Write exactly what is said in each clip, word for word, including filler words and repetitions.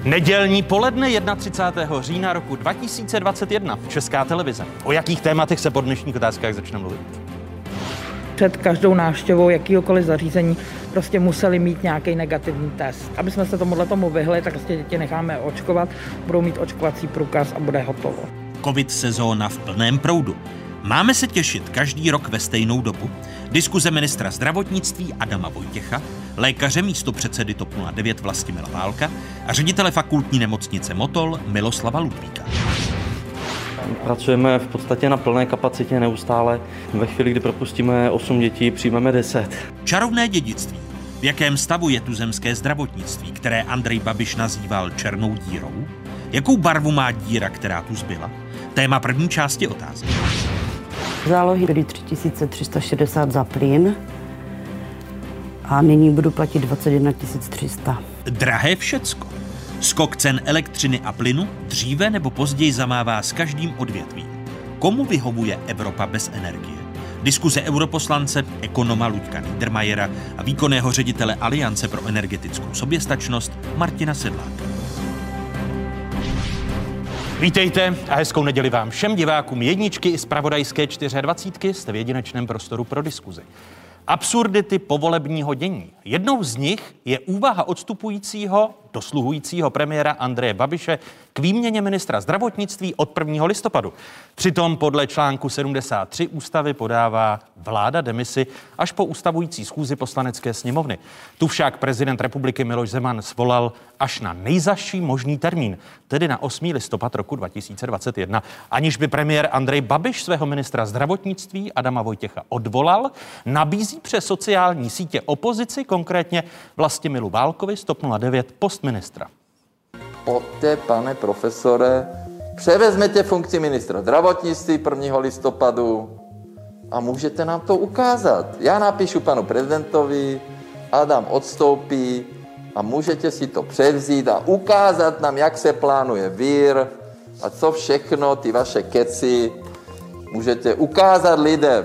Nedělní poledne třicátého prvního října roku dva tisíce dvacet jedna. Česká televize. O jakých tématech se po dnešních otázkách začne mluvit? Před každou návštěvou jakýhokoliv zařízení prostě museli mít nějaký negativní test. Aby jsme se tomuhle tomu vyhli, tak prostě děti necháme očkovat, budou mít očkovací průkaz a bude hotovo. Covid sezóna v plném proudu. Máme se těšit každý rok ve stejnou dobu? Diskuze ministra zdravotnictví Adama Vojtěcha, lékaře místopředsedy TOP nula devět Vlastimila Válka a ředitele fakultní nemocnice Motol Miloslava Ludvíka. Pracujeme v podstatě na plné kapacitě neustále. Ve chvíli, kdy propustíme osm dětí, přijmeme deset. Čarovné dědictví. V jakém stavu je tuzemské zdravotnictví, které Andrej Babiš nazýval černou dírou? Jakou barvu má díra, která tu zbyla? Téma první části otázky. Zálohy byly tři tisíce tři sta šedesát za plyn a nyní budu platit dvacet jedna tisíc tři sta. Drahé všecko. Skok cen elektřiny a plynu dříve nebo později zamává s každým odvětvím. Komu vyhovuje Evropa bez energie? Diskuze europoslance, ekonoma Luďka Niedermayera a výkonného ředitele Aliance pro energetickou soběstačnost Martina Sedláka. Vítejte a hezkou neděli vám všem divákům jedničky i zpravodajské dvacítky jste v jedinečném prostoru pro diskuzi. Absurdity povolebního dění. Jednou z nich je úvaha odstupujícího, dosluhujícího premiéra Andreje Babiše k výměně ministra zdravotnictví od prvního listopadu. Přitom podle článku sedmdesát tři ústavy podává vláda demisi až po ustavující schůzi poslanecké sněmovny. Tu však prezident republiky Miloš Zeman svolal až na nejzazší možný termín, tedy na osmého listopadu roku dva tisíce dvacet jedna, aniž by premiér Andrej Babiš svého ministra zdravotnictví Adama Vojtěcha odvolal, nabízí přes sociální sítě opozici, konkrétně Vlastimilu Válkovi z TOP nula devět, post ministra. Pojďte, pane profesore, převezměte funkci ministra zdravotnictví prvního listopadu a můžete nám to ukázat. Já napíšu panu prezidentovi, Adam odstoupí a můžete si to převzít a ukázat nám, jak se plánuje vír a co všechno, ty vaše keci, můžete ukázat lidem.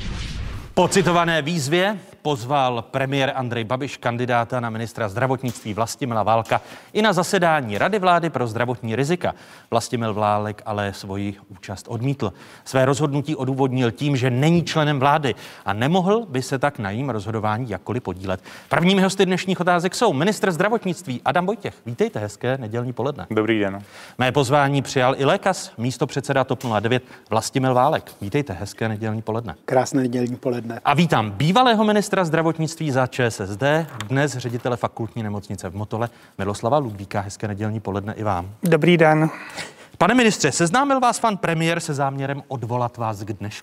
Po citované výzvě pozval premiér Andrej Babiš kandidáta na ministra zdravotnictví Vlastimila Válka i na zasedání Rady vlády pro zdravotní rizika. Vlastimil Válek ale svoji účast odmítl. Své rozhodnutí odůvodnil tím, že není členem vlády a nemohl by se tak na jím rozhodování jakkoliv podílet. Prvními hosty dnešních otázek jsou ministr zdravotnictví Adam Vojtěch. Vítejte, hezké nedělní poledne. Dobrý den. Mé pozvání přijal i lékař, místopředseda TOP nula devět Vlastimil Válek. Vítejte, hezké nedělní poledne. Krásné nedělní poledne. A vítám bývalého ministra zdravotnictví za ČSSD, dnes ředitele fakultní nemocnice v Motole Miloslava Ludvíka. Hezké nedělní poledne i vám. Dobrý den. Pane ministře, seznámil vás pan premiér se záměrem odvolat vás k dnešku?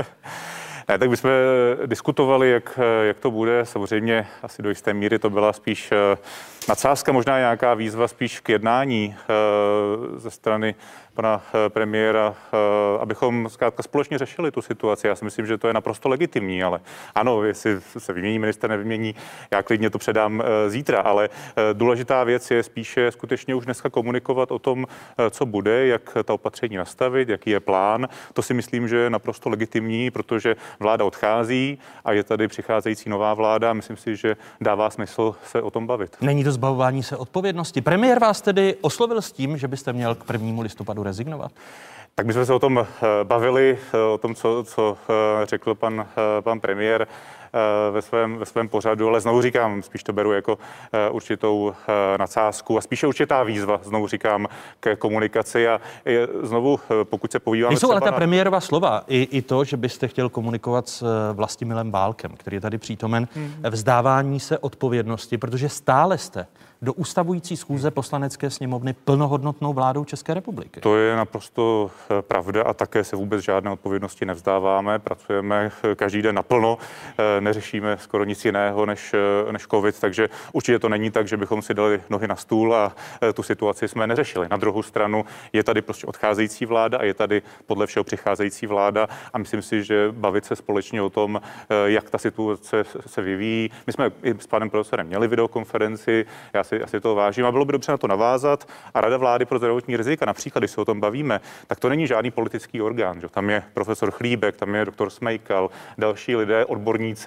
Ne, tak bychom diskutovali, jak, jak to bude. Samozřejmě asi do jisté míry to byla spíš nadsázka, možná nějaká výzva spíš k jednání ze strany pana premiéra, abychom zkrátka společně řešili tu situaci. Já si myslím, že to je naprosto legitimní, ale ano, jestli se vymění minister, nevymění, já klidně to předám zítra, ale důležitá věc je spíše skutečně už dneska komunikovat o tom, co bude, jak ta opatření nastavit, jaký je plán. To si myslím, že je naprosto legitimní, protože vláda odchází a je tady přicházející nová vláda. Myslím si, že dává smysl se o tom bavit. Není to zbavování se odpovědnosti. Premiér vás tedy oslovil s tím, že byste měl k prvnímu listopadu rezignovat? Tak my jsme se o tom bavili, o tom, co, co řekl pan, pan premiér ve svém, ve svém pořadu, ale znovu říkám, spíš to beru jako určitou nadsázku a spíše určitá výzva, znovu říkám, k komunikaci a znovu, pokud se podíváme... Nejsou ale ta na... premiérova slova, i, i to, že byste chtěl komunikovat s Vlastimilem Válkem, který je tady přítomen, hmm. vzdávání se odpovědnosti, protože stále jste do ustavující schůze Poslanecké sněmovny plnohodnotnou vládou České republiky. To je naprosto pravda a také se vůbec žádné odpovědnosti nevzdáváme. Pracujeme každý den naplno, neřešíme skoro nic jiného než, než covid, takže určitě to není tak, že bychom si dali nohy na stůl a tu situaci jsme neřešili. Na druhou stranu je tady prostě odcházející vláda a je tady podle všeho přicházející vláda a myslím si, že bavit se společně o tom, jak ta situace se vyvíjí. My jsme i s panem profesorem měli videokonferenci, já si asi to vážím a bylo by dobře na to navázat. A Rada vlády pro zdravotní rizika, například, když se o tom bavíme, tak to není žádný politický orgán. Že? Tam je profesor Chlíbek, tam je doktor Smejkal, další lidé, odborníci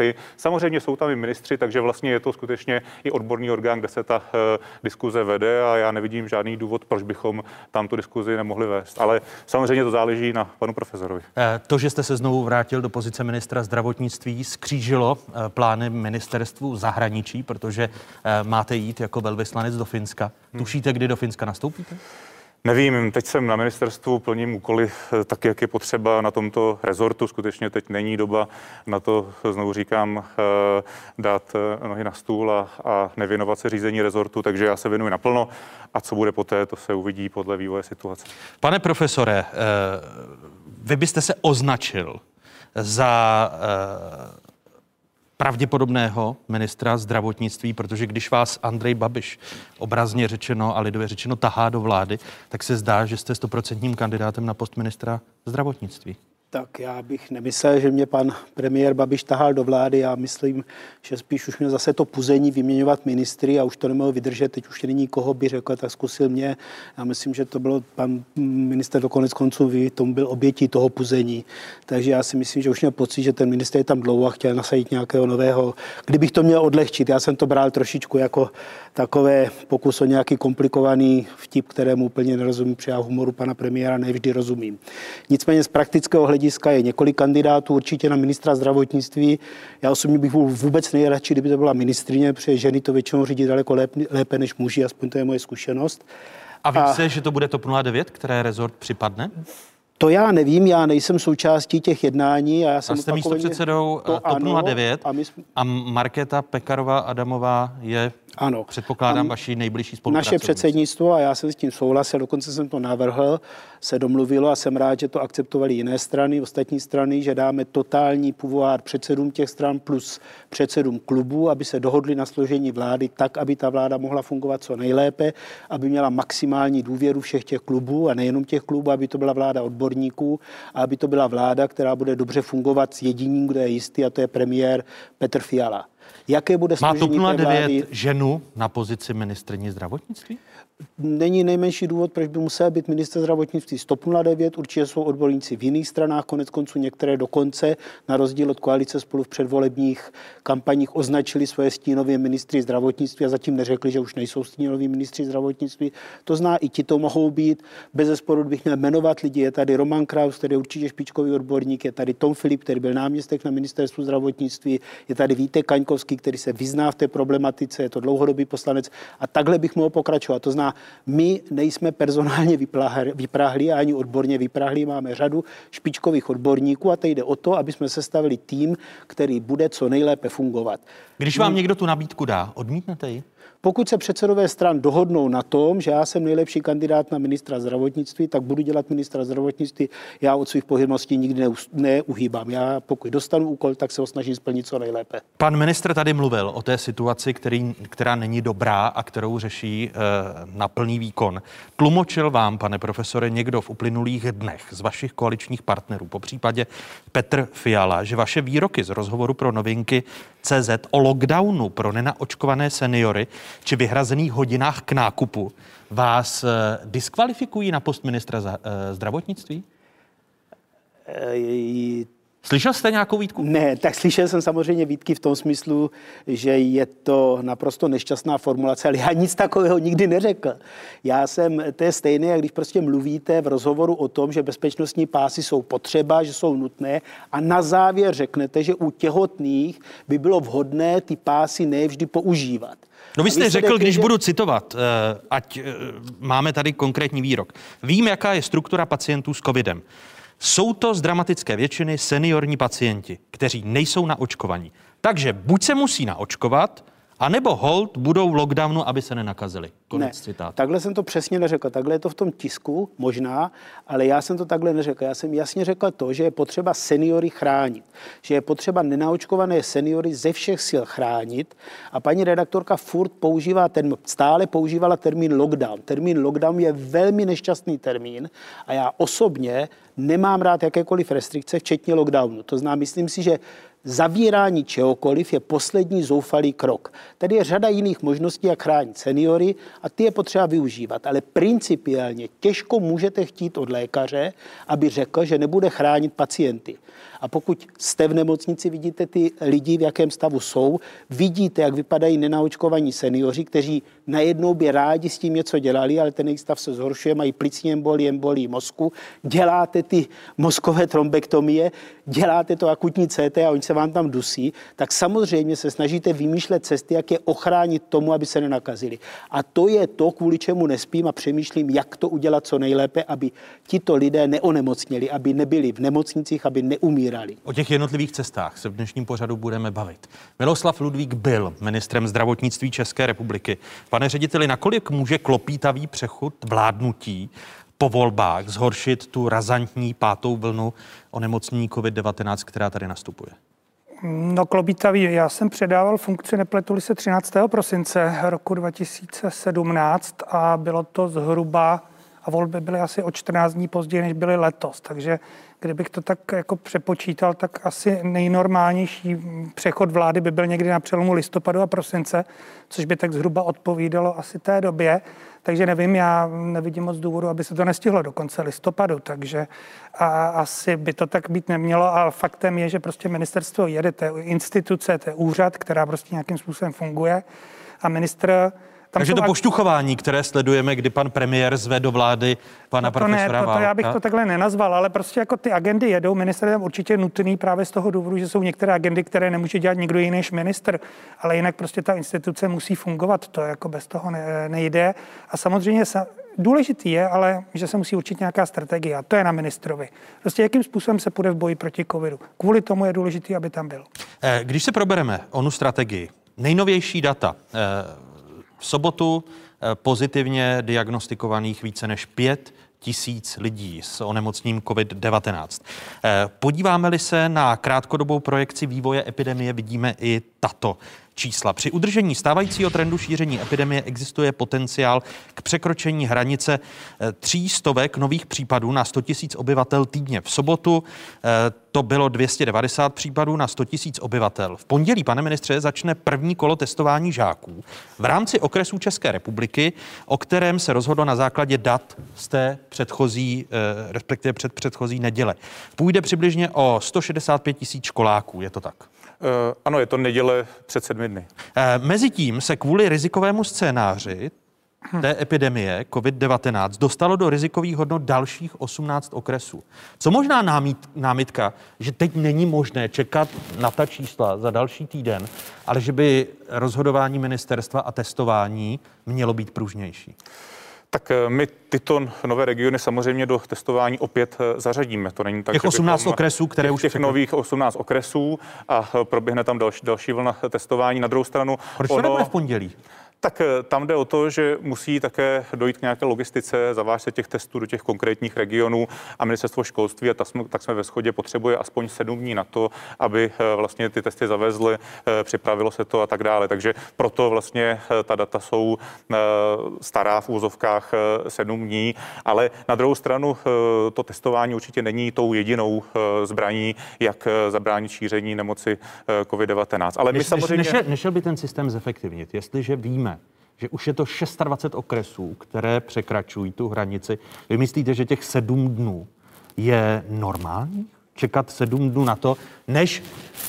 návrhy. Samozřejmě jsou tam i ministři, takže vlastně je to skutečně i odborný orgán, kde se ta uh, diskuze vede a já nevidím žádný důvod, proč bychom tam tu diskuzi nemohli vést. Ale samozřejmě to záleží na panu profesorovi. To, že jste se znovu vrátil do pozice ministra zdravotnictví, skřížilo plány ministerstvu zahraničí, protože máte jít jako velvyslanec do Finska. Tušíte, kdy do Finska nastoupíte? Nevím, teď jsem na ministerstvu, plním úkoly tak, jak je potřeba na tomto rezortu. Skutečně teď není doba na to, znovu říkám, dát nohy na stůl a, a nevěnovat se řízení rezortu, takže já se věnuji naplno a co bude poté, to se uvidí podle vývoje situace. Pane profesore, vy byste se označil za pravděpodobného ministra zdravotnictví, protože když vás Andrej Babiš obrazně řečeno a lidově řečeno tahá do vlády, tak se zdá, že jste stoprocentním kandidátem na post ministra zdravotnictví. Tak já bych nemyslel, že mě pan premiér Babiš tahal do vlády. Já myslím, že spíš už měl zase to puzení vyměňovat ministry a už to nemohl vydržet. Teď už není koho by řekl, tak zkusil mě. Já myslím, že to bylo pan minister do konec konců, vy, tomu byl obětí toho puzení. Takže já si myslím, že už měl pocit, že ten minister je tam dlouho a chtěl nasadit nějakého nového. Kdybych to měl odlehčit, já jsem to bral trošičku jako takové pokus o nějaký komplikovaný vtip, kterému úplně nerozumím, protože já humoru pana premiéra nevždy rozumím. Nicméně z praktického hlediska je několik kandidátů určitě na ministra zdravotnictví. Já osobně bych byl vůbec nejradši, kdyby to byla ministryně, protože ženy to většinou řídí daleko lépe, lépe než muži, aspoň to je moje zkušenost. A ví se, že to bude TOP nula devět, které rezort připadne? To já nevím, já nejsem součástí těch jednání. A, já jsem a jste místopředsedou TOP nula devět a, my... a Markéta Pekarová Adamová je, ano, předpokládám, vaší nejbližší spolupracovnice. Naše předsednictvo a já jsem s tím souhlasil, dokonce jsem to navrhl, se domluvilo a jsem rád, že to akceptovali jiné strany, ostatní strany, že dáme totální pouvoir předsedům těch stran plus předsedům klubů, aby se dohodli na složení vlády tak, aby ta vláda mohla fungovat co nejlépe, aby měla maximální důvěru všech těch klubů a nejenom těch klubů, aby to byla vláda odborníků a aby to byla vláda, která bude dobře fungovat s jediným, kdo je jistý, a to je premiér Petr Fiala. Jaké bude složení té vlády? Má TOP nula devět ženu na pozici ministryně zdravotnictví? Není nejmenší důvod, proč by musel být ministr zdravotnictví z TOP nula devět. Určitě jsou odborníci v jiných stranách, konec konců některé dokonce, na rozdíl od koalice Spolu v předvolebních kampaních označili svoje stínové ministry zdravotnictví a zatím neřekli, že už nejsou stínoví ministři zdravotnictví. To zná, i ti to mohou být. Bezesporu bych měl jmenovat lidi. Je tady Roman Kraus, který je určitě špičkový odborník, je tady Tom Filip, který byl náměstek na ministerstvu zdravotnictví, je tady Vítek Kaňkovský, který se vyzná v té problematice, je to dlouhodobý poslanec a takhle bych mohl pokračovat. To zná, my nejsme personálně vyprahlí a ani odborně vyprahlí, máme řadu špičkových odborníků a teď jde o to, aby jsme sestavili tým, který bude co nejlépe fungovat. Když vám někdo tu nabídku dá, odmítnete ji? Pokud se předsedové stran dohodnou na tom, že já jsem nejlepší kandidát na ministra zdravotnictví, tak budu dělat ministra zdravotnictví. Já od svých pochybností nikdy neuhýbám. Já pokud dostanu úkol, tak se ho snažím splnit co nejlépe. Pan ministr tady mluvil o té situaci, který, která není dobrá a kterou řeší e, na plný výkon. Tlumočil vám, pane profesore, někdo v uplynulých dnech z vašich koaličních partnerů, po případě Petr Fiala, že vaše výroky z rozhovoru pro Novinky C Z o lockdownu pro nenaočkované seniory či vyhrazených hodinách k nákupu vás diskvalifikují na post ministra zdravotnictví? E- Slyšel jste nějakou výtku? Ne, tak slyšel jsem samozřejmě výtky v tom smyslu, že je to naprosto nešťastná formulace, ale já nic takového nikdy neřekl. Já jsem, to je stejné, jak když prostě mluvíte v rozhovoru o tom, že bezpečnostní pásy jsou potřeba, že jsou nutné a na závěr řeknete, že u těhotných by bylo vhodné ty pásy nevždy používat. No vy jste řekl, když že... budu citovat, ať máme tady konkrétní výrok. Vím, jaká je struktura pacientů s covidem. Jsou to z dramatické většiny seniorní pacienti, kteří nejsou naočkovaní. Takže buď se musí naočkovat, anebo hold budou v lockdownu, aby se nenakazili. Konec ne, citátu. Takhle jsem to přesně neřekl. Takhle je to v tom tisku, možná, ale já jsem to takhle neřekl. Já jsem jasně řekl to, že je potřeba seniory chránit. Že je potřeba nenaočkované seniory ze všech sil chránit. A paní redaktorka furt používá ten, stále používala termín lockdown. Termín lockdown je velmi nešťastný termín a já osobně nemám rád jakékoliv restrikce, včetně lockdownu. To znamená, myslím si, že zavírání čehokoliv je poslední zoufalý krok. Tady je řada jiných možností, jak chránit seniory a ty je potřeba využívat. Ale principiálně těžko můžete chtít od lékaře, aby řekl, že nebude chránit pacienty. A A pokud jste v nemocnici, vidíte ty lidi, v jakém stavu jsou, vidíte, jak vypadají nenaočkovaní seniori, kteří najednou by rádi s tím něco dělali, ale ten jejich stav se zhoršuje, mají plicní embolii, embolii mozku, děláte ty mozkové trombektomie, děláte to akutní C T a oni se vám tam dusí, tak samozřejmě se snažíte vymýšlet cesty, jak je ochránit tomu, aby se nenakazili. A to je to, kvůli čemu nespím a přemýšlím, jak to udělat co nejlépe, aby tito lidé neonemocněli, aby nebyli v nemocnicích, aby neumírali. O těch jednotlivých cestách se v dnešním pořadu budeme bavit. Miloslav Ludvík byl ministrem zdravotnictví České republiky. Pane řediteli, nakolik může klopítavý přechod vládnutí po volbách zhoršit tu razantní pátou vlnu onemocnění covid devatenáct, která tady nastupuje? No klobítavý, já jsem předával funkci, nepletu-li se, třináctého prosince roku dva tisíce sedmnáct a bylo to zhruba, a volby byly asi o čtrnáct dní později, než byly letos, takže kdybych to tak jako přepočítal, tak asi nejnormálnější přechod vlády by byl někdy na přelomu listopadu a prosince, což by tak zhruba odpovídalo asi té době. Takže nevím, já nevidím moc důvodu, aby se to nestihlo do konce listopadu, takže a asi by to tak být nemělo. A faktem je, že prostě ministerstvo jede, to je instituce, to je úřad, která prostě nějakým způsobem funguje a ministr... Takže to pošťuchování, které sledujeme, kdy pan premiér zve do vlády pana no to profesora ne, to, to já bych Válka. to takhle nenazval, ale prostě jako ty agendy jedou, ministr je určitě nutný právě z toho důvodu, že jsou některé agendy, které nemůže dělat nikdo jiný než ministr, ale jinak prostě ta instituce musí fungovat, to jako bez toho ne, nejde. A samozřejmě sa, důležitý je, ale že se musí určit nějaká strategie a to je na ministrovi. Prostě jakým způsobem se půjde v boji proti covidu. Kvůli tomu je důležitý, aby tam byl. Když se probereme onu strategii, nejnovější data, v sobotu pozitivně diagnostikovaných více než pět tisíc lidí s onemocněním covid devatenáct. Podíváme-li se na krátkodobou projekci vývoje epidemie, vidíme i tato čísla. Při udržení stávajícího trendu šíření epidemie existuje potenciál k překročení hranice tří stovek nových případů na sto tisíc obyvatel týdně. V sobotu to bylo dvě stě devadesát případů na sto tisíc obyvatel. V pondělí, pane ministře, začne první kolo testování žáků v rámci okresů České republiky, o kterém se rozhodlo na základě dat z té předchozí, respektive před předchozí neděle. Půjde přibližně o sto šedesát pět tisíc školáků, je to tak? Uh, ano, je to neděle před sedmi dny. Uh, Mezitím se kvůli rizikovému scénáři té epidemie covid devatenáct dostalo do rizikových hodnot dalších osmnáct okresů. Co možná námít, námitka, že teď není možné čekat na ta čísla za další týden, ale že by rozhodování ministerstva a testování mělo být pružnější? Tak my tyto nové regiony samozřejmě do testování opět zařadíme. To není tak, těch osmnáct bychom, okresů, které těch, už... Těch překl... nových osmnáct okresů a proběhne tam další, další vlna testování. Na druhou stranu... Proč to nebude v pondělí? Tak tam jde o to, že musí také dojít k nějaké logistice, zavážet se těch testů do těch konkrétních regionů a ministerstvo školství, a tak jsme, tak jsme ve shodě, potřebuje aspoň sedm dní na to, aby vlastně ty testy zavezly, připravilo se to a tak dále. Takže proto vlastně ta data jsou stará v úzovkách sedm dní, ale na druhou stranu to testování určitě není tou jedinou zbraní, jak zabránit šíření nemoci covid devatenáct. Ale my Než, samozřejmě... Nešel, nešel by ten systém zefektivnit, jestliže víme, že už je to dvacet šest okresů, které překračují tu hranici. Vy myslíte, že těch sedm dnů je normální? Čekat sedm dnů na to, než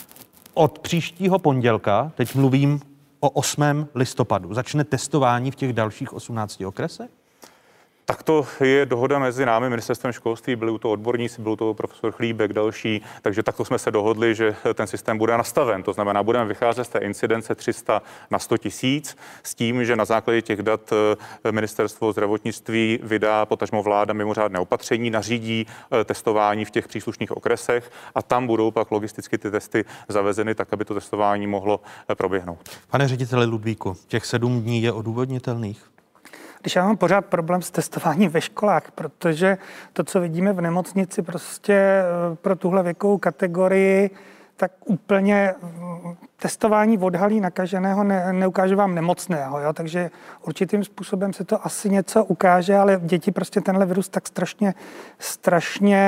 od příštího pondělka, teď mluvím o osmého listopadu, začne testování v těch dalších osmnácti okresech? Tak to je dohoda mezi námi, ministerstvem školství, byli u toho odborníci, byl to profesor Chlíbek, další, takže takto jsme se dohodli, že ten systém bude nastaven. To znamená, budeme vycházet z té incidence tři sta na sto tisíc s tím, že na základě těch dat ministerstvo zdravotnictví vydá, potažmo vláda, mimořádné opatření, nařídí testování v těch příslušných okresech a tam budou pak logisticky ty testy zavezeny tak, aby to testování mohlo proběhnout. Pane řediteli Ludvíku, těch sedm dní je odůvodnitelných? Když já mám pořád problém s testováním ve školách, protože to, co vidíme v nemocnici, prostě pro tuhle věkovou kategorii, tak úplně testování odhalí nakaženého, ne, neukáže vám nemocného, jo? Takže určitým způsobem se to asi něco ukáže, ale děti prostě tenhle virus tak strašně, strašně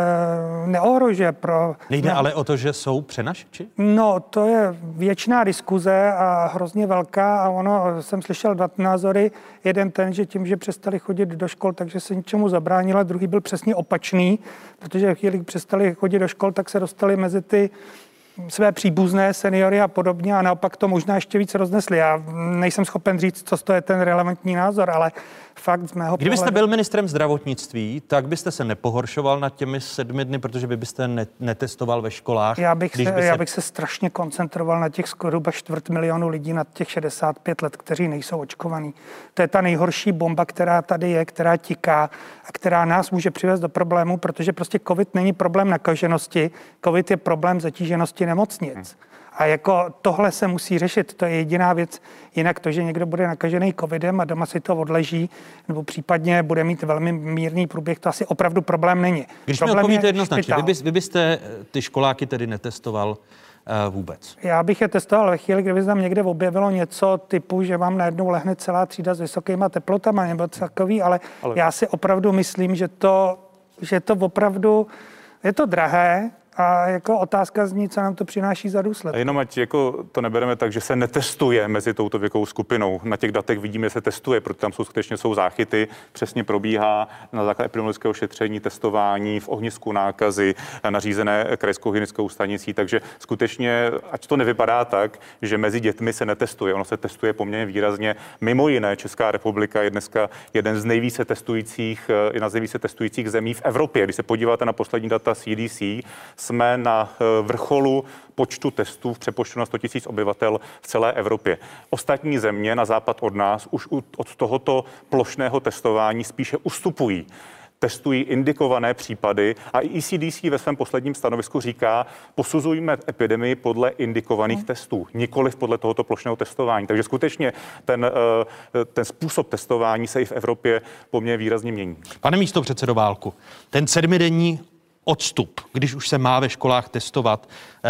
e, neohrožuje. Pro, Nejde no, ale o to, že jsou přenašeči? No, to je věčná diskuze a hrozně velká a ono, jsem slyšel dva názory. Jeden ten, že tím, že přestali chodit do škol, takže se ničemu zabránila, druhý byl přesně opačný, protože v chvíli, kdy přestali chodit do škol, tak se dostali mezi ty své příbuzné, seniory a podobně a naopak to možná ještě víc roznesli. Já nejsem schopen říct, co to je ten relevantní názor, ale fakt z mého Kdybyste pohledu... byl ministrem zdravotnictví, tak byste se nepohoršoval nad těmi sedmi dny, protože vy byste ne- netestoval ve školách. Já bych, se, by se... já bych se strašně koncentroval na těch skoro čtvrt milionu lidí nad těch šedesát pět let, kteří nejsou očkovaní. To je ta nejhorší bomba, která tady je, která tiká a která nás může přivést do problému, protože prostě covid není problém nakaženosti, covid je problém zatíženosti nemocnic. Hmm. A jako tohle se musí řešit, to je jediná věc. Jinak to, že někdo bude nakažený covidem a doma si to odleží, nebo případně bude mít velmi mírný průběh, to asi opravdu problém není. Když problém mi odpovíte jednoznačně, vy, bys, špitál. vy byste ty školáky tedy netestoval uh, vůbec? Já bych je testoval ve chvíli, kdyby tam někde objevilo něco typu, že vám najednou lehne celá třída s vysokýma teplotama nebo takový, ale, ale já si opravdu myslím, že to, že to opravdu je to drahé, a jako otázka zní, co nám to přináší za důsledky. A jenom ať jako to nebereme tak, že se netestuje mezi touto věkovou skupinou. Na těch datech vidíme, že se testuje, protože tam jsou skutečně jsou záchyty, přesně probíhá na základě epidemiologického šetření, testování v ohnisku nákazy nařízené krajskou hygienickou stanicí, takže skutečně, ať to nevypadá tak, že mezi dětmi se netestuje, ono se testuje poměrně výrazně. Mimo jiné, Česká republika je dneska jeden z nejvíce testujících, jedna z nejvíce testujících zemí v Evropě. Když se podíváte na poslední data C D C, jsme na vrcholu počtu testů v přepočtu na sto tisíc obyvatel v celé Evropě. Ostatní země na západ od nás už od tohoto plošného testování spíše ustupují. Testují indikované případy a i E C D C ve svém posledním stanovisku říká, posuzujme epidemii podle indikovaných hmm. testů, nikoliv podle tohoto plošného testování. Takže skutečně ten, ten způsob testování se i v Evropě poměrně výrazně mění. Pane místopředsedo Válku, ten sedmidenní odstup, když už se má ve školách testovat,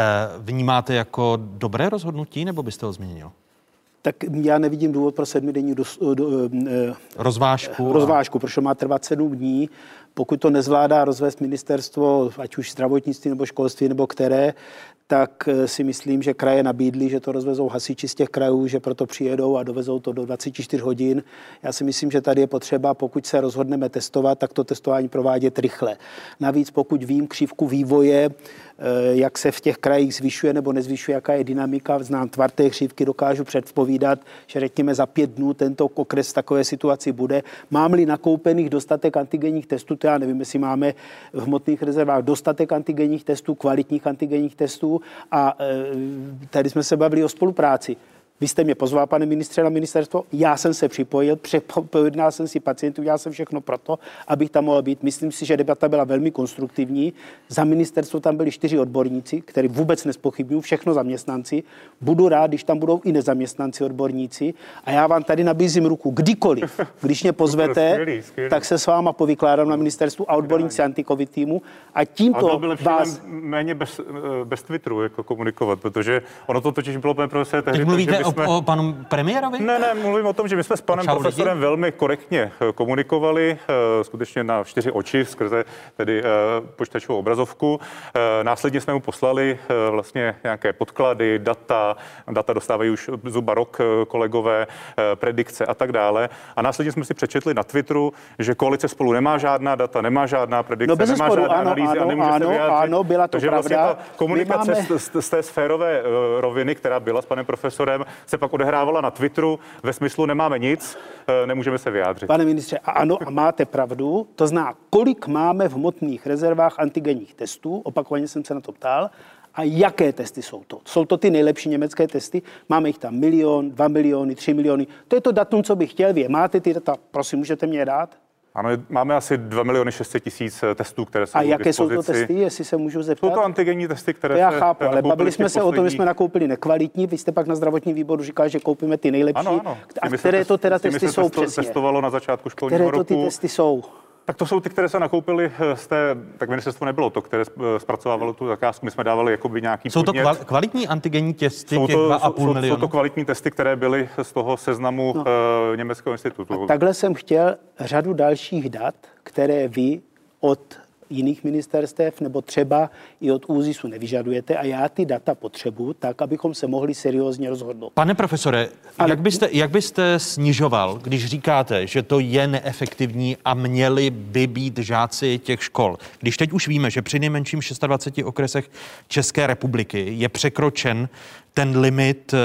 vnímáte jako dobré rozhodnutí, nebo byste ho změnil? Tak já nevidím důvod pro sedmidenní do, do, do, rozvážku. Rozvážku, a... protože má trvat sedm dní. Pokud to nezvládá rozvést ministerstvo, ať už zdravotnictví nebo školství nebo které, tak si myslím, že kraje nabídly, že to rozvezou hasiči z těch krajů, že proto přijedou a dovezou to do dvacet čtyři hodin. Já si myslím, že tady je potřeba, pokud se rozhodneme testovat, tak to testování provádět rychle. Navíc pokud vím křivku vývoje, jak se v těch krajích zvyšuje nebo nezvyšuje, jaká je dynamika, znám tvar té křivky, dokážu předpovídat, že řekněme za pět dnů tento okres v takové situaci bude. Mám-li nakoupených dostatek antigenních testů, to já nevím, jestli máme v hmotných rezervách dostatek antigenních testů, kvalitních antigenních testů a tady jsme se bavili o spolupráci. Vy jste mě pozval, pane ministře, na ministerstvo, já jsem se připojil, pojednal jsem si pacientů, udělal jsem všechno proto, abych tam mohl být. Myslím si, že debata byla velmi konstruktivní. Za ministerstvo tam byli čtyři odborníci, kteří vůbec nespochybňují, všechno zaměstnanci. Budu rád, když tam budou i nezaměstnanci, odborníci. A já vám tady nabízím ruku kdykoliv. Když mě pozvete, skvělý, skvělý. Tak se s váma povykládám na ministerstvu a odborníci anti-covid týmu. A tímto vás... méně bez, bez Twitteru jako komunikovat, protože ono to totiž bylo, pane profesore, tehdy, jsme... o, o panu premiérovi? Ne, ne, mluvím o tom, že my jsme s panem Čau profesorem lidi? velmi korektně komunikovali, skutečně na čtyři oči skrze tedy počítačovou obrazovku. Následně jsme mu poslali vlastně nějaké podklady, data, data dostávají už zhruba rok kolegové, predikce a tak dále. A následně jsme si přečetli na Twitteru, že koalice Spolu nemá žádná data, nemá žádná predikce, no, nemá sporu, žádná ano, analýzy ano, a nemůže ano, se vyjádřit. Ano, byla to Takže pravda. Vlastně ta komunikace máme... z, z té sférové roviny, která byla s panem profesorem, se pak odehrávala na Twitteru ve smyslu nemáme nic, nemůžeme se vyjádřit. Pane ministře, a ano, a máte pravdu, to zná, kolik máme v hmotných rezervách antigenních testů, opakovaně jsem se na to ptal, a jaké testy jsou to? Jsou to ty nejlepší německé testy? Máme jich tam milion, dva miliony, tři miliony. To je to datum, co bych chtěl. Vy máte ty data? Prosím, můžete mě je dát? Ano, máme asi dva miliony šest set tisíc testů, které jsou a k jaké dispozici. jsou to testy, jestli se můžu zeptat? Jsou to antigenní testy, které to já se chápu, ale bavili jsme se poslední... o tom, že jsme nakoupili nekvalitní. Vy jste pak na zdravotním výboru říkal, že koupíme ty nejlepší. Ano, ano. A které to teda testy jsou přesně? Testovalo na začátku školního které roku. Které to ty testy jsou? Tak to jsou ty, které se nakoupily z té, tak ministerstvo nebylo to, které zpracovávalo tu zakázku, my jsme dávali jakoby nějaký Jsou podnět. to kvalitní antigenní testy, jsou těch to, dva a půl jsou, milionu? Jsou to kvalitní testy, které byly z toho seznamu no. uh, Německého institutu. A takhle jsem chtěl řadu dalších dat, které vy od jiných ministerstev nebo třeba i od ÚZISu nevyžadujete a já ty data potřebuji tak, abychom se mohli seriózně rozhodnout. Pane profesore, Ale... jak, byste, jak byste snižoval, když říkáte, že to je neefektivní a měli by být žáci těch škol? Když teď už víme, že při nejmenším dvaceti šesti okresech České republiky je překročen ten limit e,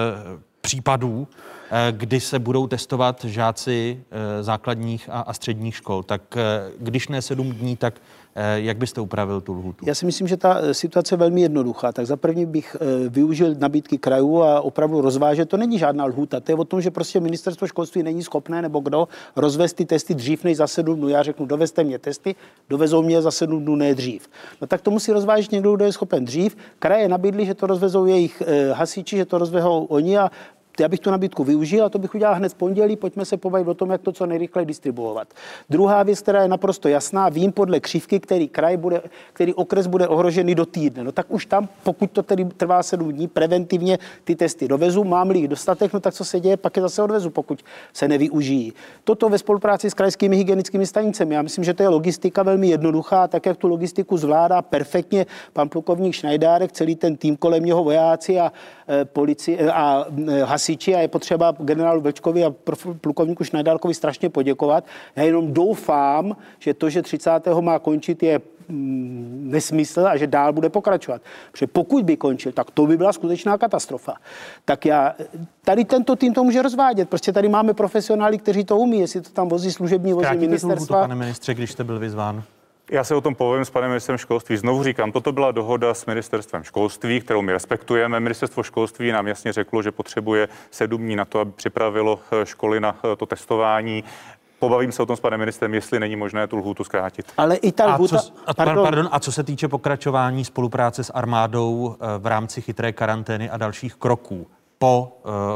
případů, e, kdy se budou testovat žáci e, základních a, a středních škol, tak e, když ne sedm dní, tak jak byste upravil tu lhůtu? Já si myslím, že ta situace je velmi jednoduchá. Tak za první bych využil nabídky krajů a opravdu rozvážet. To není žádná lhůta. To je o tom, že prostě ministerstvo školství není schopné nebo kdo rozvést ty testy dřív než za sedm dnů. Já řeknu, dovezte mě testy, dovezou mě za sedm dnů, ne dřív. No tak to musí rozvážet někdo, kdo je schopen dřív. Kraje nabídli, že to rozvezou jejich hasiči, že to rozvezou oni a já bych tu nabídku využil a to bych udělal hned v pondělí. Pojďme se pobavit o tom, jak to co nejrychleji distribuovat. Druhá věc, která je naprosto jasná, vím podle křivky, který kraj bude, který okres bude ohrožený do týdne. No tak už tam, pokud to tedy trvá sedm dní, preventivně ty testy dovezu, mám-li jich dostatek, no tak co se děje, pak je zase odvezu, pokud se nevyužijí. Toto ve spolupráci s krajskými hygienickými stanicemi. Já myslím, že to je logistika velmi jednoduchá, tak jak tu logistiku zvládá perfektně pan plukovník Šnajdárek, celý ten tým kolem něho, vojáci a e, policie a e, hasiči a je potřeba generálu Vlčkovi a plukovníku Šnajdárkovi strašně poděkovat. Já jenom doufám, že to, že třicátého má končit, je mm, nesmysl a že dál bude pokračovat. Protože pokud by končil, tak to by byla skutečná katastrofa. Tak já, tady tento tým to může rozvádět. Prostě tady máme profesionály, kteří to umí, jestli to tam vozí služební, vozí ministerstva. Pane ministře, když jste byl vyzván? Já se o tom povím s panem ministrem školství. Znovu říkám, toto byla dohoda s ministerstvem školství, kterou my respektujeme. Ministerstvo školství nám jasně řeklo, že potřebuje sedm dní na to, aby připravilo školy na to testování. Pobavím se o tom s panem ministrem, jestli není možné tu lhůtu zkrátit. Ale i ta lhůta... A co, a, pardon. Pardon, a co se týče pokračování spolupráce s armádou v rámci chytré karantény a dalších kroků po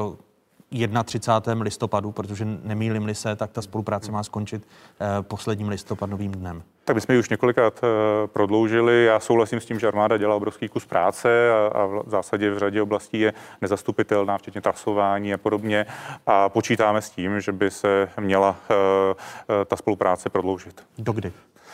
uh, třicátého prvního listopadu, protože nemýlím-li se, tak ta spolupráce má skončit uh, posledním listopadovým dnem. Tak my jsme ji už několikrát prodloužili. Já souhlasím s tím, že armáda dělá obrovský kus práce a, a v zásadě v řadě oblastí je nezastupitelná, včetně trasování a podobně. A počítáme s tím, že by se měla uh, ta spolupráce prodloužit. Dokdy?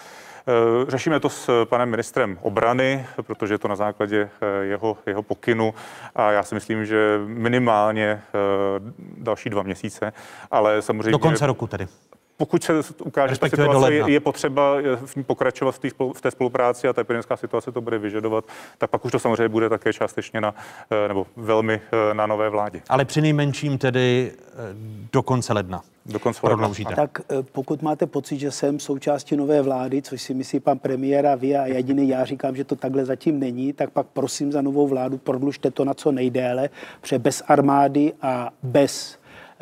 Řešíme to s panem ministrem obrany, protože je to na základě jeho, jeho pokynu a já si myslím, že minimálně další dva měsíce, ale samozřejmě... Do konce roku tedy. Pokud se ukáže ta situace, je, je potřeba pokračovat v té, v té spolupráci a ta epidemická situace to bude vyžadovat, tak pak už to samozřejmě bude také částečně na, nebo velmi na nové vládě. Ale při nejmenším tedy do konce ledna. Do konce ledna. Tak pokud máte pocit, že jsem součástí nové vlády, což si myslí pan premiér a vy a jediný já říkám, že to takhle zatím není, tak pak prosím za novou vládu prodlužte to na co nejdéle, protože bez armády a bez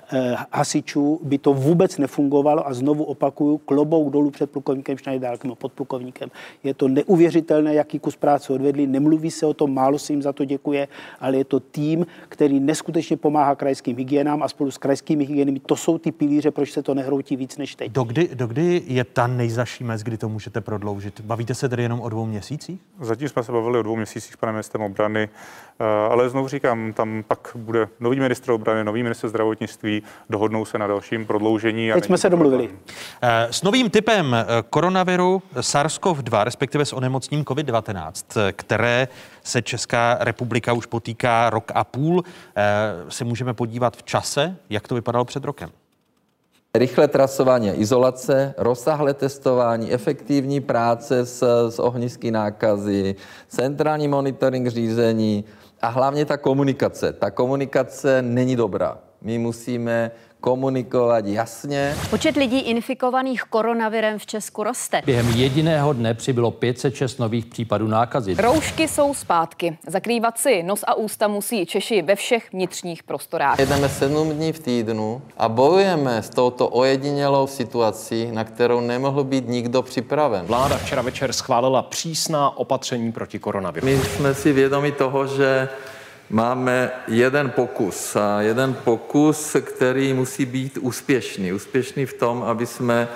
hasičů by to vůbec nefungovalo a znovu opakuju, klobouk dolů před plukovníkem Šnajdárkem a podplukovníkem. Je to neuvěřitelné, jaký kus práce odvedli, nemluví se o tom, málo se jim za to děkuje, ale je to tým, který neskutečně pomáhá krajským hygienám a spolu s krajskými hygienami, to jsou ty pilíře, proč se to nehroutí víc než teď. Dokdy, dokdy je ta nejzaší mez, kdy to můžete prodloužit? Bavíte se tedy jenom o dvou měsících? Zatím jsme se bavili o dvou měsících s panem ministrem obrany, ale znovu říkám, tam pak bude nový ministr obrany, nový ministr zdravotnictví, dohodnou se na dalším prodloužení. Teď jsme se domluvili. S novým typem koronaviru SARS-CoV dva, respektive s onemocněním COVID devatenáct, které se Česká republika už potýká rok a půl, se můžeme podívat v čase, jak to vypadalo před rokem. Rychlé trasování a izolace, rozsáhlé testování, efektivní práce s, s ohnisky nákazy, centrální monitoring řízení a hlavně ta komunikace. Ta komunikace není dobrá. My musíme komunikovat jasně. Počet lidí infikovaných koronavirem v Česku roste. Během jediného dne přibylo pět set šest nových případů nákazy. Roušky jsou zpátky. Zakrývat si nos a ústa musí Češi ve všech vnitřních prostorách. Jedeme sedm dní v týdnu a bojujeme s touto ojedinělou situací, na kterou nemohl být nikdo připraven. Vláda včera večer schválila přísná opatření proti koronaviru. My jsme si vědomi toho, že máme jeden pokus a jeden pokus, který musí být úspěšný. Úspěšný v tom, aby jsme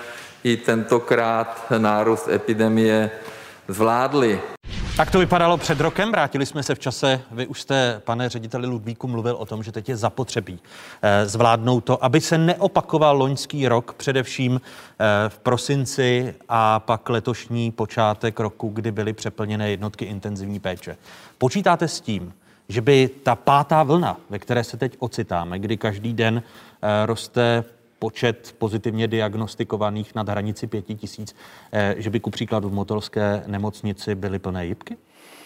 i tentokrát nárůst epidemie zvládli. Tak to vypadalo před rokem, vrátili jsme se v čase. Vy už jste, pane řediteli Ludvíku, mluvil o tom, že teď je zapotřebí eh, zvládnout to, aby se neopakoval loňský rok, především eh, v prosinci a pak letošní počátek roku, kdy byly přeplněné jednotky intenzivní péče. Počítáte s tím, že by ta pátá vlna, ve které se teď ocitáme, kdy každý den eh, roste počet pozitivně diagnostikovaných nad hranici pěti tisíc, že by ku příkladu v motolské nemocnici byly plné jipky?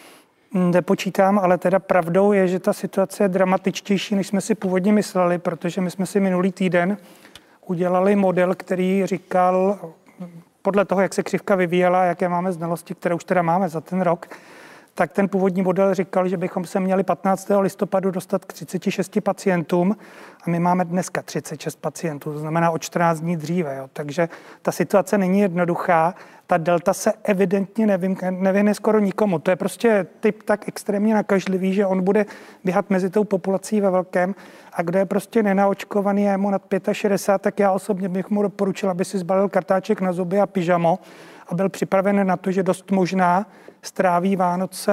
Nepočítám, ale teda pravdou je, že ta situace je dramatičtější, než jsme si původně mysleli, protože my jsme si minulý týden udělali model, který říkal, podle toho, jak se křivka vyvíjela, jaké máme znalosti, které už teda máme za ten rok, tak ten původní model říkal, že bychom se měli patnáctého listopadu dostat k třiceti šesti pacientům a my máme dneska třicet šest pacientů, to znamená o čtrnáct dní dříve. Jo. Takže ta situace není jednoduchá, ta delta se evidentně nevyhne skoro nikomu. To je prostě typ tak extrémně nakažlivý, že on bude běhat mezi tou populací ve velkém a kdo je prostě nenaočkovaný a je mu nad šedesát pět, tak já osobně bych mu doporučil, aby si zbalil kartáček na zuby a pyžamo a byl připraven na to, že dost možná stráví Vánoce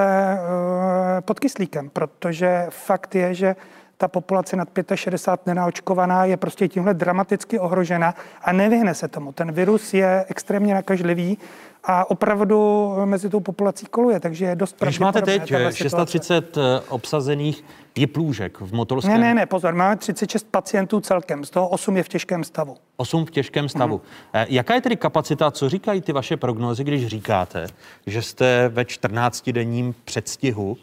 e, pod kyslíkem, protože fakt je, že ta populace nad šedesát pět nenaočkovaná je prostě tímhle dramaticky ohrožena a nevyhne se tomu. Ten virus je extrémně nakažlivý a opravdu mezi tou populací koluje, takže je dost pravděpodobné. Když máte teď třicet šest obsazených jiplůžek v motolském... Ne, ne, ne, pozor, máme třicet šest pacientů celkem, z toho osm je v těžkém stavu. osm v těžkém stavu. Hmm. Jaká je tedy kapacita, co říkají ty vaše prognózy, když říkáte, že jste ve čtrnáctidenním předstihu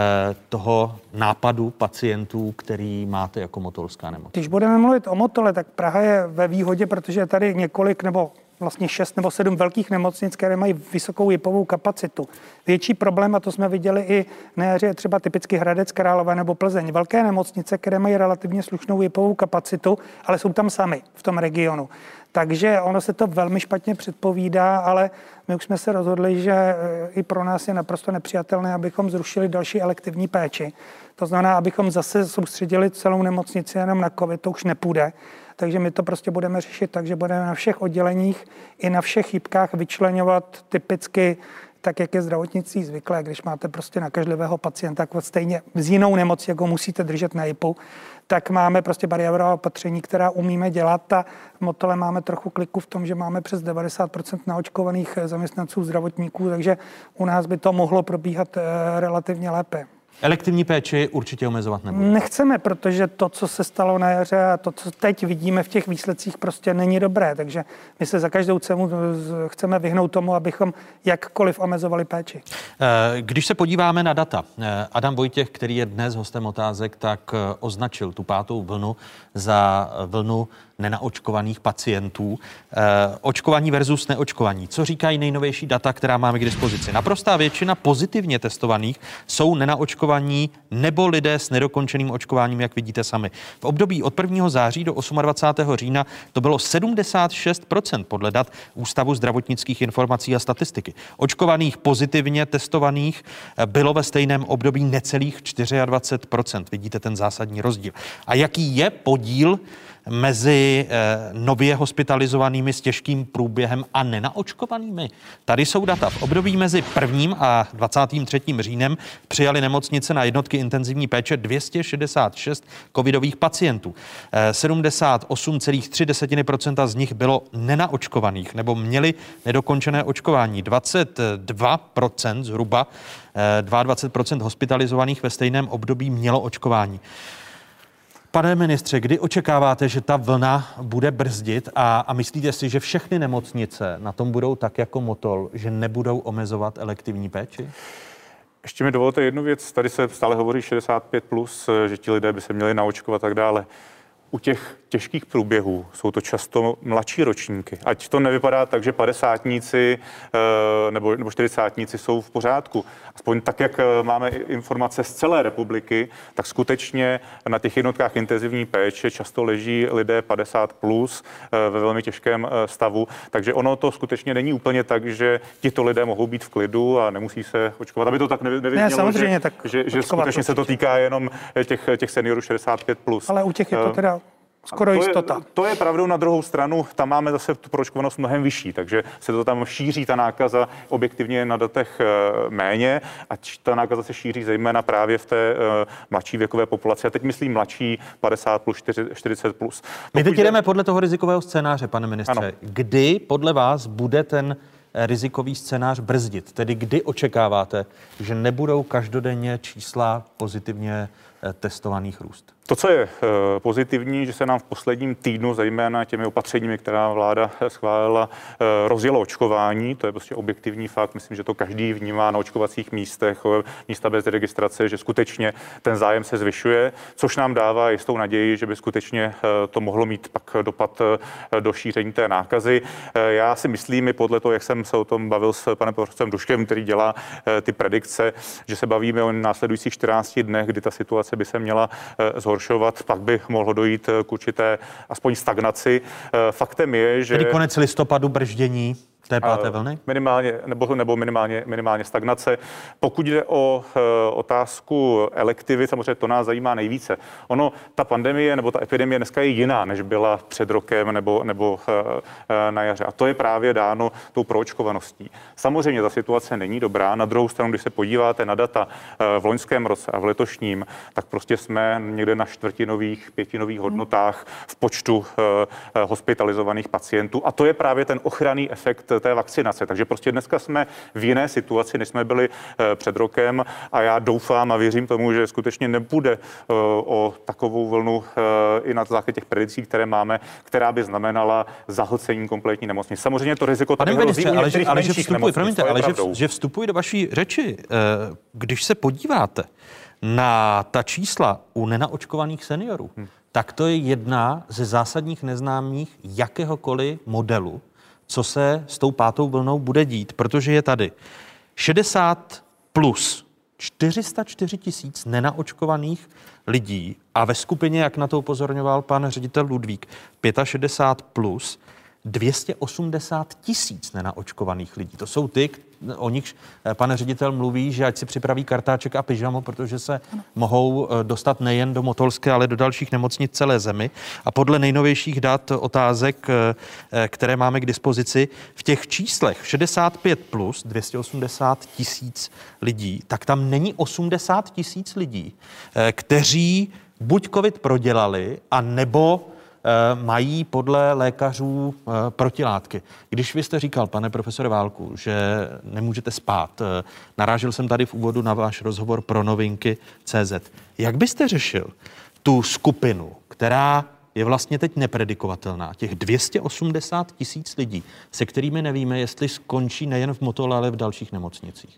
toho nápadu pacientů, který máte jako motolská nemoc? Když budeme mluvit o Motole, tak Praha je ve výhodě, protože je tady několik nebo vlastně šest nebo sedm velkých nemocnic, které mají vysokou jipovou kapacitu. Větší problém, a to jsme viděli i na jaře, je třeba typicky Hradec Králové nebo Plzeň. Velké nemocnice, které mají relativně slušnou jipovou kapacitu, ale jsou tam sami v tom regionu. Takže ono se to velmi špatně předpovídá, ale my už jsme se rozhodli, že i pro nás je naprosto nepřijatelné, abychom zrušili další elektivní péči. To znamená, abychom zase soustředili celou nemocnici jenom na covid, to už nepůjde. Takže my to prostě budeme řešit tak, že budeme na všech odděleních i na všech jipkách vyčleňovat typicky tak, jak je zdravotnictví zvyklé, když máte prostě nakažlivého pacienta, stejně s jinou nemocí, jako musíte držet na jipu, tak máme prostě bariérová opatření, která umíme dělat a v Motole máme trochu kliku v tom, že máme přes devadesát procent naočkovaných zaměstnanců zdravotníků, takže u nás by to mohlo probíhat relativně lépe. Elektivní péči určitě omezovat nebude. Nechceme, protože to, co se stalo na jaře a to, co teď vidíme v těch výsledcích, prostě není dobré. Takže my se za každou cenu chceme vyhnout tomu, abychom jakkoliv omezovali péči. Když se podíváme na data, Adam Vojtěch, který je dnes hostem Otázek, tak označil tu pátou vlnu za vlnu nenaočkovaných pacientů. Očkování versus neočkování. Co říkají nejnovější data, která máme k dispozici? Naprostá většina pozitivně testovaných jsou nenaočkovaní nebo lidé s nedokončeným očkováním, jak vidíte sami. V období od prvního září do dvacátého osmého října to bylo sedmdesát šest procent podle dat Ústavu zdravotnických informací a statistiky. Očkovaných pozitivně testovaných bylo ve stejném období necelých dvacet čtyři procent. Vidíte ten zásadní rozdíl. A jaký je podíl mezi eh, nově hospitalizovanými s těžkým průběhem a nenaočkovanými? Tady jsou data. V období mezi prvním a dvacátým třetím říjnem přijali nemocnice na jednotky intenzivní péče dvě stě šedesát šest covidových pacientů. Eh, sedmdesát osm celá tři procenta z nich bylo nenaočkovaných nebo měli nedokončené očkování. dvacet dva procent zhruba, eh, dvacet dva procent hospitalizovaných ve stejném období mělo očkování. Pane ministře, kdy očekáváte, že ta vlna bude brzdit a, a myslíte si, že všechny nemocnice na tom budou tak jako Motol, že nebudou omezovat elektivní péči? Ještě mi dovolte jednu věc. Tady se stále hovoří šedesát pět plus, že ti lidé by se měli naočkovat a tak dále. U těch těžkých průběhů jsou to často mladší ročníky. Ať to nevypadá tak, že padesátníci nebo, nebo čtyřicátníci jsou v pořádku. Aspoň tak, jak máme informace z celé republiky, tak skutečně na těch jednotkách intenzivní péče často leží lidé padesát plus ve velmi těžkém stavu. Takže ono to skutečně není úplně tak, že tito lidé mohou být v klidu a nemusí se očkovat. Aby to tak nevyznělo, ne, samozřejmě, že, tak že, že skutečně se to týká jenom těch, těch seniorů šedesát pět plus. Ale u těch je to teda skoro to jistota. Je, to je pravdou, na druhou stranu, tam máme zase tu proočkovanost mnohem vyšší, takže se to tam šíří, ta nákaza objektivně na datech méně a ta nákaza se šíří zejména právě v té mladší věkové populaci. A teď myslím mladší padesát plus, čtyřicet plus. My teď jdeme podle toho rizikového scénáře, pane ministře. Ano. Kdy podle vás bude ten rizikový scénář brzdit? Tedy kdy očekáváte, že nebudou každodenně čísla pozitivně testovaných růst? To, co je pozitivní, že se nám v posledním týdnu, zejména těmi opatřeními, která vláda schválila, rozjelo očkování. To je prostě objektivní fakt. Myslím, že to každý vnímá na očkovacích místech, místa bez registrace, že skutečně ten zájem se zvyšuje, což nám dává jistou naději, že by skutečně to mohlo mít pak dopad do šíření té nákazy. Já si myslím, i podle toho, jak jsem se o tom bavil s panem profesorem Duškem, který dělá ty predikce, že se bavíme o následujících čtrnácti dnech, kdy ta situace by se měla zhoršovat, pak by mohlo dojít k určité aspoň stagnaci. Faktem je, že... Tedy konec listopadu, brždění té páté vlny? Minimálně, nebo, nebo minimálně, minimálně stagnace. Pokud jde o e, otázku elektivy, samozřejmě to nás zajímá nejvíce. Ono, ta pandemie nebo ta epidemie dneska je jiná, než byla před rokem nebo, nebo e, na jaře. A to je právě dáno tou proočkovaností. Samozřejmě ta situace není dobrá. Na druhou stranu, když se podíváte na data e, v loňském roce a v letošním, tak prostě jsme někde na čtvrtinových, pětinových hodnotách v počtu e, hospitalizovaných pacientů. A to je právě ten ochranný efekt té vakcinace. Takže prostě dneska jsme v jiné situaci, než jsme byli před rokem a já doufám a věřím tomu, že skutečně nebude o takovou vlnu i na základě těch predikcí, které máme, která by znamenala zahlcení kompletní nemocnic. Samozřejmě to riziko tady hrozí u některých ale že menších vstupuj, nemocnic, promiňte, to je ale že, pravdou. že vstupuji do vaší řeči. Když se podíváte na ta čísla u nenaočkovaných seniorů, hmm. tak to je jedna ze zásadních neznámých jakéhokoliv modelu, co se s tou pátou vlnou bude dít, protože je tady šedesát plus čtyři sta čtyři tisíc nenaočkovaných lidí a ve skupině, jak na to upozorňoval pan ředitel Ludvík, šedesát pět plus dvě stě osmdesát tisíc nenaočkovaných lidí. To jsou ty, o nich pan ředitel mluví, že ať si připraví kartáček a pyžamo, protože se ano. mohou dostat nejen do Motolské, ale do dalších nemocnic celé zemi. A podle nejnovějších dat otázek, které máme k dispozici, v těch číslech šedesát pět plus dvě stě osmdesát tisíc lidí, tak tam není osmdesát tisíc lidí, kteří buď covid prodělali, a nebo mají podle lékařů protilátky. Když vy jste říkal, pane profesore Válku, že nemůžete spát, narážel jsem tady v úvodu na váš rozhovor pro novinky tečka cé zet. Jak byste řešil tu skupinu, která je vlastně teď nepredikovatelná, těch dvě stě osmdesát tisíc lidí, se kterými nevíme, jestli skončí nejen v Motole, ale v dalších nemocnicích?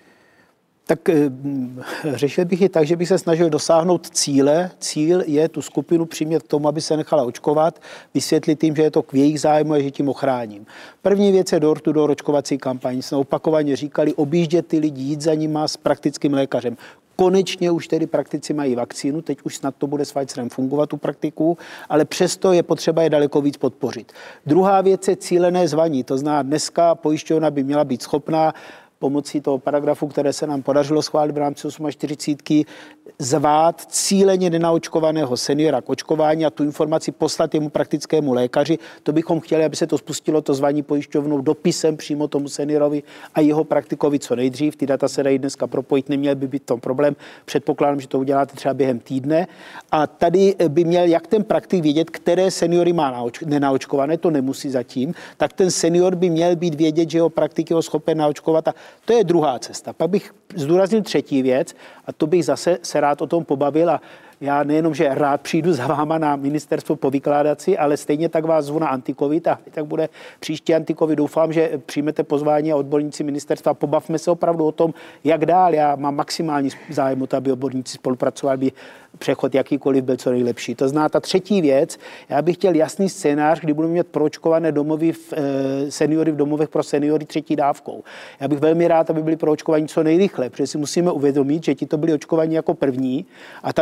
Tak e, řešil bych je tak, že bych se snažil dosáhnout cíle. Cíl je tu skupinu přimět k tomu, aby se nechala očkovat, vysvětlit jim, že je to k jejich zájmu a že tím ochráním. První věc je door-to-door očkovací kampaň. Jsme opakovaně říkali, objíždět ty lidi, jít za nima s praktickým lékařem. Konečně už tedy praktici mají vakcínu, teď už snad to bude s Pfizerem fungovat u praktiků, ale přesto je potřeba je daleko víc podpořit. Druhá věc je cílené zvaní, to znamená dneska pojišťovna by měla být schopná pomocí toho paragrafu, které se nám podařilo schválit v rámci čtyřicítky osm, zvát cíleně nenaočkovaného seniora k očkování a tu informaci poslat jemu praktickému lékaři. To bychom chtěli, aby se to spustilo, to zvaní pojišťovnou dopisem přímo tomu seniorovi a jeho praktikovi co nejdřív. Ty data se dají dneska propojit, neměl by být tom problém. Předpokládám, že to uděláte třeba během týdne. A tady by měl jak ten praktik vědět, které seniory má nenaočkované, to nemusí zatím, tak ten senior by měl být vědět, že jeho praktik je schopen naočkovat. A to je druhá cesta. Pak bych zdůraznil třetí věc a to bych zase se rád o tom pobavil a já nejenom, že rád přijdu za váma na ministerstvo povykládat si, ale stejně tak vás zvu na antikovid a tak bude příští antikovid. Doufám, že přijmete pozvání a odborníci ministerstva. Pobavme se opravdu o tom, jak dál. Já mám maximální zájem o to, aby odborníci spolupracovali, aby přechod jakýkoliv byl co nejlepší. To zná ta třetí věc. Já bych chtěl jasný scénář, kdy budeme mít proočkované domovy v, e, seniory v domovech pro seniory třetí dávkou. Já bych velmi rád, aby byli proočkovaní co nejrychle, protože si musíme uvědomit, že ti to byli očkovaní jako první a ta druhá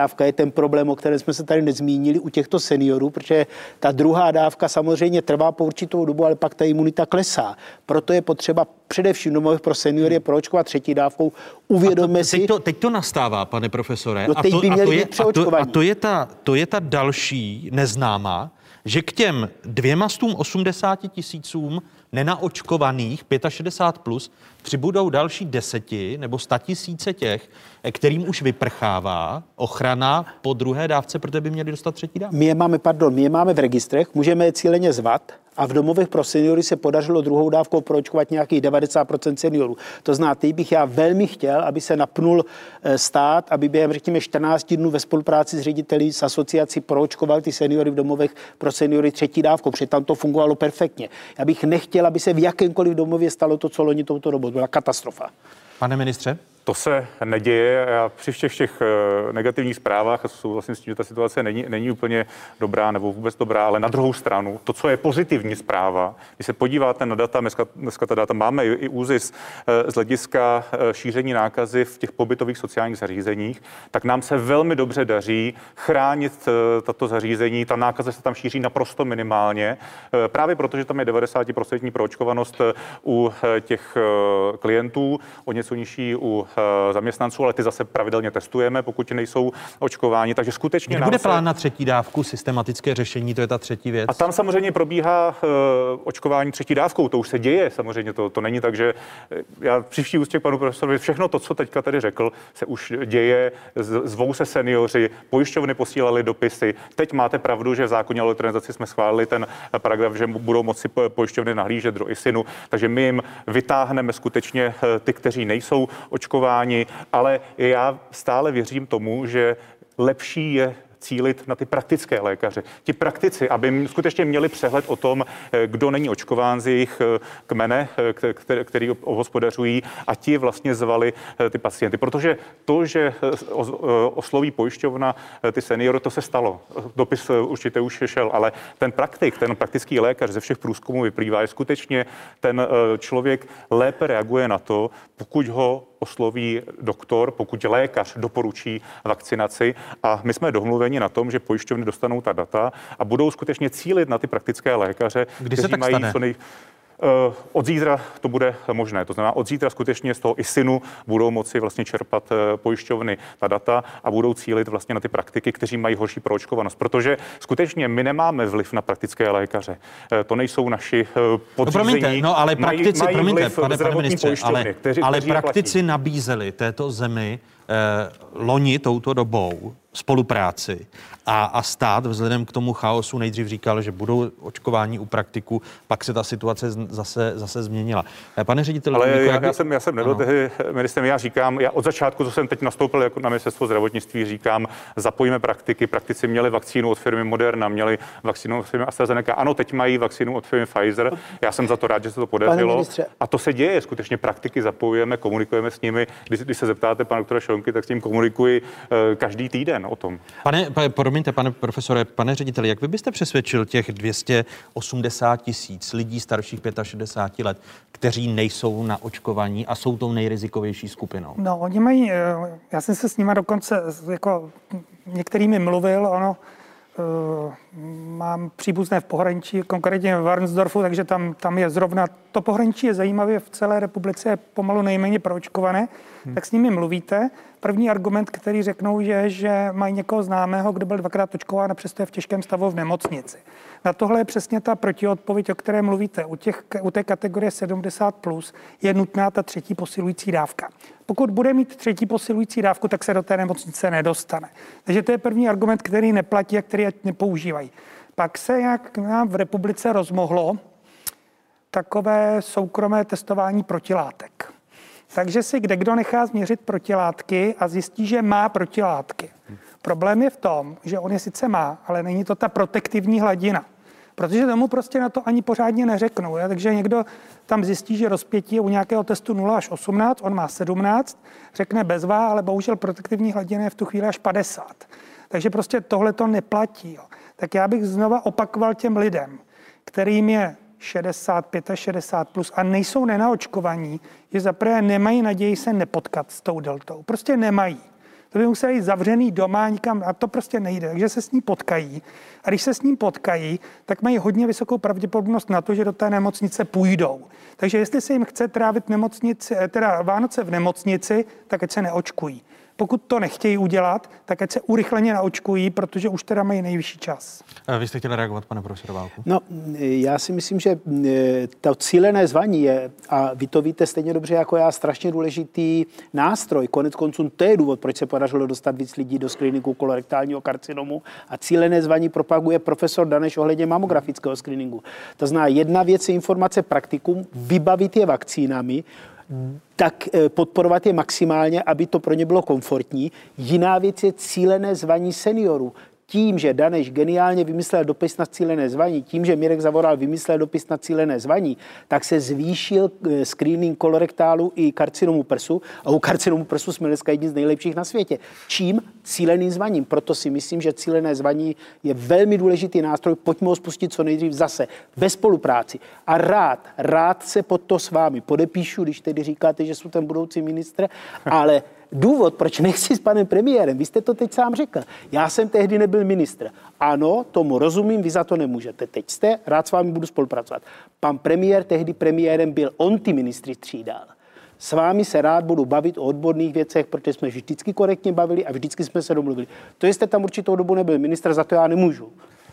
dávka je ten problém, o kterém jsme se tady nezmínili u těchto seniorů, protože ta druhá dávka samozřejmě trvá po určitou dobu, ale pak ta imunita klesá. Proto je potřeba především domovech pro seniory proočkovat třetí dávkou. Uvědomme a to, si... Teď to, teď to nastává, pane profesore. No teď a to, by měli a to je, být přeočkovaní. A to, a to, je ta, to je ta další neznámá, že k těm dvěma stům osmdesáti tisícům nenaočkovaných šedesát pět plus přibudou další deseti nebo sta tisíce těch, kterým už vyprchává ochrana po druhé dávce, protože by měli dostat třetí dávku. My je máme, pardon, my je máme v registrech, můžeme je cíleně zvat a v domovech pro seniory se podařilo druhou dávkou proočkovat nějakých devadesát procent seniorů. To znamená, teď bych já velmi chtěl, aby se napnul stát, aby během, řekněme, čtrnácti dnů ve spolupráci s řediteli s asociací proočkoval ty seniory v domovech pro seniory třetí dávkou, protože tam to fungovalo perfektně. Já bych nechtěl, aby se v jakémkoliv domově stalo to, co loni touto dobou. Byla katastrofa. Pane ministře? To se neděje. Já při všech těch negativních zprávách a souhlasím s tím, že ta situace není, není úplně dobrá nebo vůbec dobrá, ale na druhou stranu, to, co je pozitivní zpráva, když se podíváte na data, dneska, dneska ta data máme i ÚZIS z hlediska šíření nákazy v těch pobytových sociálních zařízeních, tak nám se velmi dobře daří chránit tato zařízení. Ta nákaza se tam šíří naprosto minimálně, právě protože tam je devadesát procent proočkovanost u těch klientů, o něco nižší u zaměstnanců, ale ty zase pravidelně testujeme, pokud nejsou očkováni, takže skutečně... Kdy bude se... plán na třetí dávku, systematické řešení, to je ta třetí věc? A tam samozřejmě probíhá uh, očkování třetí dávkou, to už se děje samozřejmě, to, to není tak, že já při vší úctě k panu profesorovi, všechno to, co teďka tady řekl, se už děje, zvou se seniori, pojišťovny posílali dopisy, teď máte pravdu, že v zákoně o elektronizaci jsme schválili ten paragraf, že budou moci pojišťovny nahlížet do I S I N u, takže my jim vytáhneme skutečně ty, kteří nejsou očkováni, ale já stále věřím tomu, že lepší je cílit na ty praktické lékaře. Ti praktici, aby skutečně měli přehled o tom, kdo není očkován z jejich kmene, který obhospodařují, a ti vlastně zvali ty pacienty. Protože to, že osloví pojišťovna ty seniory, to se stalo. Dopis určitě už šel, ale ten praktik, ten praktický lékař ze všech průzkumů vyplývá, že skutečně ten člověk lépe reaguje na to, pokud ho osloví doktor, pokud lékař doporučí vakcinaci, a my jsme domluveni na tom, že pojišťovny dostanou ta data a budou skutečně cílit na ty praktické lékaře, kdy kteří se tak mají stane? co nej... Od zítra to bude možné. To znamená, od zítra skutečně z toho I S I N u budou moci vlastně čerpat pojišťovny ta data a budou cílit vlastně na ty praktiky, kteří mají horší proočkovanost. Protože skutečně my nemáme vliv na praktické lékaře. To nejsou naši podřízení. No, promiňte, no ale praktici, mají, mají promiňte, vliv pane, pane ministře, ale, kteří, ale kteří praktici nabízeli této zemi eh, loni touto dobou spolupráci a, a stát vzhledem k tomu chaosu nejdřív říkal, že budou očkování u praktiků, pak se ta situace zase, zase změnila. Pane ředitel... Ale Luníku, já, jak... já jsem, já jsem nebyl tehdy ministrem, já říkám, já od začátku, co jsem teď nastoupil jako na ministerstvo zdravotnictví, říkám, zapojíme praktiky. Praktici měli vakcínu od firmy Moderna, měli vakcínu od firmy AstraZeneca. Ano, teď mají vakcínu od firmy Pfizer. Já jsem za to rád, že se to podařilo. A to se děje, skutečně praktiky zapojujeme, komunikujeme s nimi. Když, když se zeptáte pana doktora Šelonky, tak s ním komunikuji uh, každý týden o tom. Pane, promiňte, pane profesore, pane řediteli, jak vy byste přesvědčil těch dvě stě osmdesát tisíc lidí starších šedesáti pěti let, kteří nejsou na očkovaní a jsou tou nejrizikovější skupinou? No, oni mají, já jsem se s nimi dokonce jako některými mluvil, ono, uh, mám příbuzné v pohraničí, konkrétně v Varnsdorfu, takže tam, tam je zrovna, to pohraničí je zajímavé, v celé republice je pomalu nejméně proočkované, hmm. tak s nimi mluvíte. První argument, který řeknou, je, že mají někoho známého, kdo byl dvakrát očkován a přesto je v těžkém stavu v nemocnici. Na tohle je přesně ta protiodpověď, o které mluvíte. U, těch, u té kategorie sedmdesát plus je nutná ta třetí posilující dávka. Pokud bude mít třetí posilující dávku, tak se do té nemocnice nedostane. Takže to je první argument, který neplatí a který nepoužívají. Pak se, jak nám v republice rozmohlo, takové soukromé testování protilátek. Takže si kdekdo nechá změřit protilátky a zjistí, že má protilátky. Problém je v tom, že on je sice má, ale není to ta protektivní hladina. Protože tomu prostě na to ani pořádně neřeknou. Je? Takže někdo tam zjistí, že rozpětí je u nějakého testu nula až osmnáct, on má sedmnáct, řekne bezvá, ale bohužel protektivní hladina je v tu chvíli až padesát. Takže prostě tohle to neplatí. Jo. Tak já bych znova opakoval těm lidem, kterým je šedesát, šedesát pět plus a nejsou nenaočkovaní, že zaprvé nemají naději se nepotkat s tou deltou. Prostě nemají. To by museli jít zavřený doma někam a to prostě nejde. Takže se s ní potkají. A když se s ním potkají, tak mají hodně vysokou pravděpodobnost na to, že do té nemocnice půjdou. Takže jestli se jim chce trávit nemocnici, teda Vánoce v nemocnici, tak ať se neočkují. Pokud to nechtějí udělat, tak ať se urychleně naočkují, protože už teda mají nejvyšší čas. Vy jste chtěli reagovat, pane profesor Válku? No, já si myslím, že to cílené zvaní je, a vy to víte stejně dobře jako já, strašně důležitý nástroj. Konec konců to je důvod, proč se podařilo dostat víc lidí do screeningu kolorektálního karcinomu a cílené zvaní propaguje profesor Daneš ohledně mamografického screeningu. To znamená, jedna věc je informace praktikum, vybavit je vakcínami, tak podporovat je maximálně, aby to pro ně bylo komfortní. Jiná věc je cílené zvaní seniorů. Tím, že Daneš geniálně vymyslel dopis na cílené zvaní, tím, že Mirek Zavoral vymyslel dopis na cílené zvaní, tak se zvýšil screening kolorektálu i karcinomu prsu. A u karcinomu prsu jsme dneska jedni z nejlepších na světě. Čím? Cíleným zvaním. Proto si myslím, že cílené zvaní je velmi důležitý nástroj. Pojďme ho spustit co nejdřív zase ve spolupráci. A rád, rád se pod to s vámi podepíšu, když tedy říkáte, že jsou ten budoucí ministr, ale důvod, proč nechci s panem premiérem, vy jste to teď sám řekl. Já jsem tehdy nebyl ministr. Ano, tomu rozumím, vy za to nemůžete. Teď jste, rád s vámi budu spolupracovat. Pan premiér tehdy premiérem byl, on ty ministry střídal. S vámi se rád budu bavit o odborných věcech, protože jsme vždycky korektně bavili a vždycky jsme se domluvili. To, jestli tam určitou dobu nebyl ministr, za to já nemůžu.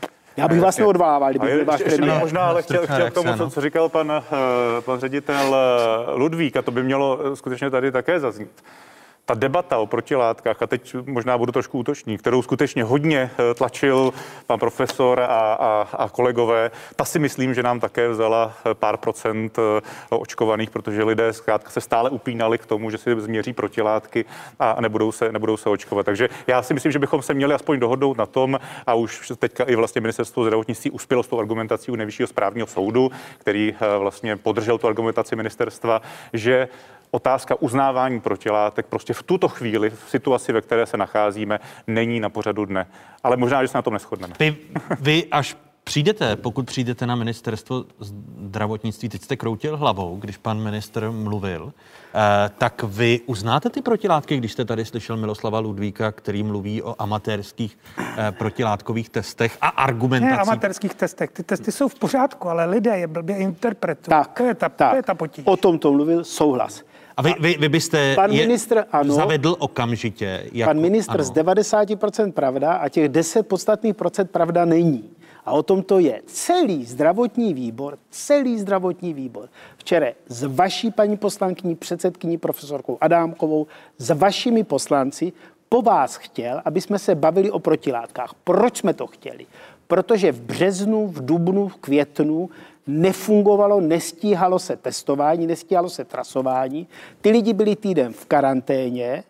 Já bych vás neodvolával, kdyby byl váš premiér. Možná, ale chtěl, chtěl k tomu, co, co říkal pan, pan ředitel Ludvík, a to by mělo skutečně tady také zaznít. Ta debata o protilátkách, a teď možná budu trošku útočný, kterou skutečně hodně tlačil pan profesor a, a, a kolegové, ta si myslím, že nám také vzala pár procent očkovaných, protože lidé zkrátka se stále upínali k tomu, že si změří protilátky a nebudou se, nebudou se očkovat. Takže já si myslím, že bychom se měli aspoň dohodnout na tom, a už teďka i vlastně ministerstvo zdravotnictví uspělo s tou argumentací u Nejvyššího správního soudu, který vlastně podržel tu argumentaci ministerstva, že otázka uznávání protilátek prostě v tuto chvíli, v situaci, ve které se nacházíme, není na pořadu dne. Ale možná, že se na tom neshodneme. Vy, vy až přijdete, pokud přijdete na ministerstvo zdravotnictví, teď jste kroutil hlavou, když pan ministr mluvil, eh, tak vy uznáte ty protilátky, když jste tady slyšel Miloslava Ludvíka, který mluví o amatérských eh, protilátkových testech a argumentací. Ne, amatérských testech. Ty testy jsou v pořádku, ale lidé je blbě interpretují. Tak, to je ta, tak. To je ta potíž. O tom to mluvil, souhlas. A vy, vy, vy byste pan je ministr, ano, zavedl okamžitě? Jako, pan ministr ano. Z devadesát procent pravda a těch deset podstatných procent pravda není. A o tom to je. Celý zdravotní výbor, celý zdravotní výbor, včera s vaší paní poslankyní, předsedkyní profesorkou Adámkovou, s vašimi poslanci, po vás chtěl, aby jsme se bavili o protilátkách. Proč jsme to chtěli? Protože v březnu, v dubnu, v květnu nefungovalo, nestíhalo se testování, nestíhalo se trasování. Ty lidi byli týden v karanténě,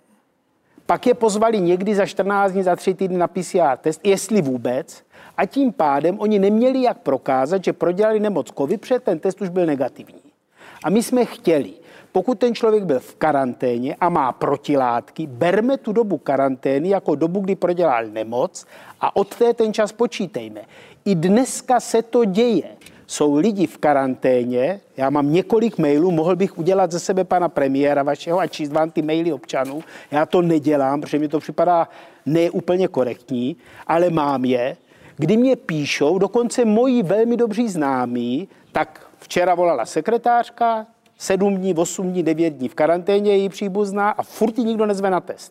pak je pozvali někdy za čtrnáct dní, za tři týdny na P C R test, jestli vůbec. A tím pádem oni neměli jak prokázat, že prodělali nemoc COVID, protože ten test už byl negativní. A my jsme chtěli, pokud ten člověk byl v karanténě a má protilátky, berme tu dobu karantény jako dobu, kdy prodělal nemoc a od té ten čas počítejme. I dneska se to děje. Jsou lidi v karanténě, já mám několik mailů, mohl bych udělat ze sebe pana premiéra vašeho a číst vám ty maily občanů. Já to nedělám, protože mi to připadá neúplně korektní, ale mám je, kdy mě píšou, dokonce moji velmi dobří známí, tak včera volala sekretářka, sedm dní, osm dní, devět dní v karanténě její příbuzná a furt ji nikdo nezve na test.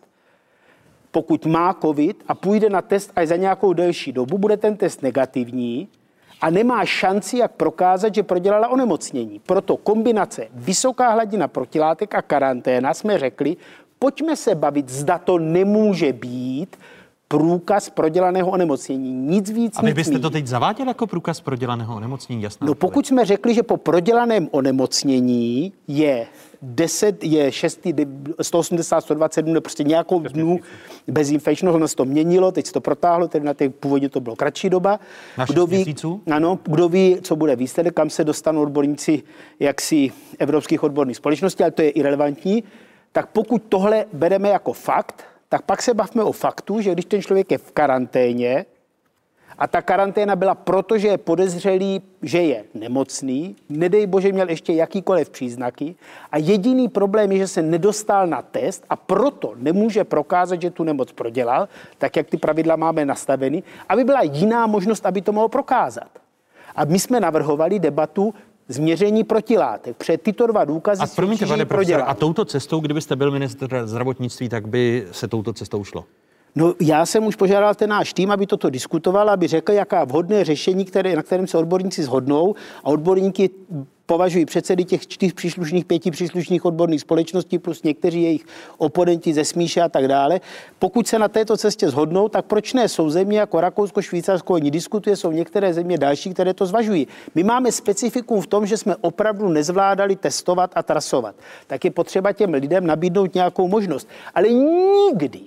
Pokud má covid a půjde na test až za nějakou delší dobu, bude ten test negativní, a nemá šanci, jak prokázat, že prodělala onemocnění. Proto kombinace vysoká hladina protilátek a karanténa jsme řekli, pojďme se bavit, zda to nemůže být průkaz prodělaného onemocnění. Nic víc, A vy nic byste míň. to teď zaváděl jako průkaz prodělaného onemocnění, jasná? No pokud jsme řekli, že po prodělaném onemocnění je deset, je šest, sto osmdesát, sto dvacet dnů, prostě nějakou dnů bezinfekčnost, ono se to měnilo, teď se to protáhlo, tedy na té původně to bylo kratší doba. Na šest kdo ví, měsíců? Ano, kdo ví, co bude výsledek, kam se dostanou odborníci jaksi evropských odborných společností, ale to je irelevantní. Tak pokud tohle bereme jako fakt, tak pak se bavme o faktu, že když ten člověk je v karanténě A ta karanténa byla proto, že je podezřelý, že je nemocný, nedej bože měl ještě jakýkoliv příznaky a jediný problém je, že se nedostal na test a proto nemůže prokázat, že tu nemoc prodělal, tak jak ty pravidla máme nastaveny, aby byla jiná možnost, aby to mohl prokázat. A my jsme navrhovali debatu změření protilátek. Protože tyto dva důkazy a promiňte, pane profesor, a touto cestou, kdybyste byl ministr zdravotnictví, tak by se touto cestou šlo? No, já jsem už požádal ten náš tým, aby toto diskutoval, aby řekl, jaká vhodné řešení, které, na kterém se odborníci shodnou, a odborníky považují předsedy těch čtyř příslušných, pěti příslušných odborných společností plus někteří jejich oponenti ze Smíše a tak dále. Pokud se na této cestě shodnou, tak proč ne? Jsou země jako Rakousko, Švýcarsko, oni diskutuje, jsou některé země další, které to zvažují. My máme specifikum v tom, že jsme opravdu nezvládali testovat a trasovat. Tak je potřeba těm lidem nabídnout nějakou možnost. Ale nikdy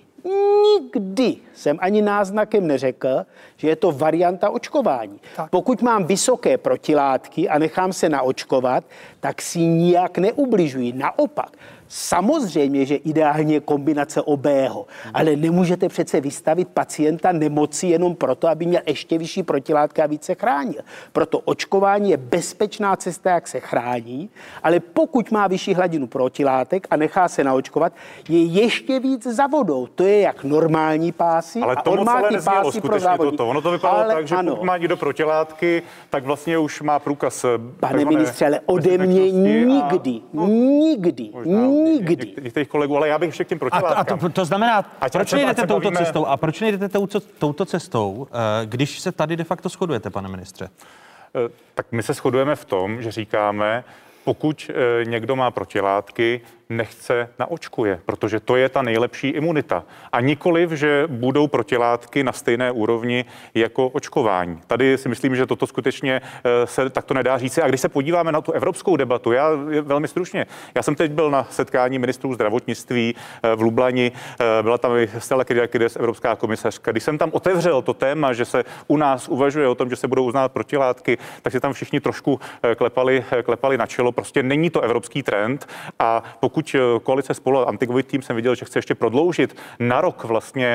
Nikdy jsem ani náznakem neřekl, že je to varianta očkování. Tak. Pokud mám vysoké protilátky a nechám se naočkovat, tak si nijak neubližuji. Naopak, samozřejmě, že ideálně je kombinace obého, ale nemůžete přece vystavit pacienta nemoci jenom proto, aby měl ještě vyšší protilátka a více chránil. Proto očkování je bezpečná cesta, jak se chrání, ale pokud má vyšší hladinu protilátek a nechá se naočkovat, je ještě víc za vodou. To je jak normální pásy ale a on má ty pásy pro závodníky. To. Ono to vypadalo ale tak, že ano. pokud má někdo protilátky, tak vlastně už má průkaz. Pane ministře, ale ode mě nikdy, a... no, nikdy, nikdy. Některých kolegů, ale já bych ještě k těm protilátkám. A to, to znamená, ať proč nejdete touto bavíme... cestou? A proč nejdete touto, touto cestou, když se tady de facto shodujete, pane ministře? Tak my se shodujeme v tom, že říkáme, pokud někdo má protilátky, nechce naočkuje, protože to je ta nejlepší imunita. A nikoliv, že budou protilátky na stejné úrovni jako očkování. Tady si myslím, že toto skutečně se takto nedá říci. A když se podíváme na tu evropskou debatu, já velmi stručně, já jsem teď byl na setkání ministrů zdravotnictví v Lublani, byla tam i Stella Kyriakides, evropská komisařka. Když jsem tam otevřel to téma, že se u nás uvažuje o tom, že se budou uznávat protilátky, tak si tam všichni trošku klepali, klepali na čelo. Prostě není to evropský trend a pokud koalice Spolu, anticovid tým jsem viděl, že chce ještě prodloužit na rok vlastně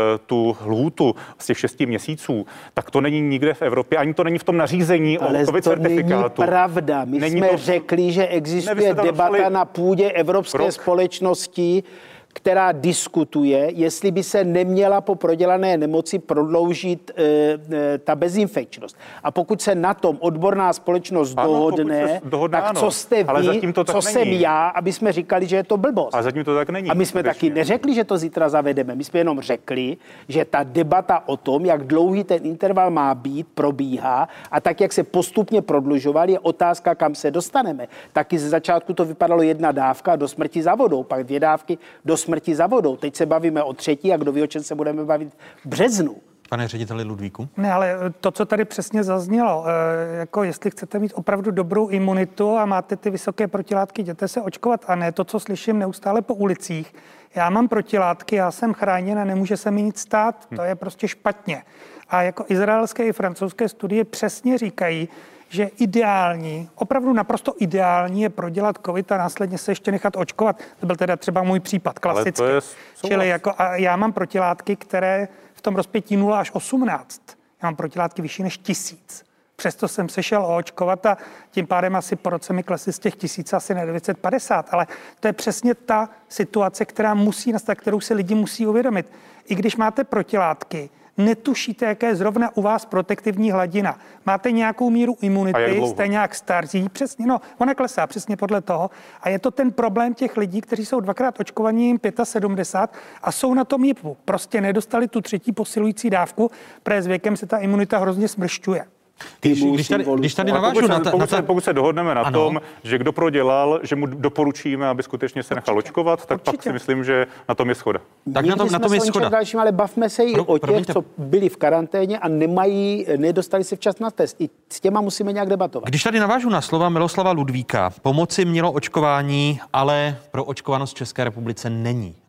tu lhůtu z těch šesti měsíců, tak to není nikde v Evropě, ani to není v tom nařízení ale o COVID certifikátu. Ale to není pravda. My není jsme to... řekli, že existuje ne, debata dostali... na půdě Evropské rok. společnosti, která diskutuje, jestli by se neměla po prodělané nemoci prodloužit e, e, ta bezinfekčnost. A pokud se na tom odborná společnost ano, dohodne, dohodne, tak ano, co jste vy, co není. jsem já, aby jsme říkali, že je to blbost. A zatím to tak není. A my jsme skutečně. taky neřekli, že to zítra zavedeme. My jsme jenom řekli, že ta debata o tom, jak dlouhý ten interval má být, probíhá a tak, jak se postupně prodlužoval, je otázka, kam se dostaneme. Taky ze začátku to vypadalo jedna dávka do smrti za vodou, pak dvě dávky do smrti za vodou. Teď se bavíme o třetí a kdo ví, o čem se budeme bavit v březnu. Pane řediteli Ludvíku? Ne, ale to, co tady přesně zaznělo, jako jestli chcete mít opravdu dobrou imunitu a máte ty vysoké protilátky, jděte se očkovat a ne to, co slyším neustále po ulicích. Já mám protilátky, já jsem chráněn a nemůže se mi nic stát, to je prostě špatně. A jako izraelské i francouzské studie přesně říkají, že ideální, opravdu naprosto ideální je prodělat covid a následně se ještě nechat očkovat. To byl teda třeba můj případ, klasický. Čili jako, a já mám protilátky, které v tom rozpětí nula až osmnáct. Já mám protilátky vyšší než tisíc. Přesto jsem se šel oočkovat a tím pádem asi po roce mi klesly z těch tisíc asi na devět set padesát. Ale to je přesně ta situace, která musí nastat, kterou se lidi musí uvědomit. I když máte protilátky, netušíte, jaká je zrovna u vás protektivní hladina. Máte nějakou míru imunity, jste nějak starzí, přesně, no, ona klesá přesně podle toho. A je to ten problém těch lidí, kteří jsou dvakrát očkovaní, jim sedmdesát pět a jsou na tom jipu. Prostě nedostali tu třetí posilující dávku, protože s věkem se ta imunita hrozně smršťuje. Když, když tady, když tady navážu pokud, na, se, ta, pokud, na ta... se, pokud se dohodneme na ano. tom, že kdo prodělal, že mu doporučíme, aby skutečně se nechal očkovat, tak Určitě. pak si myslím, že na tom je shoda. Tak na tom, na tom je shoda. Dalším, ale bavme se i Pro, o těch, promiňte. co byli v karanténě a nemají, nedostali se včas na test. I s těma musíme nějak debatovat. Když tady navážu na slova Miloslava Ludvíka, pomoci mělo očkování, ale pro očkovanost v České republice není.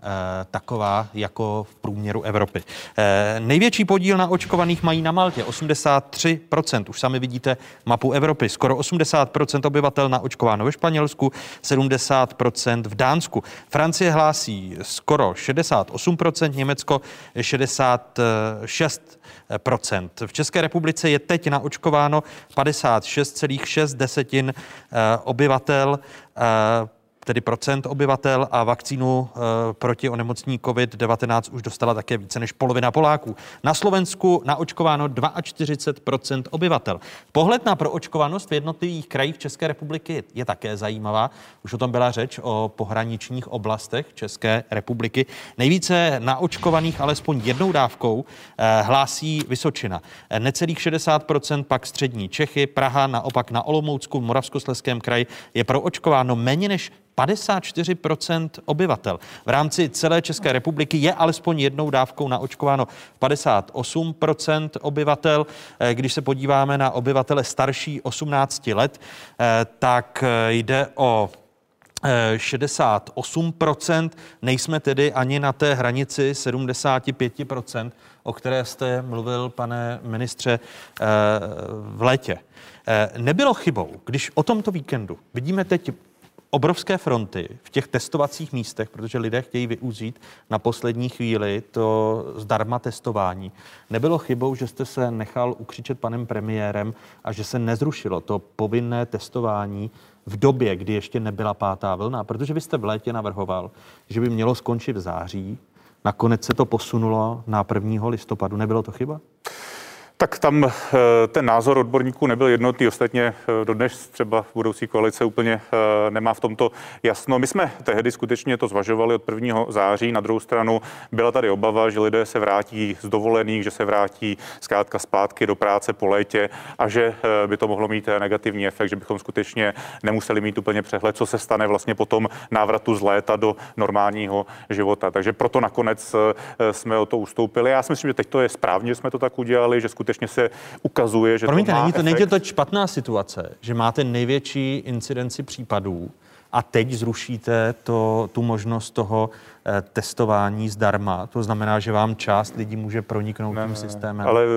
taková jako v průměru Evropy. Největší podíl na očkovaných mají na Maltě, osmdesát tři procent. Už sami vidíte mapu Evropy. Skoro osmdesát procent obyvatel naočkováno ve Španělsku, sedmdesát procent v Dánsku. Francie hlásí skoro šedesát osm procent, Německo šedesát šest procent. V České republice je teď naočkováno padesát šest celá šest desetin obyvatel, tedy procent obyvatel, a vakcínu e, proti onemocnění covid devatenáct už dostala také více než polovina Poláků. Na Slovensku naočkováno čtyřicet dva procent obyvatel. Pohled na proočkovanost v jednotlivých krajích České republiky je také zajímavá. Už o tom byla řeč, o pohraničních oblastech České republiky. Nejvíce naočkovaných alespoň jednou dávkou e, hlásí Vysočina. E, necelých šedesát procent pak střední Čechy, Praha, naopak na Olomoucku, Moravskoslezském kraji je proočkováno méně než padesát čtyři procent obyvatel. V rámci celé České republiky je alespoň jednou dávkou naočkováno padesát osm procent obyvatel. Když se podíváme na obyvatele starší osmnácti let, tak jde o šedesát osm procent. Nejsme tedy ani na té hranici sedmdesát pět procent, o které jste mluvil, pane ministře, v létě. Nebylo chybou, když o tomto víkendu vidíme teď obrovské fronty v těch testovacích místech, protože lidé chtějí využít na poslední chvíli to zdarma testování. Nebylo chybou, že jste se nechal ukřičet panem premiérem a že se nezrušilo to povinné testování v době, kdy ještě nebyla pátá vlna, protože vy jste v létě navrhoval, že by mělo skončit v září. Nakonec se to posunulo na prvního listopadu. Nebylo to chyba? Tak tam ten názor odborníků nebyl jednotný, ostatně dodnes třeba budoucí koalice úplně nemá v tomto jasno. My jsme tehdy skutečně to zvažovali od prvního září, na druhou stranu byla tady obava, že lidé se vrátí z dovolených, že se vrátí zkrátka zpátky do práce po létě a že by to mohlo mít negativní efekt, že bychom skutečně nemuseli mít úplně přehled, co se stane vlastně po tom návratu z léta do normálního života. Takže proto nakonec jsme o to ustoupili. Já si myslím, že teď to je správně, že jsme to tak udělali, že skutečně se ukazuje, že Promiňte, to má není to, efekt. není to špatná situace, že máte největší incidenci případů a teď zrušíte to, tu možnost toho eh, testování zdarma. To znamená, že vám část lidí může proniknout ne, tím systémem. Ale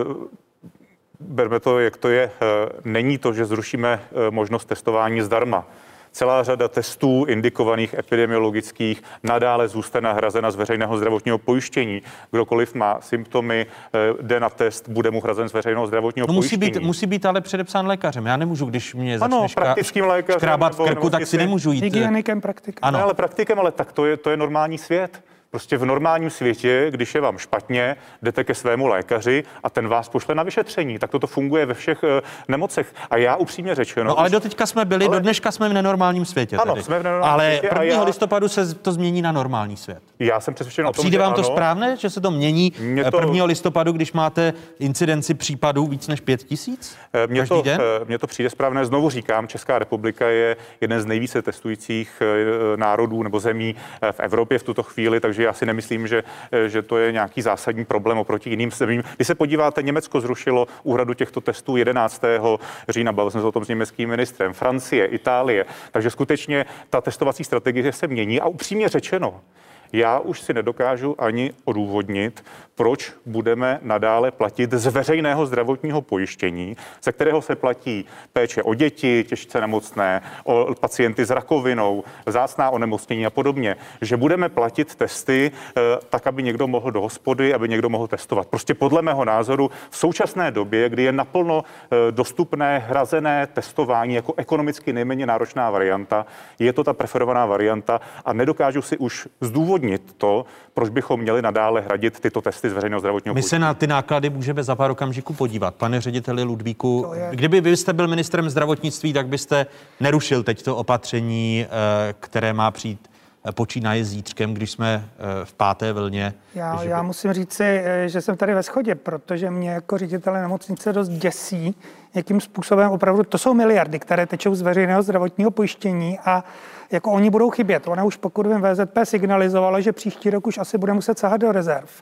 berme to, jak to je. Není to, že zrušíme možnost testování zdarma. Celá řada testů indikovaných epidemiologických nadále zůstane hrazena z veřejného zdravotního pojištění. Kdokoliv má symptomy, jde na test, bude mu hrazen z veřejného zdravotního no, musí pojištění. Být, musí být ale předepsán lékařem. Já nemůžu, když mě ano, začne praktickým lékařem, škrábat v krku, tak si nemůžu jít. Hygienikem, praktikem. Ano. Ne, ale praktikem, ale tak to je, to je normální svět. Prostě v normálním světě, když je vám špatně, jdete ke svému lékaři a ten vás pošle na vyšetření. Tak toto funguje ve všech uh, nemocech. A já upřímně řečeno... No ale doteďka jsme byli, ale... do dneška jsme v nenormálním světě. Ano, tedy. jsme v nenormálním ale světě. Ale prvního já... listopadu se to změní na normální svět. Já jsem přesvědčen o tom, přijde že vám ano. to správné, že se to mění to... prvního listopadu, když máte incidenci případů víc než pět tisíc? Mně to, mně to přijde správné. Znovu říkám, Česká republika je jeden z nejvíce testujících národů nebo zemí v Evropě v tuto chvíli, takže já si nemyslím, že že to je nějaký zásadní problém oproti jiným zemím. Když se podíváte, Německo zrušilo úhradu těchto testů jedenáctého října, bavil jsem se o tom s německým ministrem, Francie, Itálie, takže skutečně ta testovací strategie se mění a upřímně řečeno, já už si nedokážu ani odůvodnit, proč budeme nadále platit z veřejného zdravotního pojištění, ze kterého se platí péče o děti, těžce nemocné, o pacienty s rakovinou, vzácná onemocnění a podobně, že budeme platit testy tak, aby někdo mohl do hospody, aby někdo mohl testovat. Prostě podle mého názoru v současné době, kdy je naplno dostupné hrazené testování jako ekonomicky nejméně náročná varianta, je to ta preferovaná varianta a nedokážu si už zdůvodnit to, proč bychom měli nadále hradit tyto testy z veřejného zdravotního My pojištění. se na ty náklady můžeme za pár okamžiků podívat. Pane řediteli Ludvíku, kdyby vy jste byl ministrem zdravotnictví, tak byste nerušil teď to opatření, které má přijít počínaje zítřkem, když jsme v páté vlně. Já, já musím říci, že jsem tady ve shodě, protože mě jako ředitele nemocnice dost děsí, jakým způsobem opravdu, to jsou miliardy, které tečou z veřejného zdravotního pojištění a jako oni budou chybět. Ona už, pokud vím, V Z P signalizovalo, že příští rok už asi bude muset sahat do rezerv.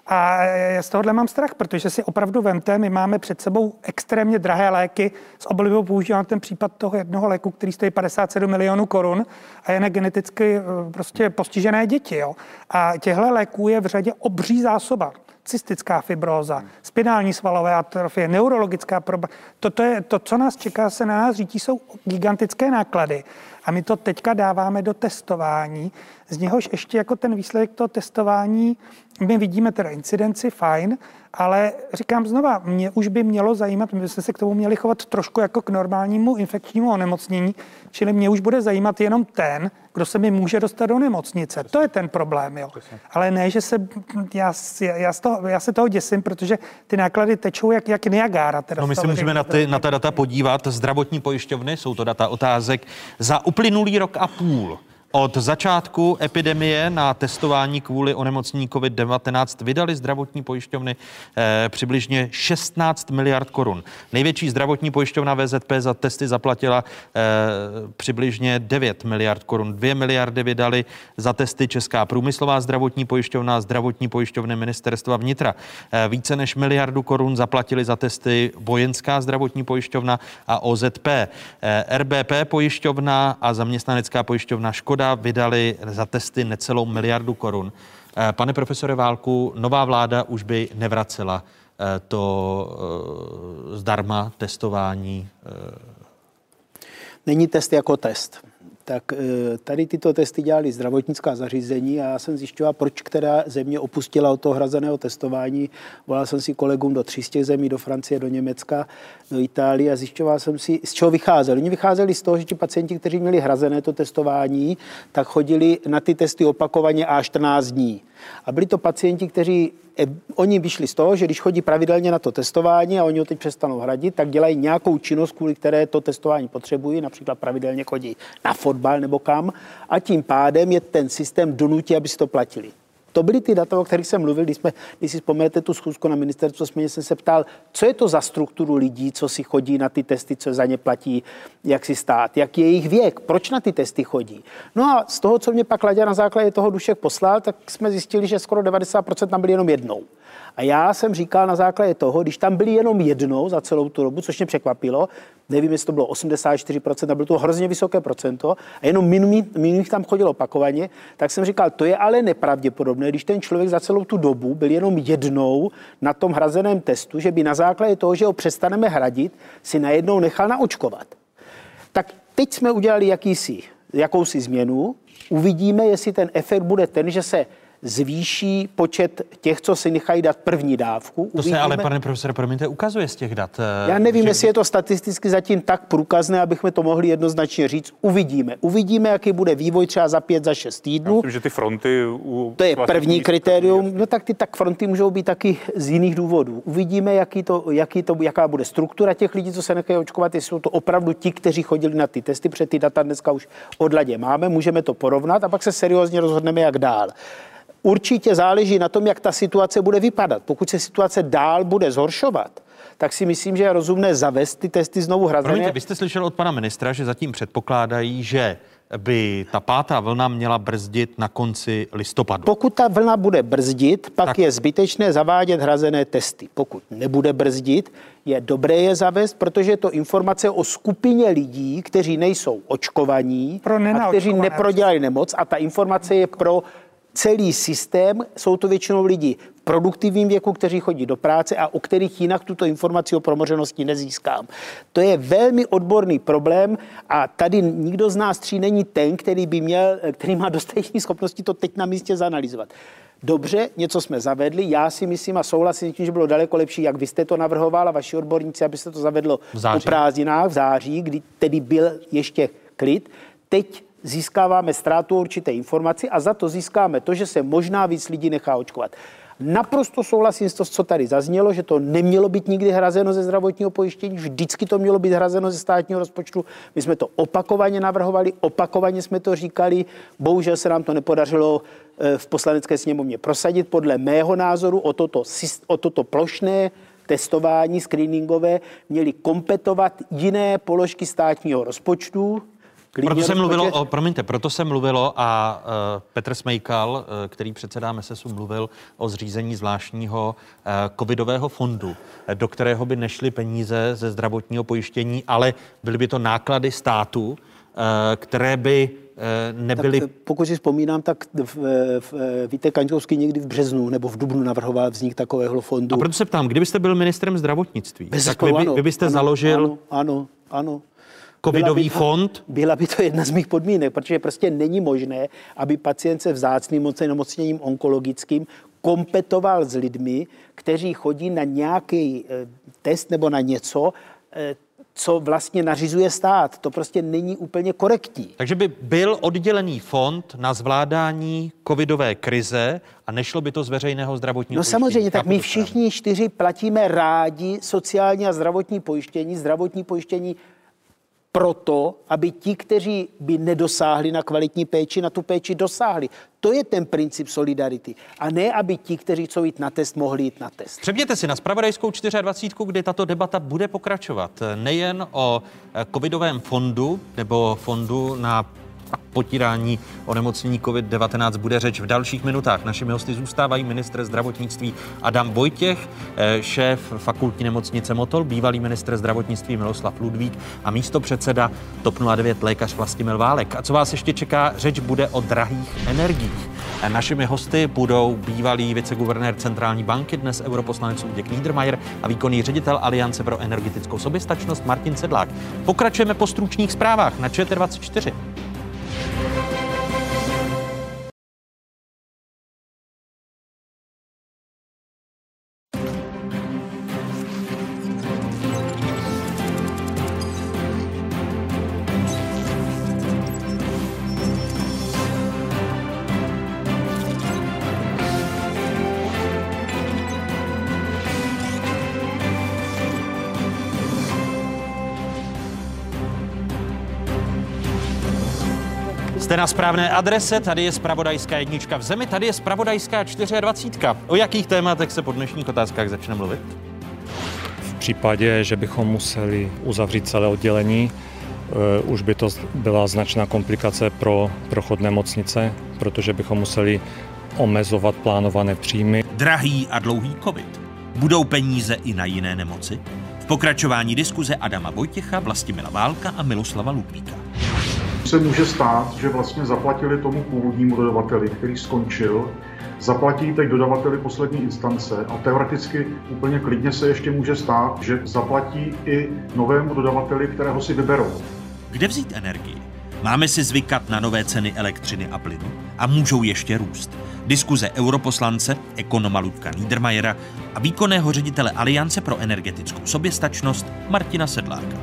A z tohohle mám strach, protože si opravdu vemte, my máme před sebou extrémně drahé léky. S oblibou používám ten případ toho jednoho léku, který stojí padesát sedm milionů korun a je na geneticky prostě postižené děti. Jo. A těchto léků je v řadě obří zásoba. Cystická fibróza, spinální svalové atrofie, neurologická problém. Toto je to, co nás čeká, se na nás řítí, jsou gigantické náklady. A my to teďka dáváme do testování, z něhož ještě jako ten výsledek toho testování, my vidíme teda incidenci, fajn, ale říkám znova, mě už by mělo zajímat, my bychom se k tomu měli chovat trošku jako k normálnímu infekčnímu onemocnění, čili mě už bude zajímat jenom ten, kdo se mi může dostat do nemocnice. To je ten problém, jo. Ale ne, že se, já, já, z toho, já se toho děsím, protože ty náklady tečou jak, jak Niagara. Teda no my se můžeme na, ty, na ta data podívat. Zdravotní pojišťovny, jsou to data otázek, za uplynulý rok a půl. Od začátku epidemie na testování kvůli onemocnění covid devatenáct vydali zdravotní pojišťovny eh, přibližně šestnáct miliard korun. Největší zdravotní pojišťovna V Z P za testy zaplatila eh, přibližně devět miliard korun. dvě miliardy vydali za testy Česká průmyslová zdravotní pojišťovna, zdravotní pojišťovny Ministerstva vnitra. Eh, více než miliardu korun zaplatili za testy Vojenská zdravotní pojišťovna a O Z P. Eh, R B P pojišťovna a zaměstnanecká pojišťovna Škoda vydali za testy necelou miliardu korun. Pane profesore Válku, nová vláda už by nevracela to zdarma testování? Není test jako test. Tak tady tyto testy dělali zdravotnická zařízení a já jsem zjišťoval, proč která země opustila od toho hrazeného testování. Volal jsem si kolegům do tří z těch zemí, do Francie, do Německa, do Itálie a zjišťoval jsem si, z čeho vycházeli. Oni vycházeli z toho, že ti pacienti, kteří měli hrazené to testování, tak chodili na ty testy opakovaně až čtrnáct dní. A byli to pacienti, kteří oni vyšli z toho, že když chodí pravidelně na to testování a oni ho teď přestanou hradit, tak dělají nějakou činnost, kvůli které to testování potřebují, například pravidelně chodí na fotbal nebo kam a tím pádem je ten systém donutí, aby si to platili. To byly ty data, o kterých jsem mluvil, když, jsme, když si vzpomenete tu schůzku na ministerstvo, jsem se ptal, co je to za strukturu lidí, co si chodí na ty testy, co za ně platí, jak si stát, jak je jejich věk, proč na ty testy chodí. No a z toho, co mě pak Láďa na základě toho Dušek poslal, tak jsme zjistili, že skoro devadesát procent tam byli jenom jednou. A já jsem říkal na základě toho, když tam byli jenom jednou za celou tu dobu, což mě překvapilo, nevím, jestli to bylo osmdesát čtyři procent, a bylo to hrozně vysoké procento, a jenom minulých tam chodilo opakovaně, tak jsem říkal, to je ale nepravděpodobné, když ten člověk za celou tu dobu byl jenom jednou na tom hrazeném testu, že by na základě toho, že ho přestaneme hradit, si najednou nechal naočkovat. Tak teď jsme udělali jakýsi, jakousi změnu, uvidíme, jestli ten efekt bude ten, že se zvýší počet těch, co si nechají dát první dávku. To se ale, pane profesore, promiňte, ukazuje z těch dat. Já nevím, že... jestli je to statisticky zatím tak průkazné, abychom to mohli jednoznačně říct. Uvidíme. Uvidíme, jaký bude vývoj třeba za pět, za šest týdnů. Myslím, že ty fronty... U... To je první kritérium. No tak ty tak fronty můžou být taky z jiných důvodů. Uvidíme, jaký to, jaký to, jaká bude struktura těch lidí, co se nechají očkovat, jestli jsou to opravdu ti, kteří chodili na ty testy, protože ty data dneska už od ladě máme, můžeme to porovnat a pak se seriózně rozhodneme, jak dál. Určitě záleží na tom, jak ta situace bude vypadat. Pokud se situace dál bude zhoršovat, tak si myslím, že je rozumné zavést ty testy znovu hrazené. Promiňte, vy jste slyšel od pana ministra, že zatím předpokládají, že by ta pátá vlna měla brzdit na konci listopadu. Pokud ta vlna bude brzdit, pak tak je zbytečné zavádět hrazené testy. Pokud nebude brzdit, je dobré je zavést, protože je to informace o skupině lidí, kteří nejsou očkovaní a kteří neprodělali nemoc a ta informace je pro celý systém, jsou to většinou lidi v produktivním věku, kteří chodí do práce a o kterých jinak tuto informaci o promořenosti nezískám. To je velmi odborný problém a tady nikdo z nás tří není ten, který by měl, který má dostatečné schopnosti to teď na místě zanalyzovat. Dobře, něco jsme zavedli, já si myslím a souhlasím s tím, že bylo daleko lepší, jak vy jste to navrhoval a vaši odborníci, aby se to zavedlo po prázdninách v září, kdy tedy byl ještě klid. Teď získáváme ztrátu určité informaci a za to získáme to, že se možná víc lidí nechá očkovat. Naprosto souhlasím s to, co tady zaznělo, že to nemělo být nikdy hrazeno ze zdravotního pojištění, vždycky to mělo být hrazeno ze státního rozpočtu. My jsme to opakovaně navrhovali, opakovaně jsme to říkali, bohužel se nám to nepodařilo v Poslanecké sněmovně prosadit. Podle mého názoru o toto, o toto plošné testování screeningové měly kompetovat jiné položky státního rozpočtu, Proto se mluvilo, o, promiňte, proto se mluvilo a uh, Petr Smejkal, uh, který předsedá M S S U, mluvil o zřízení zvláštního uh, covidového fondu, do kterého by nešly peníze ze zdravotního pojištění, ale byly by to náklady státu, uh, které by uh, nebyly... Tak, pokud si vzpomínám, tak v, v, Vítek Kaňkovský někdy v březnu nebo v dubnu navrhoval vznik takového fondu. A proto se ptám, kdybyste byl ministrem zdravotnictví, Bez tak sporu, vy, by, ano, vy byste ano, založil... Ano, ano, ano. Covidový byla by to, fond? Byla by to jedna z mých podmínek, protože prostě není možné, aby pacient se vzácným onemocněním onkologickým kompetoval s lidmi, kteří chodí na nějaký e, test nebo na něco, e, co vlastně nařizuje stát. To prostě není úplně korektní. Takže by byl oddělený fond na zvládání covidové krize a nešlo by to z veřejného zdravotního No pojištění. samozřejmě, tak my to všichni čtyři platíme rádi sociální a zdravotní pojištění, zdravotní pojištění proto, aby ti, kteří by nedosáhli na kvalitní péči, na tu péči dosáhli. To je ten princip solidarity. A ne, aby ti, kteří chcou jít na test, mohli jít na test. Přepněte si na Zpravodajskou dvacet čtyři, kdy tato debata bude pokračovat. Nejen o covidovém fondu nebo fondu na potírání onemocnění covid devatenáct bude řeč v dalších minutách. Našimi hosty zůstávají ministr zdravotnictví Adam Vojtěch, šéf fakultní nemocnice Motol, bývalý ministr zdravotnictví Miloslav Ludvík a místopředseda T O P nula devět lékař Vlastimil Válek. A co vás ještě čeká? Řeč bude o drahých energiích. Našimi hosty budou bývalý viceguvernér Centrální banky, dnes europoslanec Luděk Niedermayer a výkonný ředitel Aliance pro energetickou soběstačnost Martin Sedlák. Pokračujeme po stručných zprávách na Č T dvacet čtyři. Jste na správné adrese, tady je zpravodajská jednička v zemi, tady je zpravodajská dvacet čtyři. O jakých tématech se po dnešních otázkách začne mluvit? V případě, že bychom museli uzavřít celé oddělení, už by to byla značná komplikace pro, pro chod nemocnice, protože bychom museli omezovat plánované příjmy. Drahý a dlouhý covid. Budou peníze i na jiné nemoci? V pokračování diskuze Adama Vojtěcha, Vlastimila Válka a Miloslava Ludvíka. Se může stát, že vlastně zaplatili tomu původnímu dodavateli, který skončil, zaplatí teď dodavateli poslední instance a teoreticky úplně klidně se ještě může stát, že zaplatí i novému dodavateli, kterého si vyberou. Kde vzít energii? Máme si zvykat na nové ceny elektřiny a plynu? A můžou ještě růst? Diskuze europoslance, ekonoma Ludka Niedermayera a výkonného ředitele Aliance pro energetickou soběstačnost Martina Sedláka.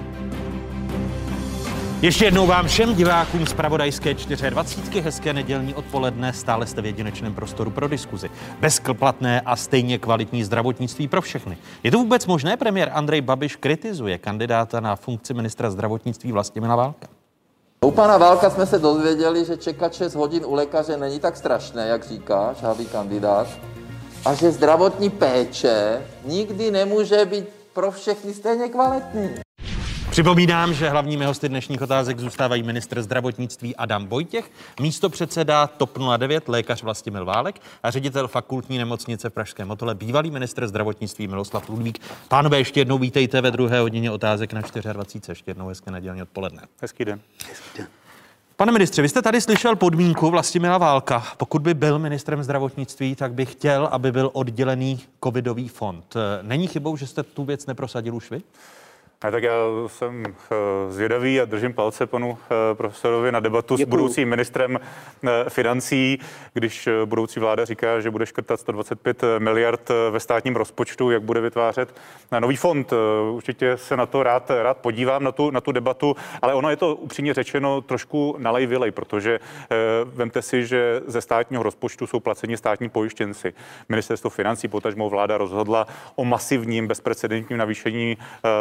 Ještě jednou vám všem divákům zpravodajské dvacet čtyři hezké nedělní odpoledne, stále jste v jedinečném prostoru pro diskuzi. Bezplatné a stejně kvalitní zdravotnictví pro všechny. Je to vůbec možné? Premiér Andrej Babiš kritizuje kandidáta na funkci ministra zdravotnictví Vlastimila Válka. U pana Válka jsme se dozvěděli, že čekat šest hodin u lékaře není tak strašné, jak říká žádný kandidát, a že zdravotní péče nikdy nemůže být pro všechny stejně kvalitní. Připomínám, že hlavními hosty dnešních otázek zůstávají ministr zdravotnictví Adam Vojtěch, místopředseda T O P nula devět lékař Vlastimil Válek a ředitel fakultní nemocnice v pražském Motole, bývalý ministr zdravotnictví Miloslav Ludvík. Pánové, ještě jednou vítejte ve druhé hodině otázek na dvacet čtyři. Ještě jednou hezké nedělní odpoledne. Hezký den. Hezký den. Pane ministře, vy jste tady slyšel podmínku Vlastimila Válka. Pokud by byl ministrem zdravotnictví, tak by chtěl, aby byl oddělený covidový fond. Není chybou, že jste tu věc neprosadil už vy? A tak já jsem zvědavý a držím palce panu profesorovi na debatu Děkuju. s budoucím ministrem financí, když budoucí vláda říká, že bude škrtat sto dvacet pět miliard ve státním rozpočtu, jak bude vytvářet nový fond. Určitě se na to rád, rád podívám, na tu, na tu debatu, ale ono je to upřímně řečeno trošku nalej vylej, protože vemte si, že ze státního rozpočtu jsou placeni státní pojištěnci. Ministerstvo financí, potažmo vláda rozhodla o masivním bezprecedentním navýšení plateb za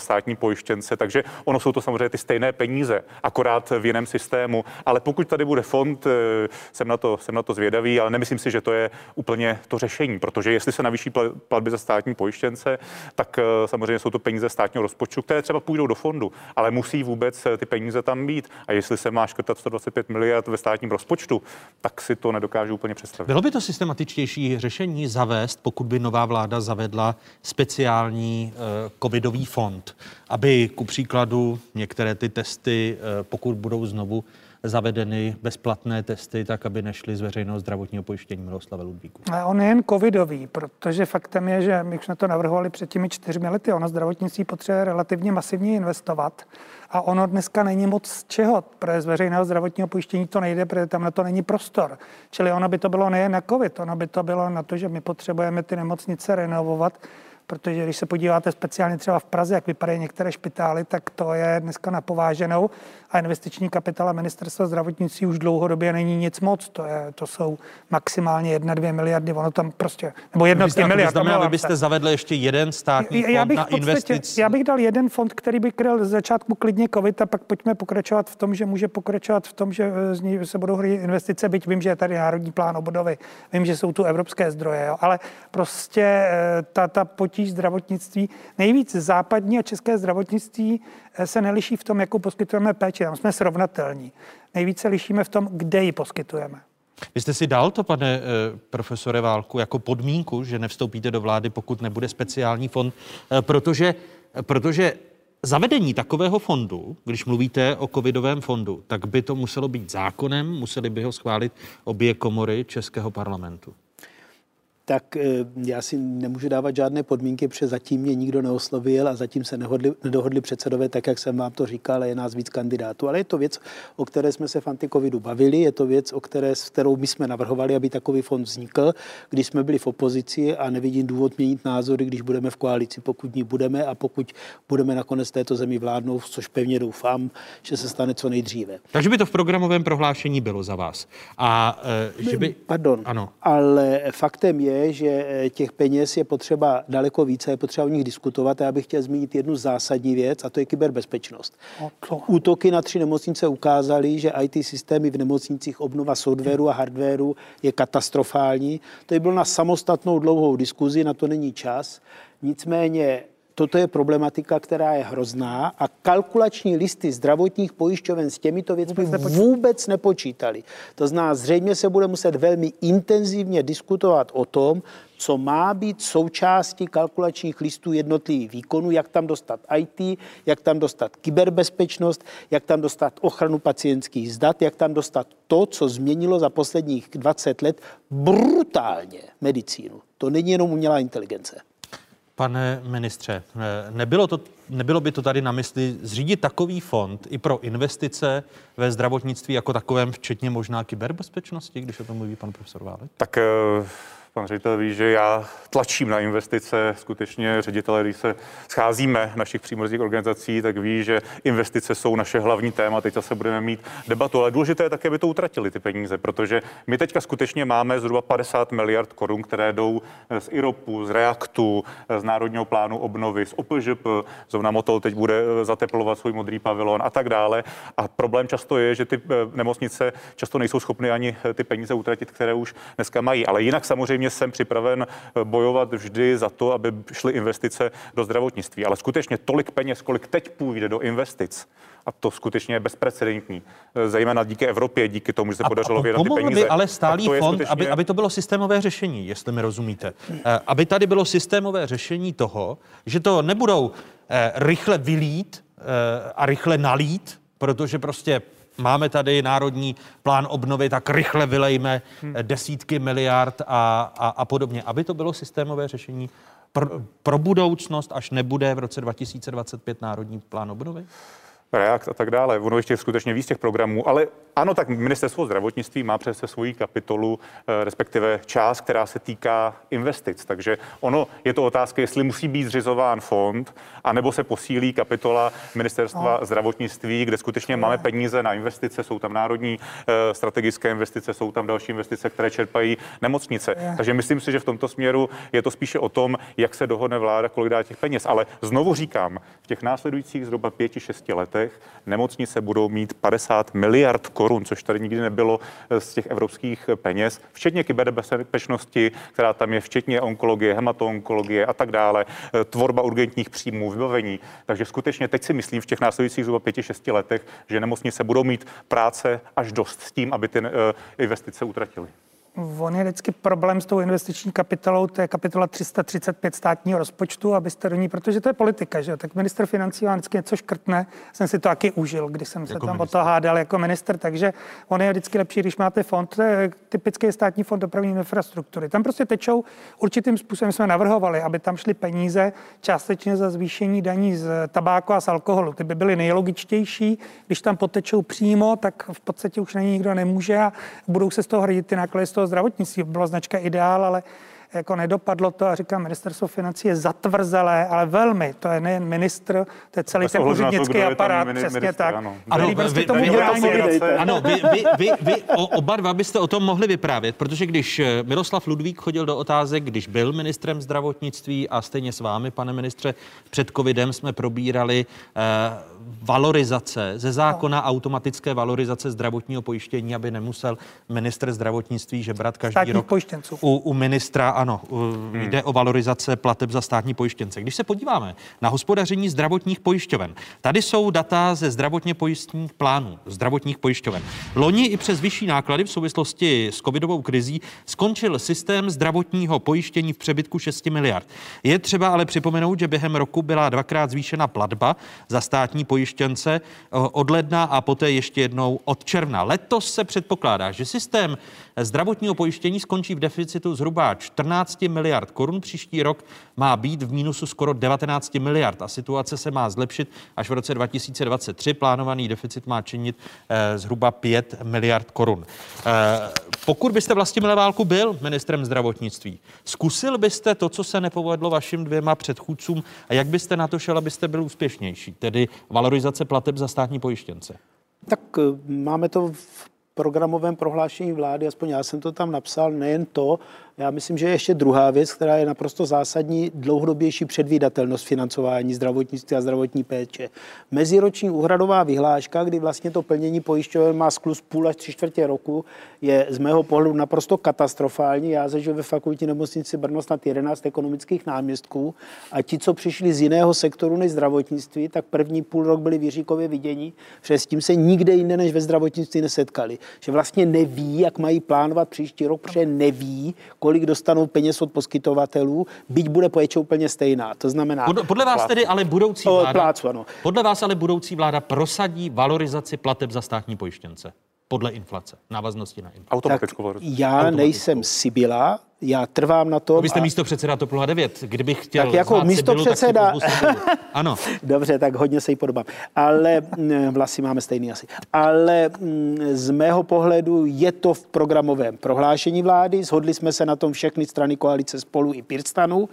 státní pojištěnce, takže ono jsou to samozřejmě ty stejné peníze, akorát v jiném systému, ale pokud tady bude fond, jsem na to, jsem na to zvědavý, ale nemyslím si, že to je úplně to řešení, protože jestli se navýší platby za státní pojištěnce, tak samozřejmě jsou to peníze státního rozpočtu, které třeba půjdou do fondu, ale musí vůbec ty peníze tam být. A jestli se má škrtat sto dvacet pět miliard ve státním rozpočtu, tak si to nedokážu úplně představit. Bylo by to systematičtější řešení zavést, pokud by nová vláda zavedla speciální uh, covidový fond, aby ku příkladu některé ty testy, uh, pokud budou znovu zavedeny bezplatné testy, tak aby nešly z veřejného zdravotního pojištění Miloslava Ludvíku. A on je jen covidový, protože faktem je, že my jsme to navrhovali před těmi čtyřmi lety, ono zdravotnictví potřebuje relativně masivně investovat a ono dneska není moc z čeho, protože z veřejného zdravotního pojištění to nejde, protože tam na to není prostor. Čili ono by to bylo nejen na covid, ono by to bylo na to, že my potřebujeme ty nemocnice renovovat, protože když se podíváte speciálně třeba v Praze, jak vypadají některé špitály, tak to je dneska napováženou a investiční kapitál ministerstva zdravotnictví už dlouhodobě není nic moc. To, je, to jsou maximálně jedna, dvě miliardy, ono tam prostě, nebo jednotky miliard. To znamená, vy byste zavedli ještě jeden státní fond já bych na investice. Já bych dal jeden fond, který by kryl z začátku klidně covid a pak pojďme pokračovat v tom, že může pokračovat v tom, že z ní se budou hradit investice, byť vím, že je tady Národní plán obnovy, vím, že jsou tu evropské zdroje, jo, ale prostě ta, ta potíž zdravotnictví, nejvíc západní a české zdravotnictví se neliší v tom, jakou poskytujeme péči. Tam jsme srovnatelní. Nejvíce lišíme v tom, kde ji poskytujeme. Vy jste si dal to, pane eh, profesore Válku, jako podmínku, že nevstoupíte do vlády, pokud nebude speciální fond, eh, protože, protože zavedení takového fondu, když mluvíte o covidovém fondu, tak by to muselo být zákonem, museli by ho schválit obě komory českého parlamentu. Tak já si nemůžu dávat žádné podmínky, protože zatím mě nikdo neoslovil a zatím se nehodli, nedohodli předsedové, tak jak jsem vám to říkal, je nás víc kandidátů. Ale je to věc, o které jsme se v antikovidu bavili, je to věc, o které, s kterou my jsme navrhovali, aby takový fond vznikl, když jsme byli v opozici a nevidím důvod měnit názory, když budeme v koalici, pokud ní budeme a pokud budeme nakonec této zemi vládnout, což pevně doufám, že se stane co nejdříve. Takže by to v programovém prohlášení bylo za vás. A e, že by... Pardon, ano. Ale faktem je, že těch peněz je potřeba daleko více, je potřeba o nich diskutovat a já bych chtěl zmínit jednu zásadní věc a to je kyberbezpečnost. Útoky na tři nemocnice ukázaly, že í té systémy v nemocnicích, obnova softwaru a hardwaru je katastrofální. To by bylo na samostatnou dlouhou diskuzi, na to není čas. Nicméně toto je problematika, která je hrozná a kalkulační listy zdravotních pojišťoven s těmito věcmi vůbec, vůbec nepočítali. To znamená, zřejmě se bude muset velmi intenzivně diskutovat o tom, co má být součástí kalkulačních listů jednotlivých výkonů, jak tam dostat í té, jak tam dostat kyberbezpečnost, jak tam dostat ochranu pacientských dat, jak tam dostat to, co změnilo za posledních dvacet let brutálně medicínu. To není jenom umělá inteligence. Pane ministře, nebylo, to, nebylo by to tady na mysli zřídit takový fond i pro investice ve zdravotnictví jako takovém, včetně možná kyberbezpečnosti, když o tom mluví pan profesor Válek? Tak pan ředitel ví, že já tlačím na investice. Skutečně ředitelé, když se scházíme našich přímořských organizací, tak ví, že investice jsou naše hlavní téma. Teď zase budeme mít debatu, ale důležité je také, aby to utratili ty peníze, protože my teďka skutečně máme zhruba padesát miliard korun, které jdou z IROPu, z REACTu, z Národního plánu obnovy, z O P Ž P, zrovna Motol teď bude zateplovat svůj modrý pavilon a tak dále. A problém často je, že ty nemocnice často nejsou schopny ani ty peníze utratit, které už dneska mají. Ale jinak samozřejmě jsem připraven bojovat vždy za to, aby šly investice do zdravotnictví. Ale skutečně tolik peněz, kolik teď půjde do investic, a to skutečně je bezprecedentní, zejména díky Evropě, díky tomu, že se podařilo vyjednat ty peníze. By ale stálý fond, skutečně... aby, aby to bylo systémové řešení, jestli mi rozumíte. Aby tady bylo systémové řešení toho, že to nebudou rychle vylít a rychle nalít, protože prostě máme tady Národní plán obnovy, tak rychle vylejme desítky miliard a, a, a podobně. Aby to bylo systémové řešení pro, pro budoucnost, až nebude v roce dva tisíce dvacet pět Národní plán obnovy? React a tak dále. Ono ještě skutečně víc těch programů, ale ano, tak ministerstvo zdravotnictví má přece svoji kapitolu, respektive část, která se týká investic. Takže ono je to otázka, jestli musí být zřizován fond, anebo se posílí kapitola ministerstva no. zdravotnictví, kde skutečně máme peníze na investice, jsou tam národní e, strategické investice, jsou tam další investice, které čerpají nemocnice. Je. Takže myslím si, že v tomto směru je to spíše o tom, jak se dohodne vláda, kolik dá těch peněz. Ale znovu říkám, v těch následujících zhruba pěti, šesti letech nemocnice budou mít padesát miliard korun, což tady nikdy nebylo z těch evropských peněz, včetně kyberbezpečnosti, která tam je, včetně onkologie, hematoonkologie a tak dále, tvorba urgentních příjmů, vybavení. Takže skutečně teď si myslím v těch následujících zhruba pěti, šesti letech, že nemocnice budou mít práce až dost s tím, aby ty investice utratily. On je vždycky problém s tou investiční kapitolou, to je kapitola tři sta třicet pět státního rozpočtu, abyste do ní, protože to je politika, že jo, tak ministr financí vám vždycky něco škrtne, jsem si to taky užil, když jsem se jako tam ministr. o to hádal jako ministr, takže on je vždycky lepší, když máte fond, to je typický státní fond dopravní infrastruktury. Tam prostě tečou určitým způsobem, jsme navrhovali, aby tam šly peníze částečně za zvýšení daní z tabáku a z alkoholu. Ty by byly nejlogičtější, když tam potečou přímo, tak v podstatě už na ně nikdo nemůže a budou se z toho hradit ty náklady z toho zdravotnictví. Byla značka Ideál, ale jako nedopadlo to a říkám, ministerstvo financí je zatvrzelé, ale velmi. To je nejen ministr, to je celý ten úřednický aparát, přesně ministr, tak. Ano, ano, vy, prostě tomu vy, ano vy, vy, vy, vy o, oba dva byste o tom mohli vyprávět, protože když Miroslav Ludvík chodil do otázek, když byl ministrem zdravotnictví a stejně s vámi, pane ministře, před covidem jsme probírali eh, valorizace, ze zákona no. automatické valorizace zdravotního pojištění, aby nemusel ministr zdravotnictví žebrat každý Státních rok pojištěnců. U, u ministra. Ano, jde hmm. o valorizace plateb za státní pojištěnce. Když se podíváme na hospodaření zdravotních pojišťoven, tady jsou data ze zdravotně pojistných plánů zdravotních pojišťoven. Loni i přes vyšší náklady v souvislosti s covidovou krizí skončil systém zdravotního pojištění v přebytku šesti miliard. Je třeba ale připomenout, že během roku byla dvakrát zvýšena platba za státní pojištěnce od ledna a poté ještě jednou od června. Letos se předpokládá, že systém zdravotního pojištění skončí v deficitu zhruba čtrnáct miliard korun. Příští rok má být v mínusu skoro devatenáct miliard a situace se má zlepšit až v roce dva tisíce dvacet tři. Plánovaný deficit má činit eh, zhruba pět miliard korun. Eh, pokud byste Vlastimile Válku byl ministrem zdravotnictví, zkusil byste to, co se nepovedlo vašim dvěma předchůdcům a jak byste na to šel, abyste byl úspěšnější, tedy valorizace plateb za státní pojištěnce? Tak máme to v programovém prohlášení vlády, aspoň já jsem to tam napsal, nejen to, já myslím, že je ještě druhá věc, která je naprosto zásadní, dlouhodobější předvídatelnost financování zdravotnictví a zdravotní péče. Meziroční úhradová vyhláška, kdy vlastně to plnění pojišťoven má skluz půl až tři čtvrtě roku, je z mého pohledu naprosto katastrofální. Já zažil ve fakultní nemocnici Brno snad jedenáct ekonomických náměstků a ti, co přišli z jiného sektoru než zdravotnictví, tak první půl rok byli vyříkově vidění, že s tím se nikde jinde než ve zdravotnictví nesetkali. Že vlastně neví, jak mají plánovat příští rok, protože neví, kolik dostanou peněz od poskytovatelů, byť bude péče úplně stejná. To znamená... Podle, podle vás tedy ale budoucí vláda... Plácu, ano. Podle vás ale budoucí vláda prosadí valorizaci plateb za státní pojištěnce podle inflace, návaznosti na inflaci. Automatickou valorizaci. Já Automatickou. nejsem Sibyla, já trvám na tom... No, vy jste a... místo předseda TOP nula devět. Kdybych chtěl tak jako místo Sibylu, předseda... Ano. Dobře, tak hodně se jí podobám. Ale vlasy máme stejný asi. Ale z mého pohledu je to v programovém prohlášení vlády. Shodli jsme se na tom všechny strany koalice Spolu i PirSTANu.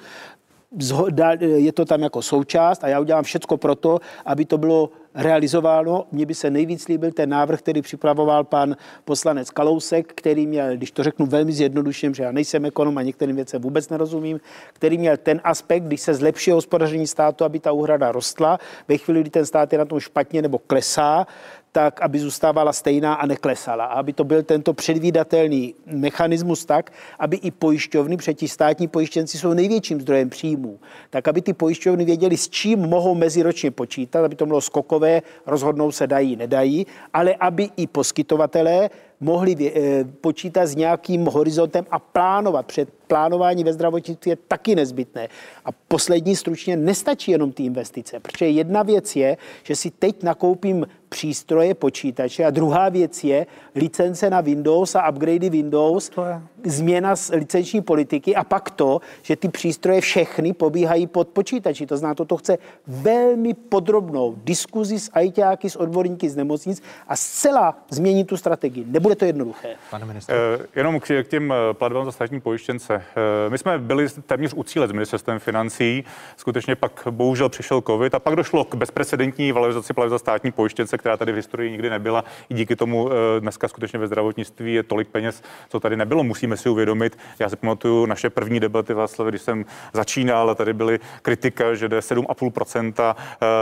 Je to tam jako součást a já udělám všecko proto, aby to bylo realizováno. Mně by se nejvíc líbil ten návrh, který připravoval pan poslanec Kalousek, který měl, když to řeknu velmi zjednodušeně, že já nejsem ekonom a některým věcem vůbec nerozumím, který měl ten aspekt, když se zlepšuje hospodaření státu, aby ta úhrada rostla, ve chvíli, kdy ten stát je na tom špatně nebo klesá, tak aby zůstávala stejná a neklesala. A aby to byl tento předvídatelný mechanismus tak, aby i pojišťovny, protože ti státní pojištěnci jsou největším zdrojem příjmů, tak aby ty pojišťovny věděly, s čím mohou meziročně počítat, aby to bylo skokové, rozhodnou se dají, nedají, ale aby i poskytovatelé mohli počítat s nějakým horizontem a plánovat. Před plánování ve zdravotnictví je taky nezbytné. A poslední stručně, nestačí jenom ty investice, protože jedna věc je, že si teď nakoupím přístroje, počítače. A druhá věc je licence na Windows a upgradey Windows, změna z licenční politiky a pak to, že ty přístroje všechny pobíhají pod počítači. To znamená, toto chce velmi podrobnou diskuzi s ajťáky, s odborníky z nemocnic a zcela změnit tu strategii. Nebude to jednoduché. Pane ministře. Eh, jenom k těm platbám za státní pojištěnce. Eh, my jsme byli téměř u cíle s ministerstvem financí. Skutečně pak bohužel přišel covid a pak došlo k bezprecedentní valorizaci plateb za státní pojištěnce, která tady v historii nikdy nebyla. I díky tomu eh, dneska skutečně ve zdravotnictví je tolik peněz, co tady nebylo. Musíme si uvědomit. Já si pamatuju naše první debaty Václavě, když jsem začínal, tady byly kritika, že jde sedm celá pět procenta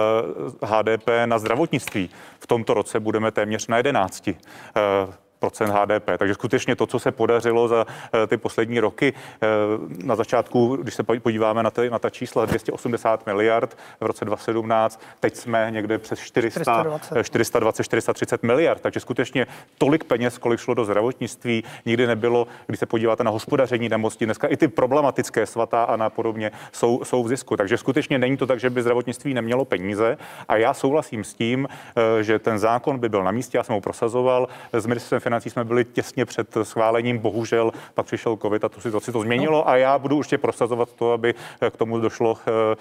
H D P na zdravotnictví. V tomto roce budeme téměř na jedenáct procent H D P. Takže skutečně to, co se podařilo za ty poslední roky, na začátku, když se podíváme na, ty, na ta čísla, dvě stě osmdesát miliard v roce dva tisíce sedmnáct, teď jsme někde přes čtyři sta dvacet, čtyři sta třicet miliard. Takže skutečně tolik peněz, kolik šlo do zdravotnictví, nikdy nebylo. Když se podíváte na hospodaření nemocnic, dneska i ty problematické Svatá Anna podobně jsou, jsou v zisku. Takže skutečně není to tak, že by zdravotnictví nemělo peníze. A já souhlasím s tím, že ten zákon by byl na místě, já jsem ho prosazoval. S ministerstvem financí jsme byli těsně před schválením, bohužel pak přišel covid a tu situaci to změnilo a já budu určitě prosazovat to, aby k tomu došlo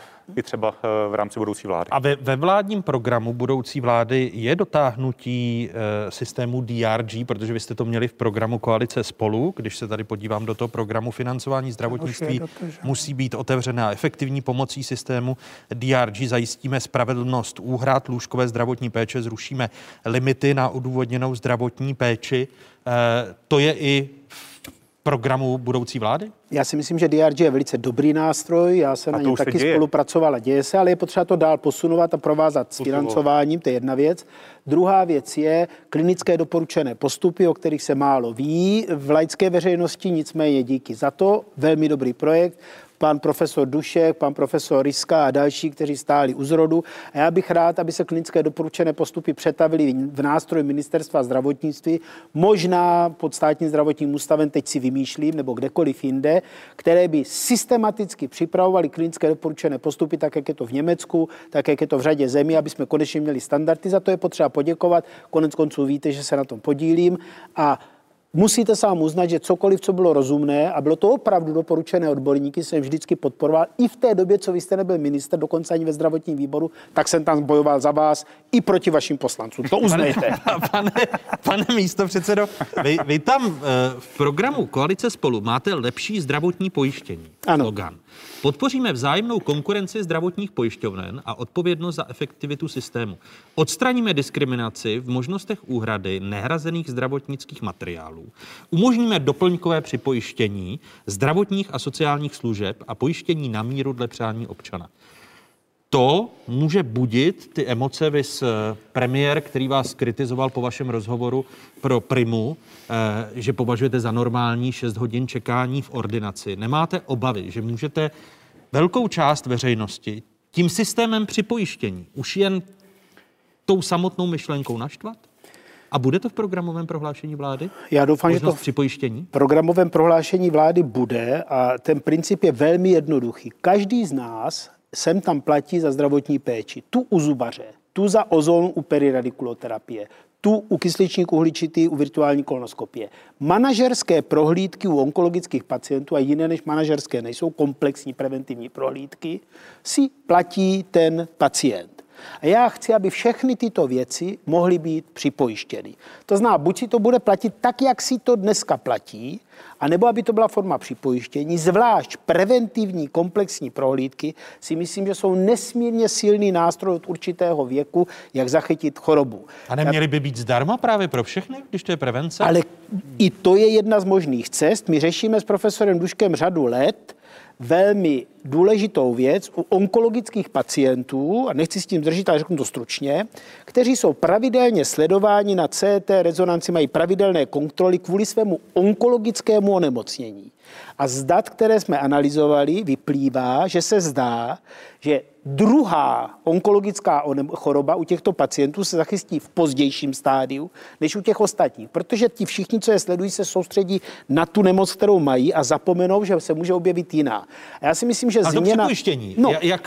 i třeba v rámci budoucí vlády. A ve, ve vládním programu budoucí vlády je dotáhnutí e, systému D R G, protože vy jste to měli v programu Koalice Spolu, když se tady podívám do toho programu financování zdravotnictví, musí být otevřená efektivní pomocí systému D R G, zajistíme spravedlnost úhrad lůžkové zdravotní péče, zrušíme limity na odůvodněnou zdravotní péči. E, to je i v programu budoucí vlády? Já si myslím, že D R G je velice dobrý nástroj, já jsem na něm taky spolupracoval a děje se, ale je potřeba to dál posunovat a provázat s financováním, to je jedna věc. Druhá věc je klinické doporučené postupy, o kterých se málo ví v laické veřejnosti, nicméně díky za to, velmi dobrý projekt. Pan profesor Dušek, pan profesor Ryska a další, kteří stáli u zrodu. A já bych rád, aby se klinické doporučené postupy přetavily v nástroj ministerstva zdravotnictví, možná pod státním zdravotním ústavem, teď si vymýšlím, nebo kdekoliv jinde, které by systematicky připravovaly klinické doporučené postupy, tak jak je to v Německu, tak jak je to v řadě zemí, aby jsme konečně měli standardy. Za to je potřeba poděkovat. Konec konců víte, že se na tom podílím. A musíte sám uznat, že cokoliv, co bylo rozumné a bylo to opravdu doporučené odborníky, jsem vždycky podporoval. I v té době, co vy jste nebyl ministr, dokonce ani ve zdravotním výboru, tak jsem tam bojoval za vás i proti vašim poslancům. To uznejte. Pane, pane, pane místopředsedo, vy, vy tam v programu Koalice Spolu máte lepší zdravotní pojištění. Ano. Slogan. Podpoříme vzájemnou konkurenci zdravotních pojišťoven a odpovědnost za efektivitu systému. Odstraníme diskriminaci v možnostech úhrady nehrazených zdravotnických materiálů. Umožníme doplňkové připojištění zdravotních a sociálních služeb a pojištění na míru dle přání občana. To může budit ty emoce, vys premiér, který vás kritizoval po vašem rozhovoru pro Primu, že považujete za normální šest hodin čekání v ordinaci. Nemáte obavy, že můžete velkou část veřejnosti tím systémem připojištění už jen tou samotnou myšlenkou naštvat? A bude to v programovém prohlášení vlády? Já doufám, možnost že to připojištění? v programovém prohlášení vlády bude a ten princip je velmi jednoduchý. Každý z nás sem tam platí za zdravotní péči. Tu u zubaře, tu za ozon u periradikuloterapie, tu u kysličník uhličitý u virtuální kolonoskopie. Manažerské prohlídky u onkologických pacientů a jiné než manažerské nejsou komplexní preventivní prohlídky, si platí ten pacient. A já chci, aby všechny tyto věci mohly být připojištěny. To znamená, buď si to bude platit tak, jak si to dneska platí, anebo aby to byla forma připojištění. Zvlášť preventivní komplexní prohlídky si myslím, že jsou nesmírně silný nástroj od určitého věku, jak zachytit chorobu. A neměly by být zdarma právě pro všechny, když to je prevence? Ale i to je jedna z možných cest. My řešíme s profesorem Duškem řadu let velmi důležitou věc u onkologických pacientů, a nechci s tím držet, ale řeknu to stručně, kteří jsou pravidelně sledováni na C T rezonanci, mají pravidelné kontroly kvůli svému onkologickému onemocnění. A z dat, které jsme analyzovali, vyplývá, že se zdá, že druhá onkologická choroba u těchto pacientů se zachystí v pozdějším stádiu než u těch ostatních, protože ti všichni, co je sledují, se soustředí na tu nemoc, kterou mají a zapomenou, že se může objevit jiná. A já si myslím, že a změna... připojištění. No, Jak... a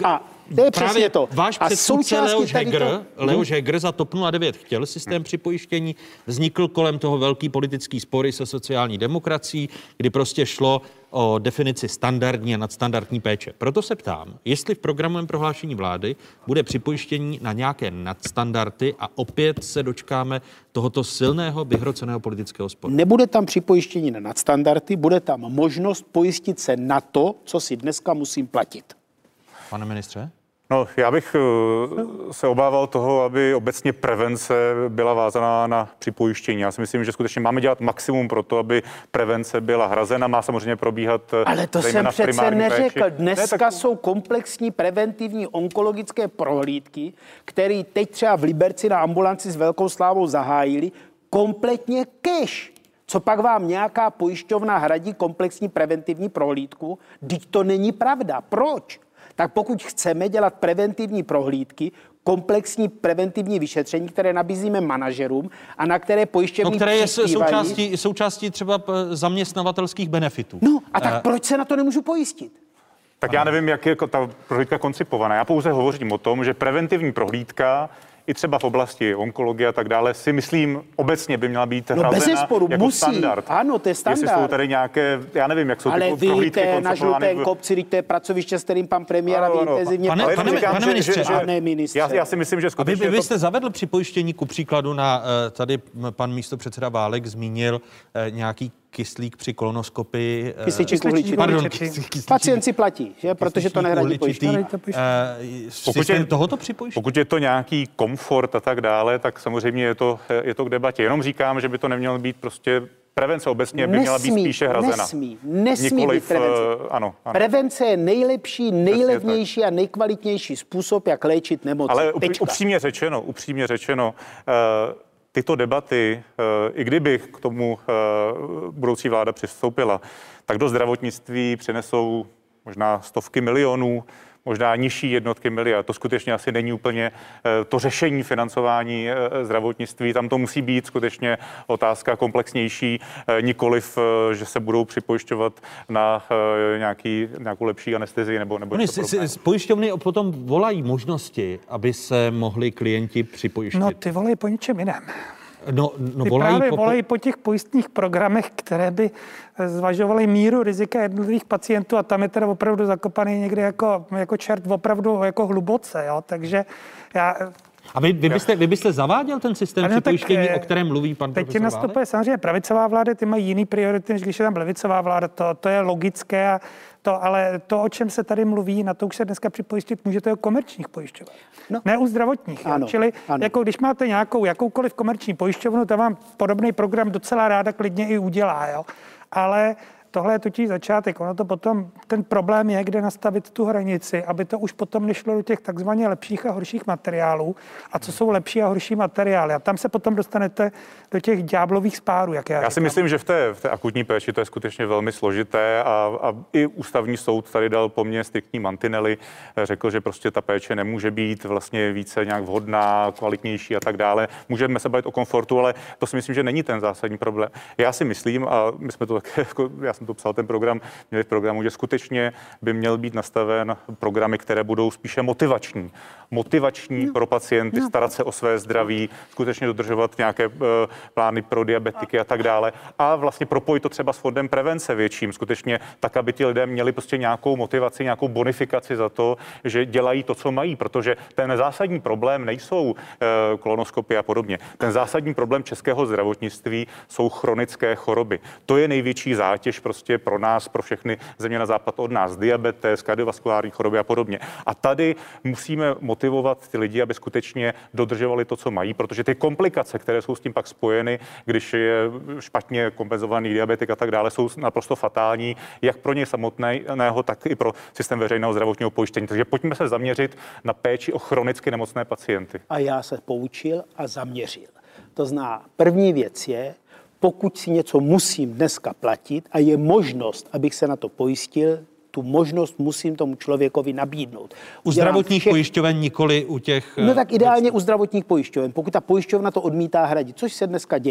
To je přesně to. Váš A předchůdce Leoš tady Heger, to- Leoš Heger za TOP nula devět chtěl systém připojištění, vznikl kolem toho velký politický spory se sociální demokracií, kdy prostě šlo o definici standardní a nadstandardní péče. Proto se ptám, jestli v programovém prohlášení vlády bude připojištění na nějaké nadstandardy a opět se dočkáme tohoto silného, vyhroceného politického sporu. Nebude tam připojištění na nadstandardy, bude tam možnost pojistit se na to, co si dneska musím platit. Pane ministře? No, já bych uh, se obával toho, aby obecně prevence byla vázaná na připojištění. Já si myslím, že skutečně máme dělat maximum pro to, aby prevence byla hrazena. Má samozřejmě probíhat Ale to jsem zejména v přece primární neřekl. péči. Dneska Ne, tak... jsou komplexní preventivní onkologické prohlídky, které teď třeba v Liberci na ambulanci s velkou slávou zahájili, kompletně cash. Co pak vám nějaká pojišťovna hradí komplexní preventivní prohlídku? Vždyť to není pravda. Proč? Tak pokud chceme dělat preventivní prohlídky, komplexní preventivní vyšetření, které nabízíme manažerům a na které pojišťovny No, které je přispívají. součástí, součástí třeba p- zaměstnavatelských benefitů. No a tak Eh, proč se na to nemůžu pojistit? Tak já nevím, jak je ta prohlídka koncipovaná. Já pouze hovořím o tom, že preventivní prohlídka i třeba v oblasti onkologie a tak dále si myslím obecně by měla být No hrazena bezesporu, jako musí. standard. Ano, to je standard. Jestli jsou tady nějaké, já nevím, jak jsou Ale ty prohlídky víte, na koncipovány. žlutém kopci, když to je pracoviště, s kterým pan premiér Ano, a ano. intenzivně Pane- pracuje. pane- říkám, pane že- ministře, že- že- Pane ministře. Já, já si myslím, že A vy, skutečně vy, vy to- jste zavedl připojištění, ku příkladu na, eh, tady m- pan místopředseda Válek zmínil eh, nějaký kyslík při kolonoskopii. eh, Kysličník uhličitý. Pardon, Uhličitý. kys- kysličník- Pacient si platí, že? Protože to nehradí uhličitý. pojišťovna. Eh, Systém tohoto připojištění? Pokud je to nějaký komfort a tak dále, tak samozřejmě je to, je to k debatě. Jenom říkám, že by to nemělo být prostě prevence obecně by měla být Nesmí, spíše hrazena. nesmí, nesmí Nikoliv, být prevence. eh, ano, ano. Prevence je nejlepší, nejlevnější a nejkvalitnější způsob, jak léčit nemoci. Ale up, Tečka. upřímně řečeno, upřímně řečeno, uh, tyto debaty, uh, i kdyby k tomu uh, budoucí vláda přistoupila, tak do zdravotnictví přinesou možná stovky milionů, možná nižší jednotky miliard. To skutečně asi není úplně uh, to řešení financování uh, zdravotnictví. Tam to musí být skutečně otázka komplexnější, uh, nikoliv, uh, že se budou připojišťovat na uh, nějaký, nějakou lepší anestezii nebo, nebo Oni něco si, podobného. si, pojišťovny potom volají možnosti, aby se mohli klienti připojistit. No ty volají po něčem jiném. No, no Ty volají právě po, volají po těch pojistných programech, které by zvažovaly míru rizika jednotlivých pacientů a tam je teda opravdu zakopaný někdy jako, jako čert opravdu jako hluboce, jo, takže já... A vy, vy, byste, vy byste zaváděl ten systém Ale no tak, připojištění, eh, o kterém mluví pan Teď profesor nastupuje Válek? samozřejmě pravicová vláda, ty mají jiný priority, než když je tam levicová vláda, to, to je logické, a to, ale to, o čem se tady mluví, na to už se dneska připojistit můžete o komerčních pojišťoven. No. Ne u zdravotních. Ano, Čili ano. jako když máte nějakou jakoukoliv komerční pojišťovnu, ta vám podobný program docela ráda klidně i udělá, jo. Ale tohle je totiž začátek. Ono to potom, ten problém je, kde nastavit tu hranici, aby to už potom nešlo do těch takzvaně lepších a horších materiálů. A co jsou lepší a horší materiály? A tam se potom dostanete do těch ďáblových spárů, jak já, Já si říkám. myslím, že v té, v té akutní péči to je skutečně velmi složité a, a i ústavní soud tady dal po mně striktní mantinely, řekl, že prostě ta péče nemůže být vlastně více nějak vhodná, kvalitnější a tak dále. Můžeme se bavit o komfortu, ale to si myslím, že není ten zásadní problém. Já si myslím, a my jsme to tak, jako, já jsem to psal ten program, měli v programu, že skutečně by měl být nastaven programy, které budou spíše motivační. Motivační no. pro pacienty, no. starat se o své zdraví, skutečně dodržovat nějaké uh, plány pro diabetiky a tak dále. A vlastně propojit to třeba s fondem prevence větším, skutečně tak, aby ti lidé měli prostě nějakou motivaci, nějakou bonifikaci za to, že dělají to, co mají, protože ten zásadní problém nejsou uh, kolonoskopy a podobně. Ten zásadní problém českého zdravotnictví jsou chronické choroby. To je největší zátěž prostě pro nás, pro všechny země na západ od nás, diabetes, kardiovaskulární choroby a podobně. A tady musíme motivovat ty lidi, aby skutečně dodržovali to, co mají, protože ty komplikace, které jsou s tím pak spojeny, když je špatně kompenzovaný diabetik a tak dále, jsou naprosto fatální, jak pro ně samotného, tak i pro systém veřejného zdravotního pojištění. Takže pojďme se zaměřit na péči o chronicky nemocné pacienty. A já se poučil a zaměřil. To zná, první věc je, pokud si něco musím dneska platit a je možnost, abych se na to pojistil, tu možnost musím tomu člověkovi nabídnout. U zdravotních všech... pojišťoven, nikoli u těch... No tak ideálně u zdravotních pojišťoven, pokud ta pojišťovna to odmítá hradit, což se dneska děje.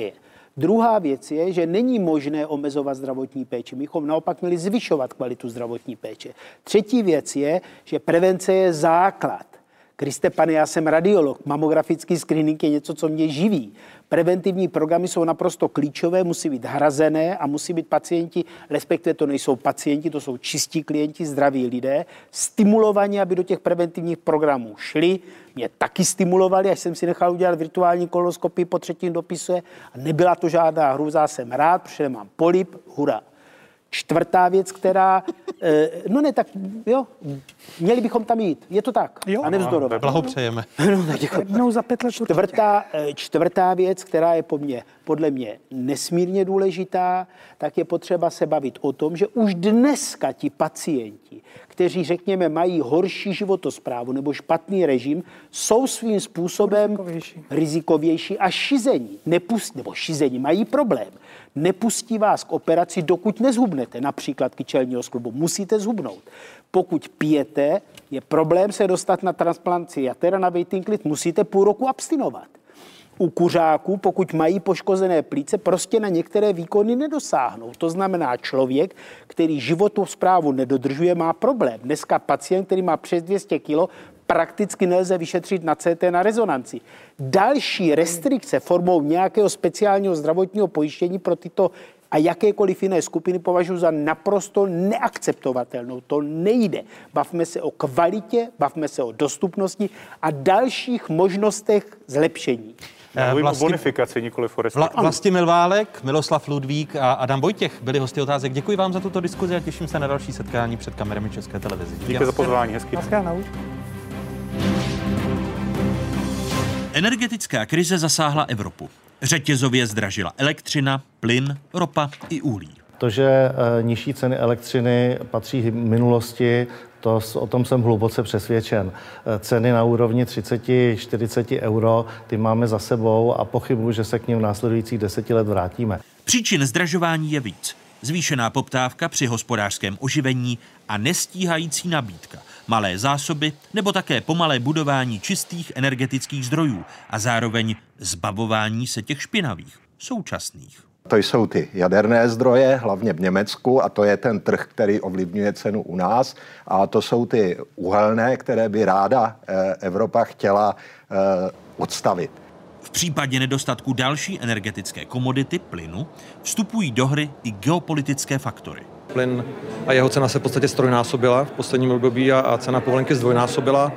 Druhá věc je, že není možné omezovat zdravotní péči. My bychom naopak měli zvyšovat kvalitu zdravotní péče. Třetí věc je, že prevence je základ. Kriste pane, já jsem radiolog, mamografický screening je něco, co mě živí. Preventivní programy jsou naprosto klíčové, musí být hrazené a musí být pacienti, respektive to nejsou pacienti, to jsou čistí klienti, zdraví lidé, stimulovaní, aby do těch preventivních programů šli. Mě taky stimulovali, až jsem si nechal udělat virtuální kolonoskopii po třetím dopise a nebyla to žádná hrůza, jsem rád, protože nemám polip, hurá. Čtvrtá věc, která, no ne, tak jo, měli bychom tam jít, je to tak, jo, a nevzdorovat. Blahopřejeme. No, Jednou za pět let čtvrtá, čtvrtá věc, která je po mně, podle mě nesmírně důležitá, tak je potřeba se bavit o tom, že už dneska ti pacienti, kteří, řekněme, mají horší životosprávu nebo špatný režim, jsou svým způsobem rizikovější, rizikovější a šizení, nepustí, nebo šizení mají problém. Nepustí vás k operaci, dokud nezhubnete, například kyčelního sklubu. Musíte zhubnout. Pokud pijete, je problém se dostat na transplantaci jatera, na waiting list, musíte půl roku abstinovat. U kuřáků, pokud mají poškozené plíce, prostě na některé výkony nedosáhnou. To znamená, člověk, který životosprávu nedodržuje, má problém. Dneska pacient, který má přes dvě stě kilo, prakticky nelze vyšetřit na C T, na rezonanci. Další restrikce formou nějakého speciálního zdravotního pojištění pro tyto a jakékoliv jiné skupiny považuji za naprosto neakceptovatelnou. To nejde. Bavme se o kvalitě, bavme se o dostupnosti a dalších možnostech zlepšení. Mluvím o bonifikaci, nikoliv o restrikci. Vla, Vlastimil Válek, Miloslav Ludvík a Adam Vojtěch byli hosty Otázek. Děkuji vám za tuto diskuzi a těším se na další setkání před kamerami České televize. Díky Jasně. za pozvání, hezký. Energetická krize zasáhla Evropu. Řetězově zdražila elektřina, plyn, ropa i uhlí. To, že nižší ceny elektřiny patří v minulosti, to, o tom jsem hluboce přesvědčen. Ceny na úrovni třicet až čtyřicet euro, ty máme za sebou a pochybuji, že se k nim v následujících deseti let vrátíme. Příčin zdražování je víc. Zvýšená poptávka při hospodářském oživení a nestíhající nabídka, malé zásoby nebo také pomalé budování čistých energetických zdrojů a zároveň zbavování se těch špinavých, současných. To jsou ty jaderné zdroje, hlavně v Německu, a to je ten trh, který ovlivňuje cenu u nás. A to jsou ty uhelné, které by ráda Evropa chtěla odstavit. V případě nedostatku další energetické komodity plynu vstupují do hry i geopolitické faktory. Plyn a jeho cena se v podstatě strojnásobila v posledním období a cena povolenky zdvojnásobila.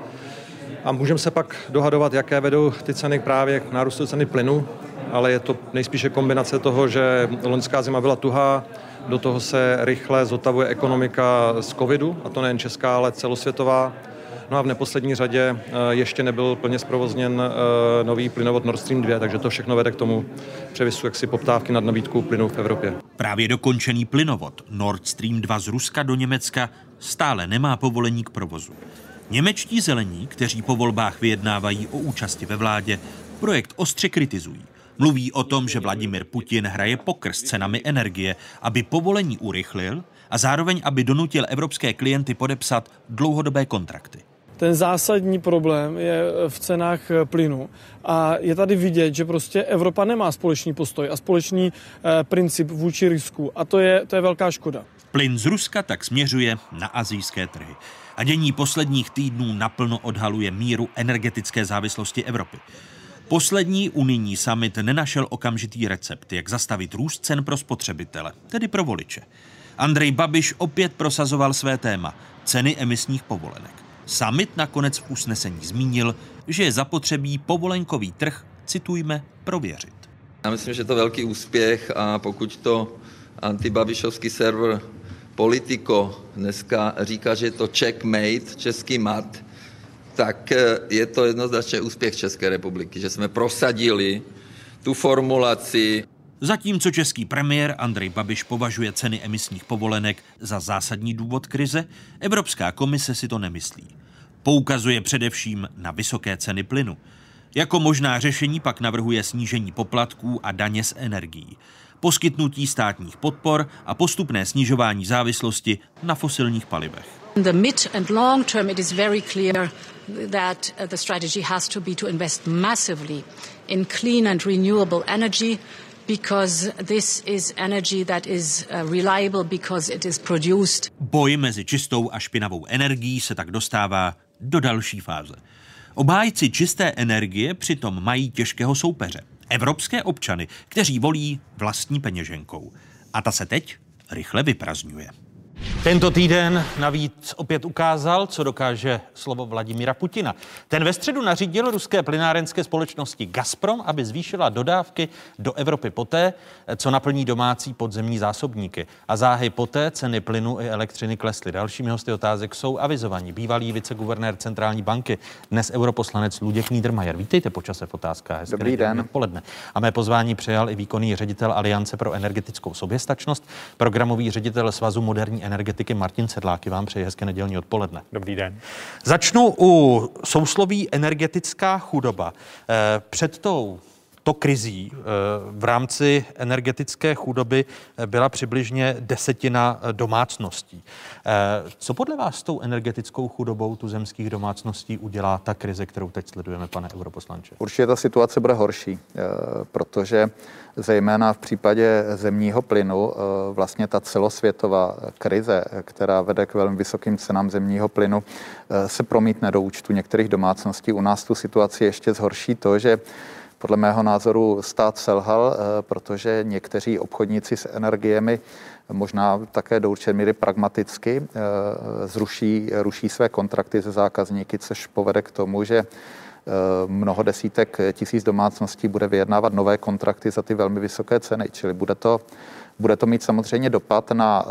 A můžeme se pak dohadovat, jaké vedou ty ceny právě k nárůstu ceny plynu, ale je to nejspíše kombinace toho, že loňská zima byla tuhá, do toho se rychle zotavuje ekonomika z covidu, a to nejen česká, ale celosvětová. No a v neposlední řadě ještě nebyl plně zprovozněn nový plynovod Nord Stream dva, takže to všechno vede k tomu převisu jaksi poptávky nad nabídkou plynu v Evropě. Právě dokončený plynovod Nord Stream dva z Ruska do Německa stále nemá povolení k provozu. Němečtí zelení, kteří po volbách vyjednávají o účasti ve vládě, projekt ostře kritizují. Mluví o tom, že Vladimir Putin hraje pokr s cenami energie, aby povolení urychlil a zároveň, aby donutil evropské klienty podepsat dlouhodobé kontrakty. Ten zásadní problém je v cenách plynu a je tady vidět, že prostě Evropa nemá společný postoj a společný eh, princip vůči risku a to je, to je velká škoda. Plyn z Ruska tak směřuje na asijské trhy. A dění posledních týdnů naplno odhaluje míru energetické závislosti Evropy. Poslední unijní summit nenašel okamžitý recept, jak zastavit růst cen pro spotřebitele, tedy pro voliče. Andrej Babiš opět prosazoval své téma – ceny emisních povolenek. Summit nakonec v usnesení zmínil, že je zapotřebí povolenkový trh, citujme, prověřit. Já myslím, že je to velký úspěch a pokud to antibabišovský server Politico dneska říká, že je to checkmate, český mat, tak je to jednoznačně úspěch České republiky, že jsme prosadili tu formulaci. Zatímco český premiér Andrej Babiš považuje ceny emisních povolenek za zásadní důvod krize, Evropská komise si to nemyslí. Poukazuje především na vysoké ceny plynu. Jako možná řešení pak navrhuje snížení poplatků a daně z energií, poskytnutí státních podpor a postupné snižování závislosti na fosilních palivech. In the mid and long term, it is very clear that the strategy has to be to invest massively in clean and renewable energy because this is energy that is uh, reliable because it is produced. Boj mezi čistou a špinavou energií se tak dostává do další fáze. Obhájci čisté energie přitom mají těžkého soupeře. Evropské občany, kteří volí vlastní peněženkou. A ta se teď rychle vyprazdňuje. Tento týden navíc opět ukázal, co dokáže slovo Vladimíra Putina. Ten ve středu nařídil ruské plynárenské společnosti Gazprom, aby zvýšila dodávky do Evropy poté, co naplní domácí podzemní zásobníky. A záhy poté ceny plynu i elektřiny klesly. Dalšími hosty otázek jsou avizovaní. Bývalý viceguvernér centrální banky, dnes europoslanec Luděk Niedermayer. Vítejte po čase v otázkách. Hezké Dobrý den. Odpoledne. A mé pozvání přijal i výkonný ředitel Aliance pro energetickou soběstačnost, programový ředitel Svazu moderní energetiky Martin Sedlák. Vám přeji hezké nedělní odpoledne. Dobrý den. Začnu u sousloví energetická chudoba. Před tou to krizí v rámci energetické chudoby byla přibližně desetina domácností. Co podle vás s tou energetickou chudobou tuzemských domácností udělá ta krize, kterou teď sledujeme, pane europoslanče? Určitě ta situace bude horší, protože zejména v případě zemního plynu vlastně ta celosvětová krize, která vede k velmi vysokým cenám zemního plynu, se promítne do účtu některých domácností. U nás tu situaci ještě zhorší to, že podle mého názoru stát selhal, protože někteří obchodníci s energiemi možná také do určité míry pragmaticky zruší, ruší své kontrakty se zákazníky, což povede k tomu, že mnoho desítek tisíc domácností bude vyjednávat nové kontrakty za ty velmi vysoké ceny. Čili bude to, bude to mít samozřejmě dopad na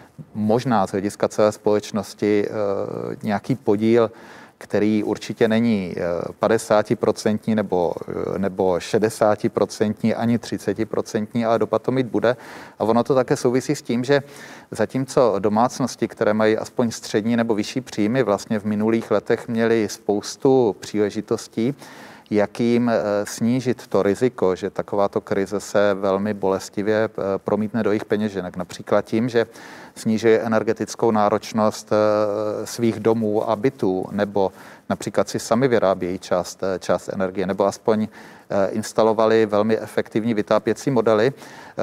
možná z hlediska celé společnosti nějaký podíl, který určitě není padesátiprocentní nebo, nebo šedesátiprocentní ani třicetiprocentní, ale dopad to mít bude. A ono to také souvisí s tím, že zatímco domácnosti, které mají aspoň střední nebo vyšší příjmy, vlastně v minulých letech měly spoustu příležitostí, jakým snížit to riziko, že takováto krize se velmi bolestivě promítne do jejich peněženek. Například tím, že sníží energetickou náročnost svých domů a bytů, nebo například si sami vyrábějí část, část energie, nebo aspoň instalovali velmi efektivní vytápěcí modely,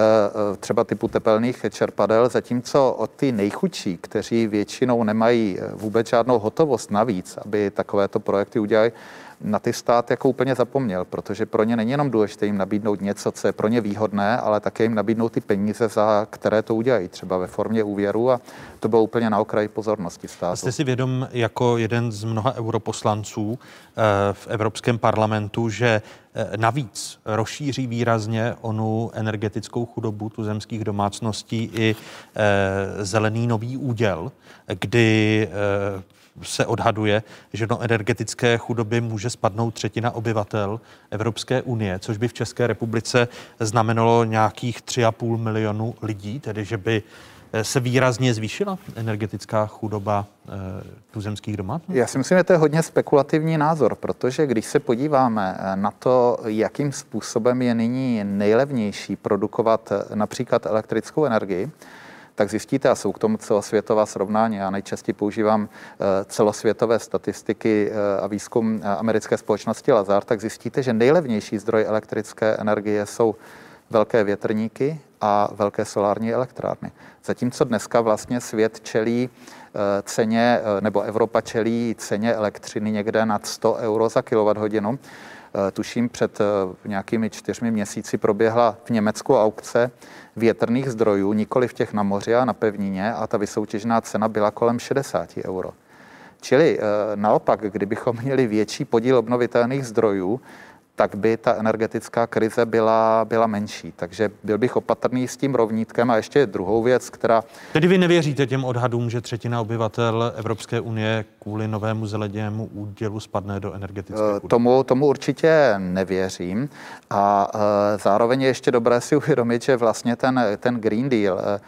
třeba typu tepelných čerpadel, zatímco od ty nejchudší, kteří většinou nemají vůbec žádnou hotovost navíc, aby takovéto projekty udělali, na ty stát jako úplně zapomněl, protože pro ně není jenom důležité jim nabídnout něco, co je pro ně výhodné, ale také jim nabídnout ty peníze, za které to udělají, třeba ve formě úvěru, a to bylo úplně na okraji pozornosti státu. Jste si vědom jako jeden z mnoha europoslanců v Evropském parlamentu, že navíc rozšíří výrazně onu energetickou chudobu tuzemských domácností i zelený nový úděl, kdy se odhaduje, že do energetické chudoby může spadnout třetina obyvatel Evropské unie, což by v České republice znamenalo nějakých tři a půl milionu lidí, tedy že by se výrazně zvýšila energetická chudoba tuzemských domácností? Já si myslím, že to je hodně spekulativní názor, protože když se podíváme na to, jakým způsobem je nyní nejlevnější produkovat například elektrickou energii, tak zjistíte, a jsou k tomu celosvětová srovnání. Já nejčastěji používám celosvětové statistiky a výzkum americké společnosti Lazard, tak zjistíte, že nejlevnější zdroj elektrické energie jsou velké větrníky a velké solární elektrárny. Zatímco dneska vlastně svět čelí ceně, nebo Evropa čelí ceně elektřiny někde nad sto euro za kilowatthodinu. Tuším, před nějakými čtyřmi měsíci proběhla v Německu aukce větrných zdrojů, nikoli v těch na moři a na pevnině, a ta vysoutěžená cena byla kolem šedesát euro. Čili naopak, kdybychom měli větší podíl obnovitelných zdrojů, tak by ta energetická krize byla, byla menší. Takže byl bych opatrný s tím rovnítkem. A ještě druhou věc, která... Tedy vy nevěříte těm odhadům, že třetina obyvatel Evropské unie kvůli novému zelenému údělu spadne do energetické chudoby? Tomu, tomu určitě nevěřím. A e, zároveň je ještě dobré si uvědomit, že vlastně ten, ten Green Deal e,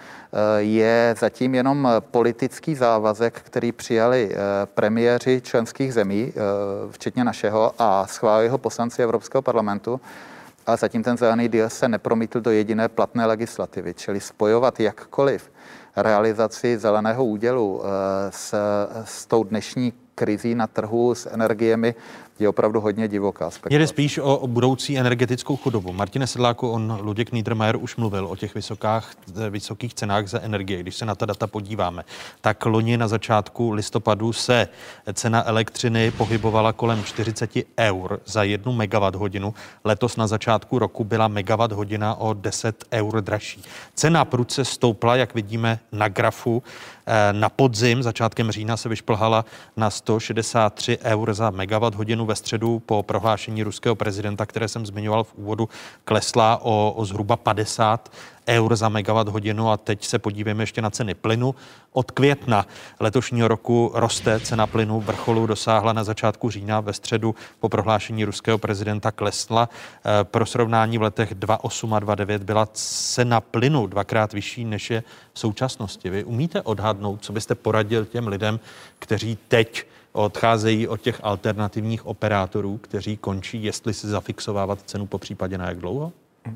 je zatím jenom politický závazek, který přijali e, premiéři členských zemí, e, včetně našeho, a schválili ho poslanci Evropského parlamentu. A zatím ten zelený deal se nepromítl do jediné platné legislativy, čili spojovat jakkoliv realizaci zeleného údělu s, s tou dnešní krizí na trhu s energiemi je opravdu hodně divoká spekulace. Jde spíš o, o budoucí energetickou chudobu. Martine Sedláku, on Luděk Niedermayer už mluvil o těch vysokách, vysokých cenách za energie. Když se na ta data podíváme, tak loni na začátku listopadu se cena elektřiny pohybovala kolem čtyřicet eur za jednu megawatt hodinu. Letos na začátku roku byla megawatt hodina o deset eur dražší. Cena prudce stoupla, jak vidíme na grafu. Na podzim začátkem října se vyšplhala na sto šedesát tři eur za megawatt hodinu. Ve středu po prohlášení ruského prezidenta, které jsem zmiňoval v úvodu, klesla o, o zhruba padesát eur za megawatt hodinu. A teď se podívejme ještě na ceny plynu. Od května letošního roku roste cena plynu, vrcholu dosáhla na začátku října, ve středu po prohlášení ruského prezidenta klesla. Pro srovnání v letech dva tisíce osm a dva tisíce devět byla cena plynu dvakrát vyšší, než je v současnosti. Vy umíte odhadnout, co byste poradil těm lidem, kteří teď odcházejí od těch alternativních operátorů, kteří končí, jestli si zafixovávat cenu, po případě na jak dlouho?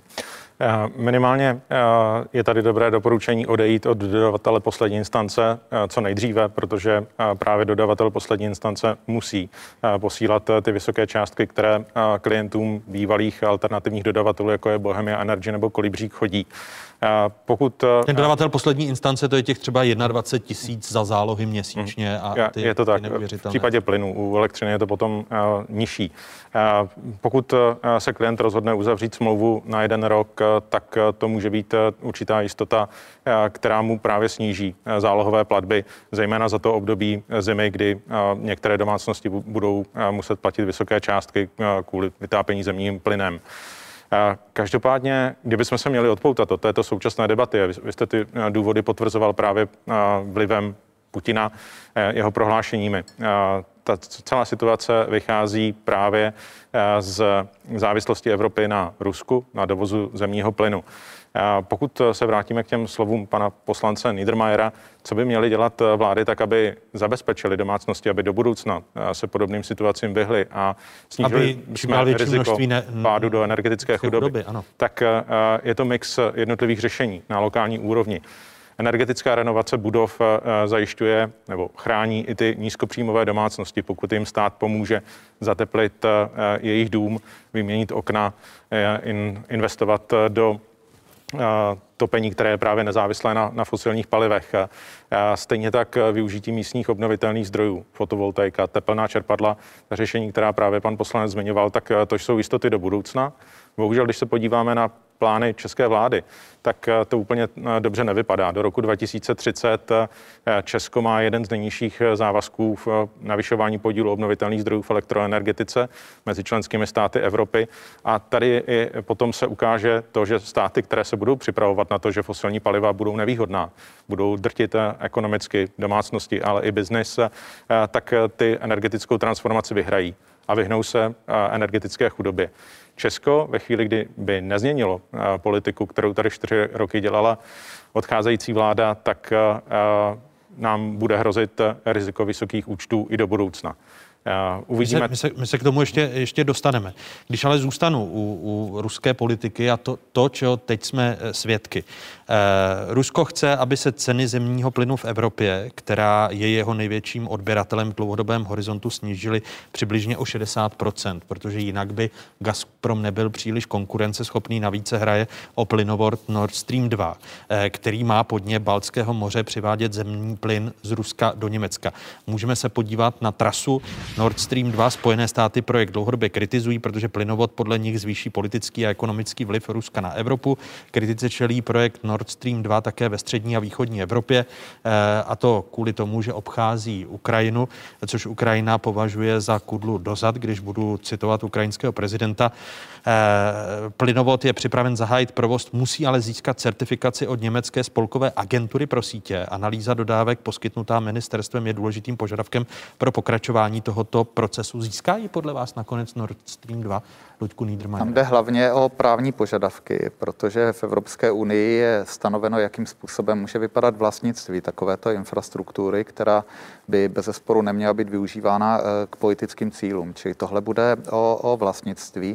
Minimálně je tady dobré doporučení odejít od dodavatele poslední instance co nejdříve, protože právě dodavatel poslední instance musí posílat ty vysoké částky, které klientům bývalých alternativních dodavatelů, jako je Bohemia Energy nebo Kolibřík, chodí. Pokud ten dodavatel poslední instance, to je těch třeba dvacet jedna tisíc za zálohy měsíčně a ty, je to tak. Ty v případě plynu, u elektřiny je to potom uh, nižší. Uh, pokud uh, se klient rozhodne uzavřít smlouvu na jeden rok, uh, tak uh, to může být uh, určitá jistota, uh, která mu právě sníží uh, zálohové platby, zejména za to období zimy, kdy uh, některé domácnosti budou uh, muset platit vysoké částky uh, kvůli vytápění zemním plynem. Každopádně, kdybychom se měli odpoutat od této současné debaty, vy jste ty důvody potvrzoval právě vlivem Putina, jeho prohlášeními. Ta celá situace vychází právě z závislosti Evropy na Rusku, na dovozu zemního plynu. Pokud se vrátíme k těm slovům pana poslance Niedermayera, co by měly dělat vlády tak, aby zabezpečili domácnosti, aby do budoucna se podobným situacím vyhly a snížili riziko ne, pádu do energetické chudoby, chudoby tak je to mix jednotlivých řešení na lokální úrovni. Energetická renovace budov zajišťuje nebo chrání i ty nízkopříjmové domácnosti, pokud jim stát pomůže zateplit jejich dům, vyměnit okna, investovat do topení, které je právě nezávislé na, na fosilních palivech. Stejně tak využití místních obnovitelných zdrojů, fotovoltaika, tepelná čerpadla, řešení, která právě pan poslanec zmiňoval, tak to jsou jistoty do budoucna. Bohužel, když se podíváme na plány české vlády, tak to úplně dobře nevypadá. Do roku dva tisíce třicet Česko má jeden z nejnižších závazků v navyšování podílu obnovitelných zdrojů v elektroenergetice mezi členskými státy Evropy. A tady i potom se ukáže to, že státy, které se budou připravovat na to, že fosilní paliva budou nevýhodná, budou drtit ekonomicky domácnosti, ale i biznis, tak ty energetickou transformaci vyhrají a vyhnou se energetické chudobě. Česko ve chvíli, kdy by nezměnilo politiku, kterou tady čtyři roky dělala odcházející vláda, tak nám bude hrozit riziko vysokých účtů i do budoucna. Uvidíme. My se, my se k tomu ještě, ještě dostaneme. Když ale zůstanu u, u ruské politiky a to, to, čeho teď jsme svědky. Eh, Rusko chce, aby se ceny zemního plynu v Evropě, která je jeho největším odběratelem v dlouhodobém horizontu, snížily přibližně o šedesát procent, protože jinak by Gazprom nebyl příliš konkurenceschopný. Navíc se hraje o plynovod Nord Stream dva, eh, který má po dně Baltského moře přivádět zemní plyn z Ruska do Německa. Můžeme se podívat na trasu Nord Stream dva. Spojené státy projekt dlouhodobě kritizují, protože plynovod podle nich zvýší politický a ekonomický vliv Ruska na Evropu. Kritice čelí projekt Nord Stream dva také ve střední a východní Evropě, a to kvůli tomu, že obchází Ukrajinu, což Ukrajina považuje za kudlu dozad, když budu citovat ukrajinského prezidenta. Plynovod je připraven zahájit provoz, musí ale získat certifikaci od německé spolkové agentury pro sítě. Analýza dodávek poskytnutá ministerstvem je důležitým požadavkem pro pokračování tohoto procesu. Získá ji podle vás nakonec Nord Stream dva? Luďku Niedermayer. Tam jde hlavně o právní požadavky, protože v Evropské unii je stanoveno, jakým způsobem může vypadat vlastnictví takovéto infrastruktury, která by bezesporu neměla být využívána k politickým cílům. Čili tohle bude o, o vlastnictví.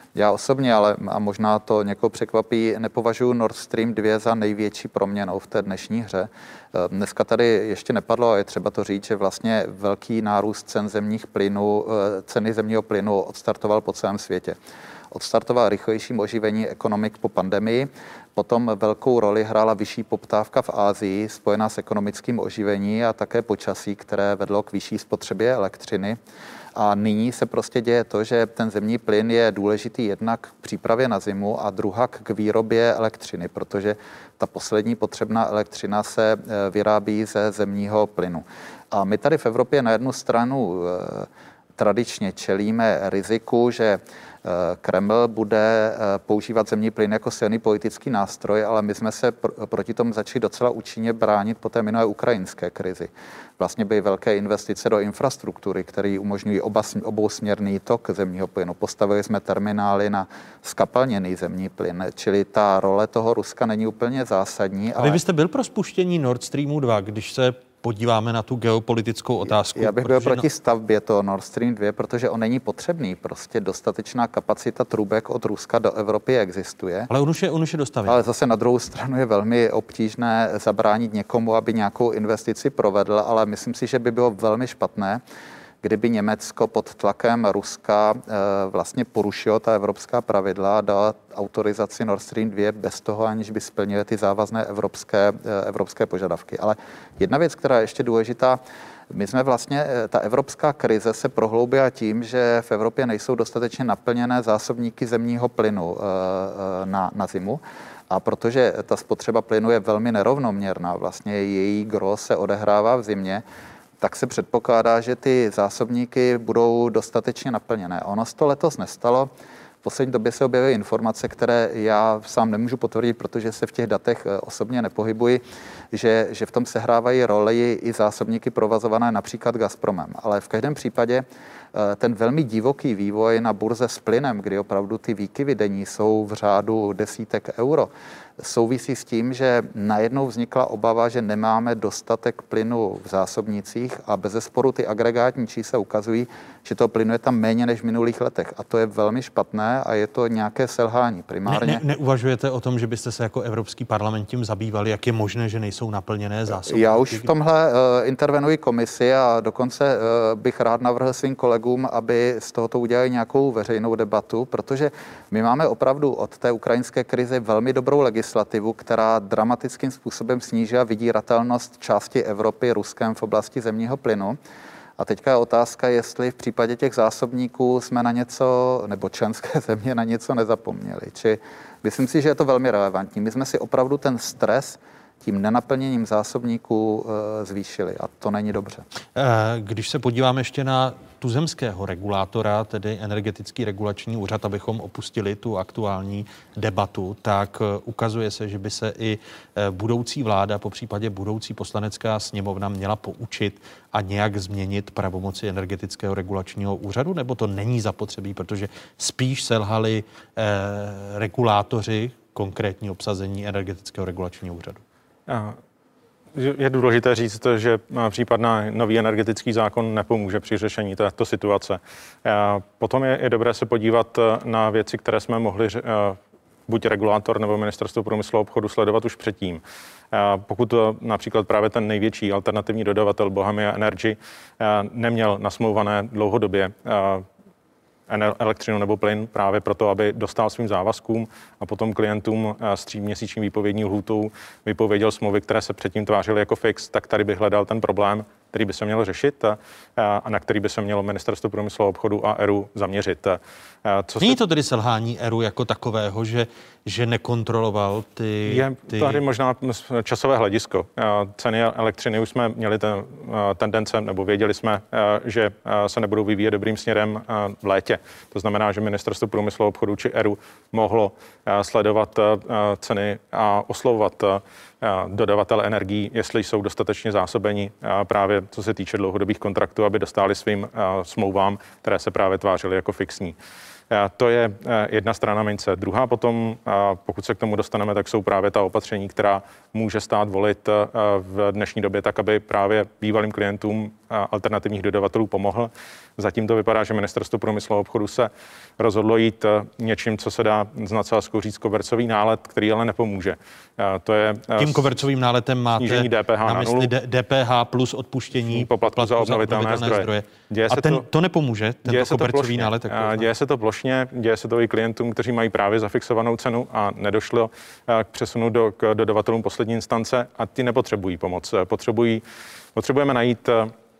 Já osobně, ale a možná to někoho překvapí, nepovažuji Nord Stream dva za největší proměnou v té dnešní hře. Dneska tady ještě nepadlo, a je třeba to říct, že vlastně velký nárůst cen zemních plynů, ceny zemního plynu odstartoval po celém světě. Odstartoval rychlejším oživení ekonomik po pandemii, potom velkou roli hrála vyšší poptávka v Asii, spojená s ekonomickým oživení a také počasí, které vedlo k vyšší spotřebě elektřiny. A nyní se prostě děje to, že ten zemní plyn je důležitý jednak k přípravě na zimu a druhak k výrobě elektřiny, protože ta poslední potřebná elektřina se vyrábí ze zemního plynu. A my tady v Evropě na jednu stranu tradičně čelíme riziku, že Kreml bude používat zemní plyn jako silný politický nástroj, ale my jsme se pr- proti tomu začali docela účinně bránit po té minulé ukrajinské krizi. Vlastně byly velké investice do infrastruktury, které umožňují oba, obousměrný tok zemního plynu. Postavili jsme terminály na skapalněný zemní plyn, čili ta role toho Ruska není úplně zásadní. A vy ale... byste byl pro spuštění Nord Streamu dva, když se podíváme na tu geopolitickou otázku. Já bych byl proti stavbě toho Nord Stream dva, protože on není potřebný. Prostě dostatečná kapacita trubek od Ruska do Evropy existuje. Ale on už je, on už je dostavěn. Ale zase na druhou stranu je velmi obtížné zabránit někomu, aby nějakou investici provedl, ale myslím si, že by bylo velmi špatné, kdyby Německo pod tlakem Ruska e, vlastně porušilo ta evropská pravidla a dala autorizaci Nord Stream dva bez toho, aniž by splnily ty závazné evropské, e, evropské požadavky. Ale jedna věc, která je ještě důležitá, my jsme vlastně, ta evropská krize se prohloubila tím, že v Evropě nejsou dostatečně naplněné zásobníky zemního plynu e, e, na, na zimu. A protože ta spotřeba plynu je velmi nerovnoměrná, vlastně její gro se odehrává v zimě, tak se předpokládá, že ty zásobníky budou dostatečně naplněné. Ono se to letos nestalo. V poslední době se objevily informace, které já sám nemůžu potvrdit, protože se v těch datech osobně nepohybuji, že, že v tom sehrávají roli i zásobníky provozované například Gazpromem. Ale v každém případě ten velmi divoký vývoj na burze s plynem, kdy opravdu ty výkyvy denní jsou v řádu desítek euro, souvisí s tím, že najednou vznikla obava, že nemáme dostatek plynu v zásobnicích a bezesporu ty agregátní čísla ukazují, že toho plynu je tam méně než v minulých letech. A to je velmi špatné a je to nějaké selhání primárně. Ne, ne, neuvažujete o tom, že byste se jako Evropský parlament tím zabývali, jak je možné, že nejsou naplněné zásobníky? Já už v tomhle uh, intervenuji komisi a dokonce uh, bych rád navrhl svým kolegům, aby z tohoto udělali nějakou veřejnou debatu, protože my máme opravdu od té ukrajinské krize velmi dobrou legislativu, která dramatickým způsobem snížila vydíratelnost části Evropy Ruskem v oblasti zemního plynu. A teďka je otázka, jestli v případě těch zásobníků jsme na něco, nebo členské země na něco nezapomněli. Či myslím si, že je to velmi relevantní. My jsme si opravdu ten stres tím nenaplněním zásobníků e, zvýšili a to není dobře. Když se podíváme ještě na tuzemského regulátora, tedy Energetický regulační úřad, abychom opustili tu aktuální debatu, tak ukazuje se, že by se i budoucí vláda, po případě budoucí poslanecká sněmovna měla poučit a nějak změnit pravomoci Energetického regulačního úřadu, nebo to není zapotřebí, protože spíš selhali eh, regulátoři konkrétní obsazení Energetického regulačního úřadu? Je důležité říct, že případná nový energetický zákon nepomůže při řešení této situace. Potom je, je dobré se podívat na věci, které jsme mohli buď regulátor nebo Ministerstvo průmyslu a obchodu sledovat už předtím. Pokud například právě ten největší alternativní dodavatel Bohemia Energy neměl nasmlouvané dlouhodobě elektřinu nebo plyn právě proto, aby dostal svým závazkům a potom klientům s tříměsíční výpovědní lhůtou vypověděl smlouvy, které se předtím tvářily jako fix, tak tady bych hledal ten problém, který by se měl řešit a, a na který by se mělo Ministerstvo průmyslu a obchodu a ERÚ zaměřit. Co Není se... to tedy selhání ERÚ jako takového, že, že nekontroloval ty... Je ty... tady možná časové hledisko. Ceny elektřiny už jsme měli ten tendence, nebo věděli jsme, že se nebudou vyvíjet dobrým směrem v létě. To znamená, že Ministerstvo průmyslu a obchodu či ERÚ mohlo sledovat ceny a oslovovat dodavatel energií, jestli jsou dostatečně zásobeni právě co se týče dlouhodobých kontraktů, aby dostali svým smlouvám, které se právě tvářily jako fixní. To je jedna strana mince. Druhá potom, pokud se k tomu dostaneme, tak jsou právě ta opatření, která může stát volit v dnešní době tak, aby právě bývalým klientům alternativních dodavatelů pomohl. Zatím to vypadá, že Ministerstvo průmyslu a obchodu se rozhodlo jít něčím, co se dá s nadsázkou říct kobercový nálet, který ale nepomůže. To je tím kobercovým náletem máte D P H na mysli D P H plus odpuštění poplatku za obnovitelné zdroje. zdroje. A ten, to, to nepomůže, tento se kobercový plošně, nálet? Děje se to plošně, děje se to i klientům, kteří mají právě zafixovanou cenu a nedošlo k přesunu do, k dodavatelům poslední instance a ty nepotřebují pomoc. Potřebují, potřebujeme najít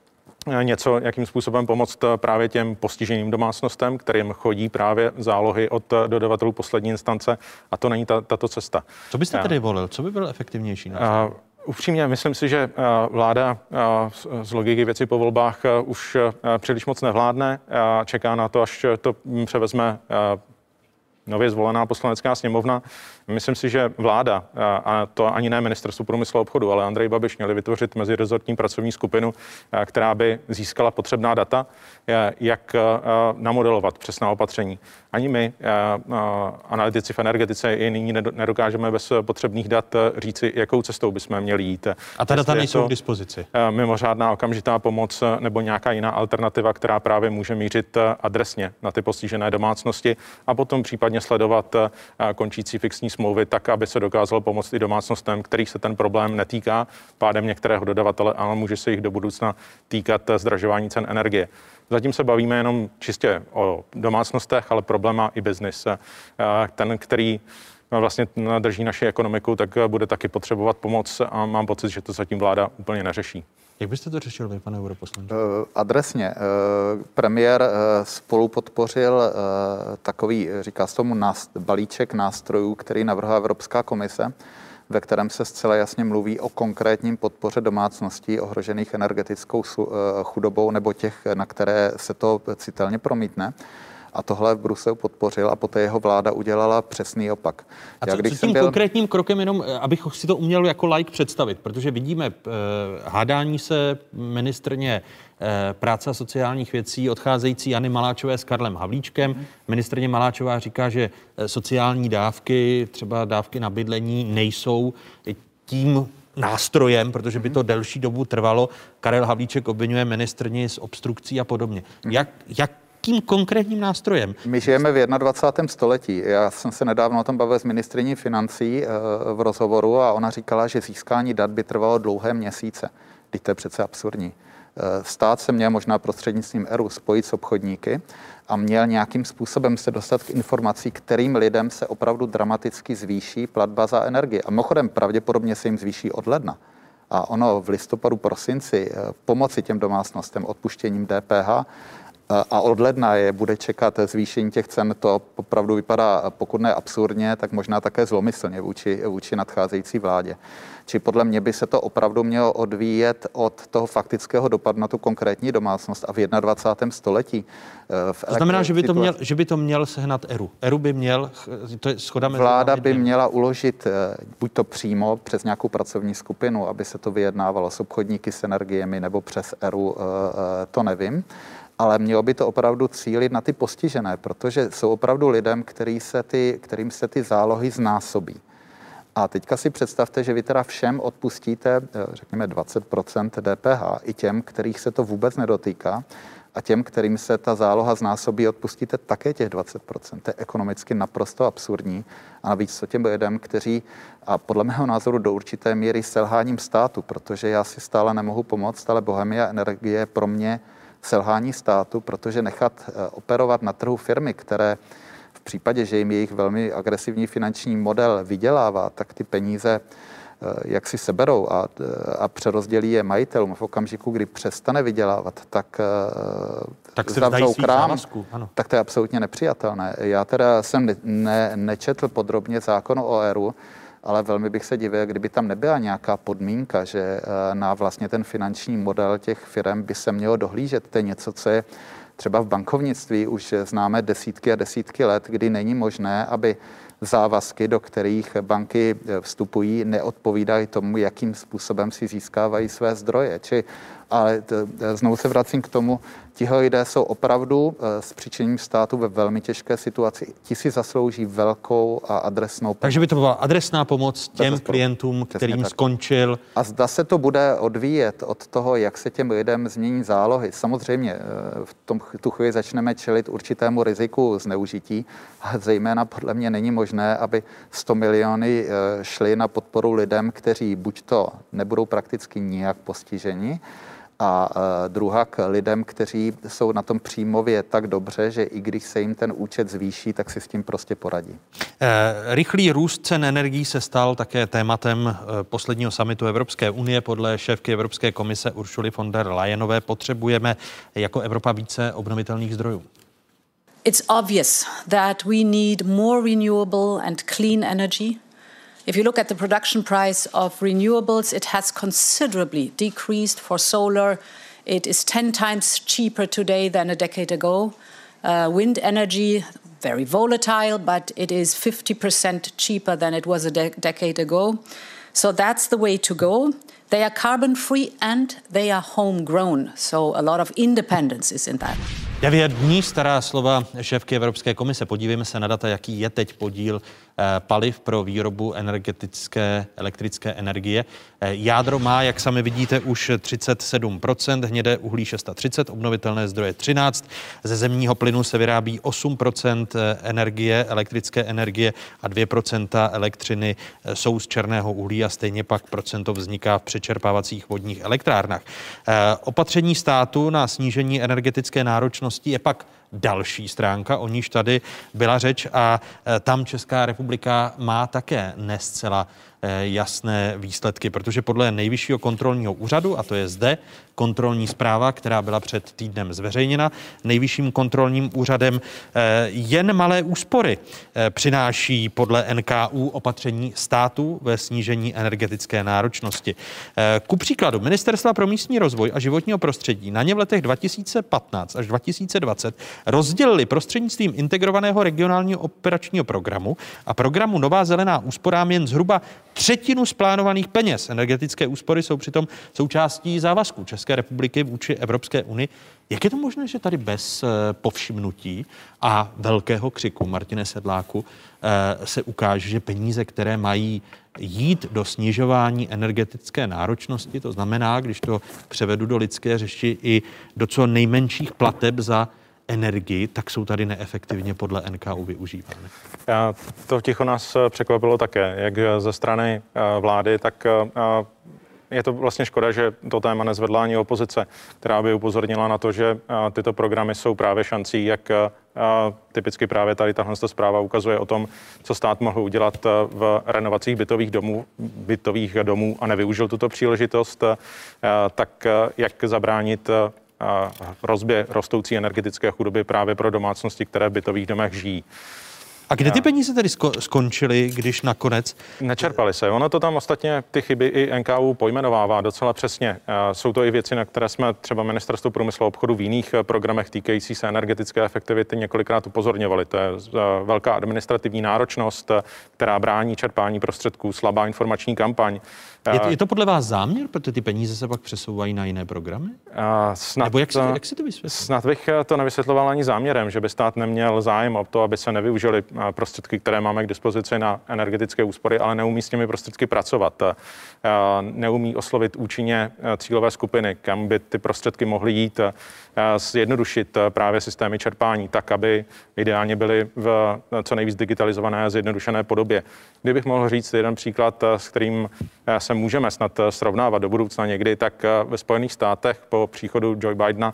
něco, jakým způsobem pomoct právě těm postiženým domácnostem, kterým chodí právě zálohy od dodavatelů poslední instance a to není ta, tato cesta. Co byste tedy volil? Co by byl efektivnější nástroj? Upřímně, myslím si, že vláda z logiky věci po volbách už příliš moc nevládne. Čeká na to, až to převezme nově zvolená poslanecká sněmovna. Myslím si, že vláda, a to ani ne Ministerstvo průmyslu a obchodu, ale Andrej Babiš měli vytvořit mezirezortní pracovní skupinu, která by získala potřebná data, jak namodelovat přesná opatření. Ani my, analytici v energetice, i nyní nedokážeme bez potřebných dat říci, jakou cestou bychom měli jít. A ta data nejsou k dispozici? Mimořádná okamžitá pomoc nebo nějaká jiná alternativa, která právě může mířit adresně na ty postižené domácnosti a potom případně sledovat končící fixní smlouvy tak, aby se dokázalo pomoct i domácnostem, kterých se ten problém netýká pádem některého dodavatele, ale může se jich do budoucna týkat zdražování cen energie. Zatím se bavíme jenom čistě o domácnostech, ale problém má i biznis. Ten, který vlastně drží naši ekonomiku, tak bude taky potřebovat pomoc a mám pocit, že to zatím vláda úplně neřeší. Jak byste to řešil vy, pane europoslanče? Adresně. Premiér spolu podpořil takový, říká se tomu, balíček nástrojů, který navrhla Evropská komise, ve kterém se zcela jasně mluví o konkrétním podpoře domácností ohrožených energetickou chudobou nebo těch, na které se to citelně promítne. A tohle v Bruselu podpořil a poté jeho vláda udělala přesný opak. A co, Já, když co tím byl... konkrétním krokem, jenom abych si to uměl jako laik představit, protože vidíme eh, hádání se ministrně eh, práce a sociálních věcí odcházející Jany Maláčové s Karlem Havlíčkem. Hmm. Ministrně Maláčová říká, že sociální dávky, třeba dávky na bydlení, nejsou tím nástrojem, protože by to delší dobu trvalo. Karel Havlíček obvinuje ministrni z obstrukcí a podobně. Hmm. Jak, jak Jakým konkrétním nástrojem? My žijeme v dvacátém prvním století. Já jsem se nedávno o tom bavil s ministryní financí v rozhovoru a ona říkala, že získání dat by trvalo dlouhé měsíce. Teď to je přece absurdní. Stát se měl možná prostřednictvím E R U spojit s obchodníky a měl nějakým způsobem se dostat k informací, kterým lidem se opravdu dramaticky zvýší platba za energii. A mimochodem pravděpodobně se jim zvýší od ledna. A ono v listopadu, prosinci pomoci těm domácnostem odpuštěním D P H a od ledna je bude čekat zvýšení těch cen, to opravdu vypadá, pokud ne absurdně, tak možná také zlomyslně vůči, vůči nadcházející vládě. Či podle mě by se to opravdu mělo odvíjet od toho faktického dopadu na tu konkrétní domácnost a v dvacátém prvním století. V to znamená, že by to, měl, že by to měl sehnat E R U. E R U by měl, to je shoda mezi Vláda by měla uložit buď to přímo přes nějakou pracovní skupinu, aby se to vyjednávalo s obchodníky s energiemi nebo přes E R U, to nevím. Ale mělo by to opravdu cílit na ty postižené, protože jsou opravdu lidem, který se ty, kterým se ty zálohy znásobí. A teďka si představte, že vy teda všem odpustíte, řekněme, dvacet procent D P H, i těm, kterých se to vůbec nedotýká, a těm, kterým se ta záloha znásobí, odpustíte také těch dvacet procent. To je ekonomicky naprosto absurdní. A navíc to těm lidem, kteří, a podle mého názoru do určité míry selháním státu, protože já si stále nemohu pomoct, ale Bohemia Energie pro mě selhání státu, protože nechat operovat na trhu firmy, které v případě, že jim jejich velmi agresivní finanční model vydělává, tak ty peníze jak si seberou a, a přerozdělí je majitelům v okamžiku, kdy přestane vydělávat, tak, tak se zavřou krám, závazku, ano. Tak to je absolutně nepřijatelné. Já teda jsem ne, ne, nečetl podrobně zákon o E R U, ale velmi bych se divil, kdyby tam nebyla nějaká podmínka, že na vlastně ten finanční model těch firm by se mělo dohlížet. To je něco, co je třeba v bankovnictví už známe desítky a desítky let, kdy není možné, aby závazky, do kterých banky vstupují, neodpovídají tomu, jakým způsobem si získávají své zdroje. Či Ale t, znovu se vracím k tomu, tihle lidé jsou opravdu s přičiněním státu ve velmi těžké situaci. Ti si zaslouží velkou a adresnou pomoc. Takže by to byla adresná pomoc těm klientům, kterým skončil. A zda se to bude odvíjet od toho, jak se těm lidem změní zálohy. Samozřejmě v tom, tu chvíli začneme čelit určitému riziku zneužití, ale zejména podle mě není možné, aby sto miliony šly na podporu lidem, kteří buď to nebudou prakticky nijak postiženi, a druhá k lidem, kteří jsou na tom příjmově tak dobře, že i když se jim ten účet zvýší, tak si s tím prostě poradí. Rychlý růst cen energií se stal také tématem posledního summitu Evropské unie. Podle šéfky Evropské komise Ursuly von der Leyenové potřebujeme jako Evropa více obnovitelných zdrojů. It's obvious that we need more renewable and clean energy. If you look at the production price of renewables, it has considerably decreased for solar. It is ten times cheaper today than a decade ago. Uh, wind energy, very volatile, but it is fifty percent cheaper than it was a de- decade ago. So that's the way to go. They are carbon free and they are homegrown. So a lot of independence is in that. Devět dní stará slova šéfky Evropské komise. Podívejme se na data, jaký je teď podíl paliv pro výrobu energetické elektrické energie. Jádro má, jak sami vidíte, už třicet sedm procent, hnědé uhlí třicet šest, obnovitelné zdroje třináct. Ze zemního plynu se vyrábí osm procent energie, elektrické energie a dvě procenta elektřiny jsou z černého uhlí a stejně pak procento vzniká v přečerpávacích vodních elektrárnách. Opatření státu na snížení energetické náročnosti je pak další stránka, o níž tady byla řeč a tam Česká republika má také ne zcela jasné výsledky, protože podle Nejvyššího kontrolního úřadu, a to je zde kontrolní zpráva, která byla před týdnem zveřejněna Nejvyšším kontrolním úřadem, jen malé úspory přináší podle N K U opatření státu ve snížení energetické náročnosti. Ku příkladu Ministerstva pro místní rozvoj a životního prostředí na ně v letech dva tisíce patnáct až dva tisíce dvacet rozdělili prostřednictvím integrovaného regionálního operačního programu a programu Nová zelená úsporám jen zhruba třetinu z plánovaných peněz. Energetické úspory jsou přitom součástí závazku České republiky vůči Evropské unii. Jak je to možné, že tady bez povšimnutí a velkého křiku, Martine Sedláku, se ukáže, že peníze, které mají jít do snižování energetické náročnosti, to znamená, když to převedu do lidské řeči, i do co nejmenších plateb za energii, tak jsou tady neefektivně podle N K U využívány. To ticho nás překvapilo také, jak ze strany vlády, tak je to vlastně škoda, že to téma nezvedla ani opozice, která by upozornila na to, že tyto programy jsou právě šancí, jak typicky právě tady tahle zpráva ukazuje o tom, co stát mohl udělat v renovacích bytových domů, bytových domů a nevyužil tuto příležitost, tak jak zabránit rozbě rostoucí energetické chudoby právě pro domácnosti, které v bytových domech žijí. A kde ty peníze tedy sko- skončily, když nakonec... Nečerpaly se. Ono to tam ostatně ty chyby i N K U pojmenovává docela přesně. Jsou to i věci, na které jsme třeba Ministerstvo průmyslu a obchodu v jiných programech týkající se energetické efektivity několikrát upozorňovali. To je velká administrativní náročnost, která brání čerpání prostředků, slabá informační kampaň. Je to, je to podle vás záměr, protože ty peníze se pak přesouvají na jiné programy? Snad, Nebo jak si, jak si to vysvětlíte? Snad bych to nevysvětloval ani záměrem, že by stát neměl zájem o to, aby se nevyužili prostředky, které máme k dispozici na energetické úspory, ale neumí s těmi prostředky pracovat. Neumí oslovit účinně cílové skupiny, kam by ty prostředky mohly jít, zjednodušit právě systémy čerpání tak, aby ideálně byly v co nejvíc digitalizované a zjednodušené podobě. Kdybych mohl říct jeden příklad, s kterým se můžeme snad srovnávat do budoucna někdy, tak ve Spojených státech po příchodu Joe Bidena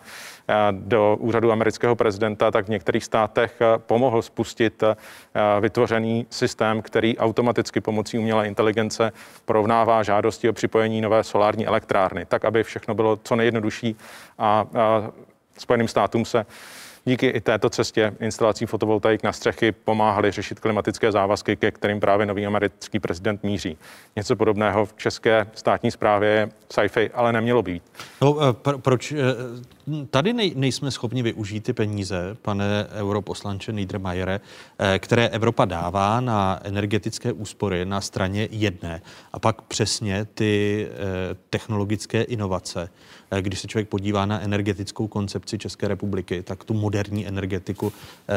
do úřadu amerického prezidenta, tak v některých státech pomohl spustit vytvořený systém, který automaticky pomocí umělé inteligence porovnává žádosti o připojení nové solární elektrárny, tak aby všechno bylo co nejjednodušší a Spojeným státům se díky i této cestě instalací fotovoltaik na střechy pomáhali řešit klimatické závazky, ke kterým právě nový americký prezident míří. Něco podobného v české státní správě sci-fi ale nemělo být. No, pro, proč tady nej, nejsme schopni využít ty peníze, pane europoslanče Niedermayere, které Evropa dává na energetické úspory na straně jedné a pak přesně ty technologické inovace. Když se člověk podívá na energetickou koncepci České republiky, tak tu moderní energetiku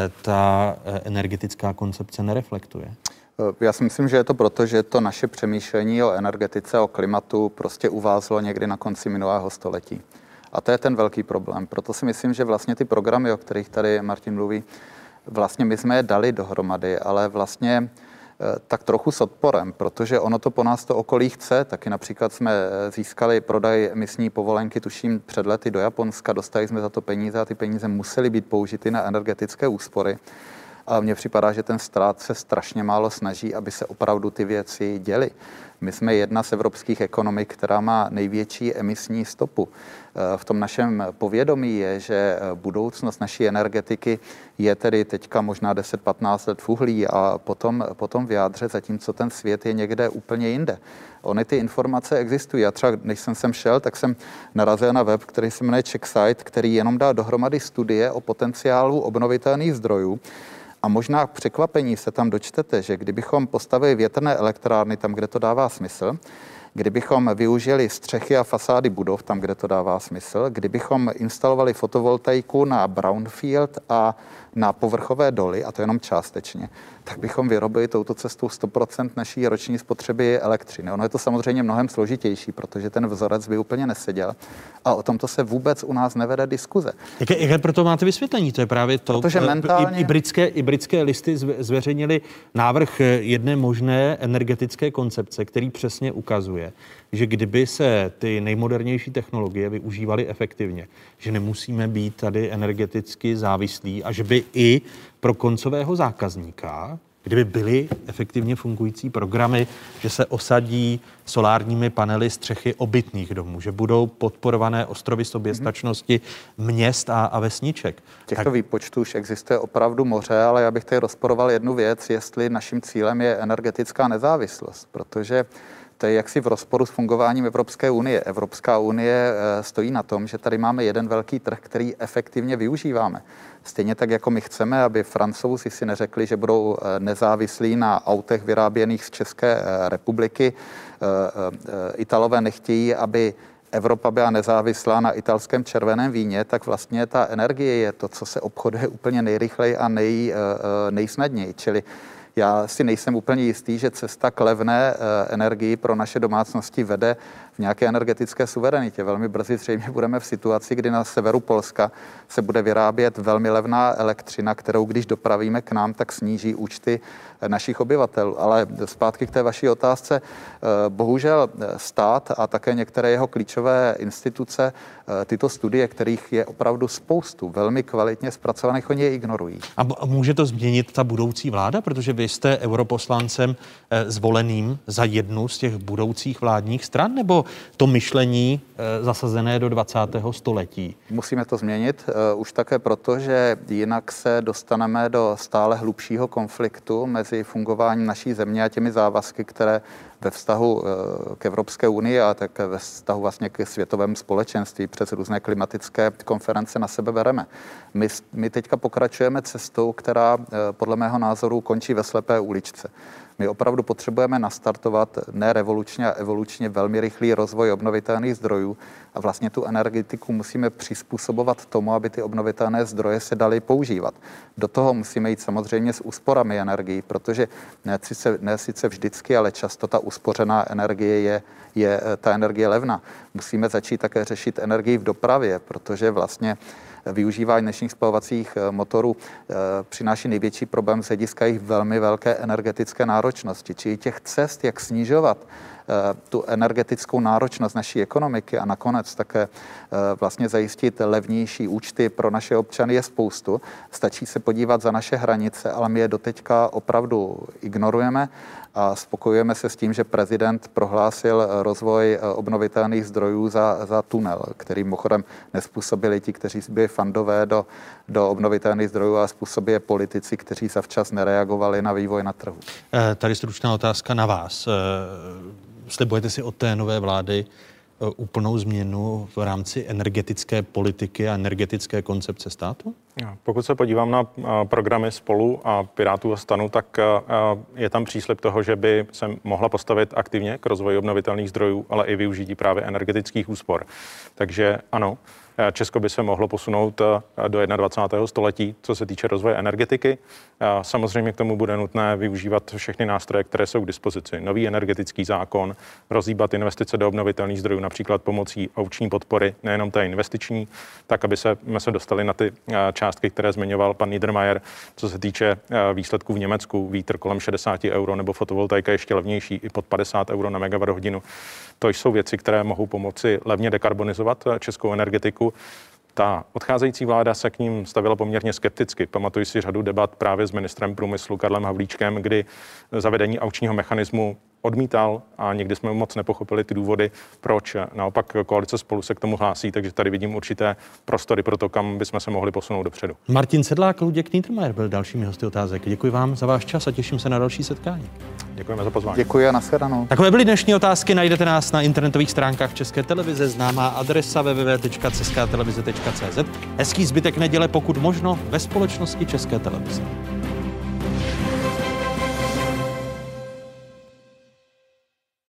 ta energetická koncepce nereflektuje. Já si myslím, že je to proto, že to naše přemýšlení o energetice, o klimatu prostě uvázlo někdy na konci minulého století. A to je ten velký problém. Proto si myslím, že vlastně ty programy, o kterých tady Martin mluví, vlastně my jsme je dali dohromady, ale vlastně tak trochu s odporem, protože ono to po nás to okolí chce. Taky například jsme získali prodaj emisní povolenky, tuším, před lety do Japonska, dostali jsme za to peníze a ty peníze musely být použity na energetické úspory. A mně připadá, že ten stát se strašně málo snaží, aby se opravdu ty věci děly. My jsme jedna z evropských ekonomik, která má největší emisní stopu. V tom našem povědomí je, že budoucnost naší energetiky je tedy teďka možná deset patnáct let v uhlí a potom, potom v jádře, zatímco ten svět je někde úplně jinde. Ony ty informace existují. Já třeba, než jsem sem šel, tak jsem narazil na web, který se jmenuje CheckSite, který jenom dá dohromady studie o potenciálu obnovitelných zdrojů. A možná k překvapení se tam dočtete, že kdybychom postavili větrné elektrárny tam, kde to dává smysl, kdybychom využili střechy a fasády budov tam, kde to dává smysl, kdybychom instalovali fotovoltaiku na brownfield a na povrchové doly, a to jenom částečně, tak bychom vyrobili touto cestou sto procent naší roční spotřeby elektřiny. Ono je to samozřejmě mnohem složitější, protože ten vzorec by úplně neseděl a o tomto se vůbec u nás nevede diskuze. Jaké, jaké proto máte vysvětlení? To je právě to, protože mentálně... i, i, britské, i britské listy zveřejnili návrh jedné možné energetické koncepce, který přesně ukazuje, že kdyby se ty nejmodernější technologie využívaly efektivně, že nemusíme být tady energeticky závislí a že by i pro koncového zákazníka, kdyby byly efektivně fungující programy, že se osadí solárními panely střechy obytných domů, že budou podporované ostrovy soběstačnosti měst a, a vesniček. Těchto tak... výpočtů už existuje opravdu moře, ale já bych tady rozporoval jednu věc, jestli naším cílem je energetická nezávislost, protože to je jaksi v rozporu s fungováním Evropské unie. Evropská unie stojí na tom, že tady máme jeden velký trh, který efektivně využíváme. Stejně tak, jako my chceme, aby Francouzi si neřekli, že budou nezávislí na autech vyráběných z České republiky. Italové nechtějí, aby Evropa byla nezávislá na italském červeném víně, tak vlastně ta energie je to, co se obchoduje úplně nejrychleji a nej, nejsnadněji. Čili já si nejsem úplně jistý, že cesta k levné energii pro naše domácnosti vede v nějaké energetické suverenitě. Velmi brzy zřejmě budeme v situaci, kdy na severu Polska se bude vyrábět velmi levná elektřina, kterou když dopravíme k nám, tak sníží účty našich obyvatel. Ale zpátky k té vaší otázce. Bohužel stát a také některé jeho klíčové instituce tyto studie, kterých je opravdu spoustu, velmi kvalitně zpracovaných, oni je ignorují. A může to změnit ta budoucí vláda? Protože vy jste europoslancem zvoleným za jednu z těch budoucích vládních stran, nebo to myšlení zasazené do dvacátého století? Musíme to změnit už také proto, že jinak se dostaneme do stále hlubšího konfliktu mezi fungováním naší země a těmi závazky, které ve vztahu k Evropské unii a také ve vztahu vlastně k světovému společenství přes různé klimatické konference na sebe bereme. My, my teďka pokračujeme cestou, která podle mého názoru končí ve slepé uličce. My opravdu potřebujeme nastartovat ne revolučně a evolučně velmi rychlý rozvoj obnovitelných zdrojů a vlastně tu energetiku musíme přizpůsobovat tomu, aby ty obnovitelné zdroje se daly používat. Do toho musíme jít samozřejmě s úsporami energií, protože ne sice, ne sice vždycky, ale často ta uspořená energie je, je ta energie levná. Musíme začít také řešit energii v dopravě, protože vlastně využívání dnešních spalovacích motorů e, přináší největší problém z hlediska jejich velmi velké energetické náročnosti. Čili těch cest, jak snižovat tu energetickou náročnost naší ekonomiky a nakonec také vlastně zajistit levnější účty pro naše občany je spoustu. Stačí se podívat za naše hranice, ale my je doteďka opravdu ignorujeme a spokojujeme se s tím, že prezident prohlásil rozvoj obnovitelných zdrojů za, za tunel, který mimochodem nespůsobili ti, kteří byli fandové do, do obnovitelných zdrojů, ale způsobí je politici, kteří zavčas nereagovali na vývoj na trhu. Tady stručná otázka na vás. Slibujete si od té nové vlády úplnou změnu v rámci energetické politiky a energetické koncepce státu? Pokud se podívám na programy Spolu a Pirátů a Stanu, tak je tam příslib toho, že by se mohla postavit aktivně k rozvoji obnovitelných zdrojů, ale i využití právě energetických úspor. Takže ano, Česko by se mohlo posunout do dvacátého prvního století, co se týče rozvoje energetiky. Samozřejmě k tomu bude nutné využívat všechny nástroje, které jsou k dispozici. Nový energetický zákon, rozhýbat investice do obnovitelných zdrojů, například pomocí aukční podpory, nejenom té investiční, tak, aby se, my se dostali na ty částky, které zmiňoval pan Niedermayer, co se týče výsledků v Německu, vítr kolem šedesát euro nebo fotovoltaika ještě levnější i pod padesát euro na megawatt hodinu. To jsou věci, které mohou pomoci levně dekarbonizovat českou energetiku. Ta odcházející vláda se k ním stavila poměrně skepticky. Pamatuji si řadu debat právě s ministrem průmyslu Karlem Havlíčkem, kdy zavedení aukčního mechanismu odmítal a nikdy jsme moc nepochopili ty důvody, proč. Naopak koalice Spolu se k tomu hlásí, takže tady vidím určité prostory pro to, kam bychom se mohli posunout dopředu. Martin Sedlák, Luděk Niedermayer byl dalšími hosty Otázek. Děkuji vám za váš čas a těším se na další setkání. Děkujeme za pozvání. Děkuji a nashledanou. Takové byly dnešní otázky, najdete nás na internetových stránkách České televize, známá adresa w w w tečka česká televize tečka cé zet. Hezký zbytek neděle, pokud možno ve společnosti České televize.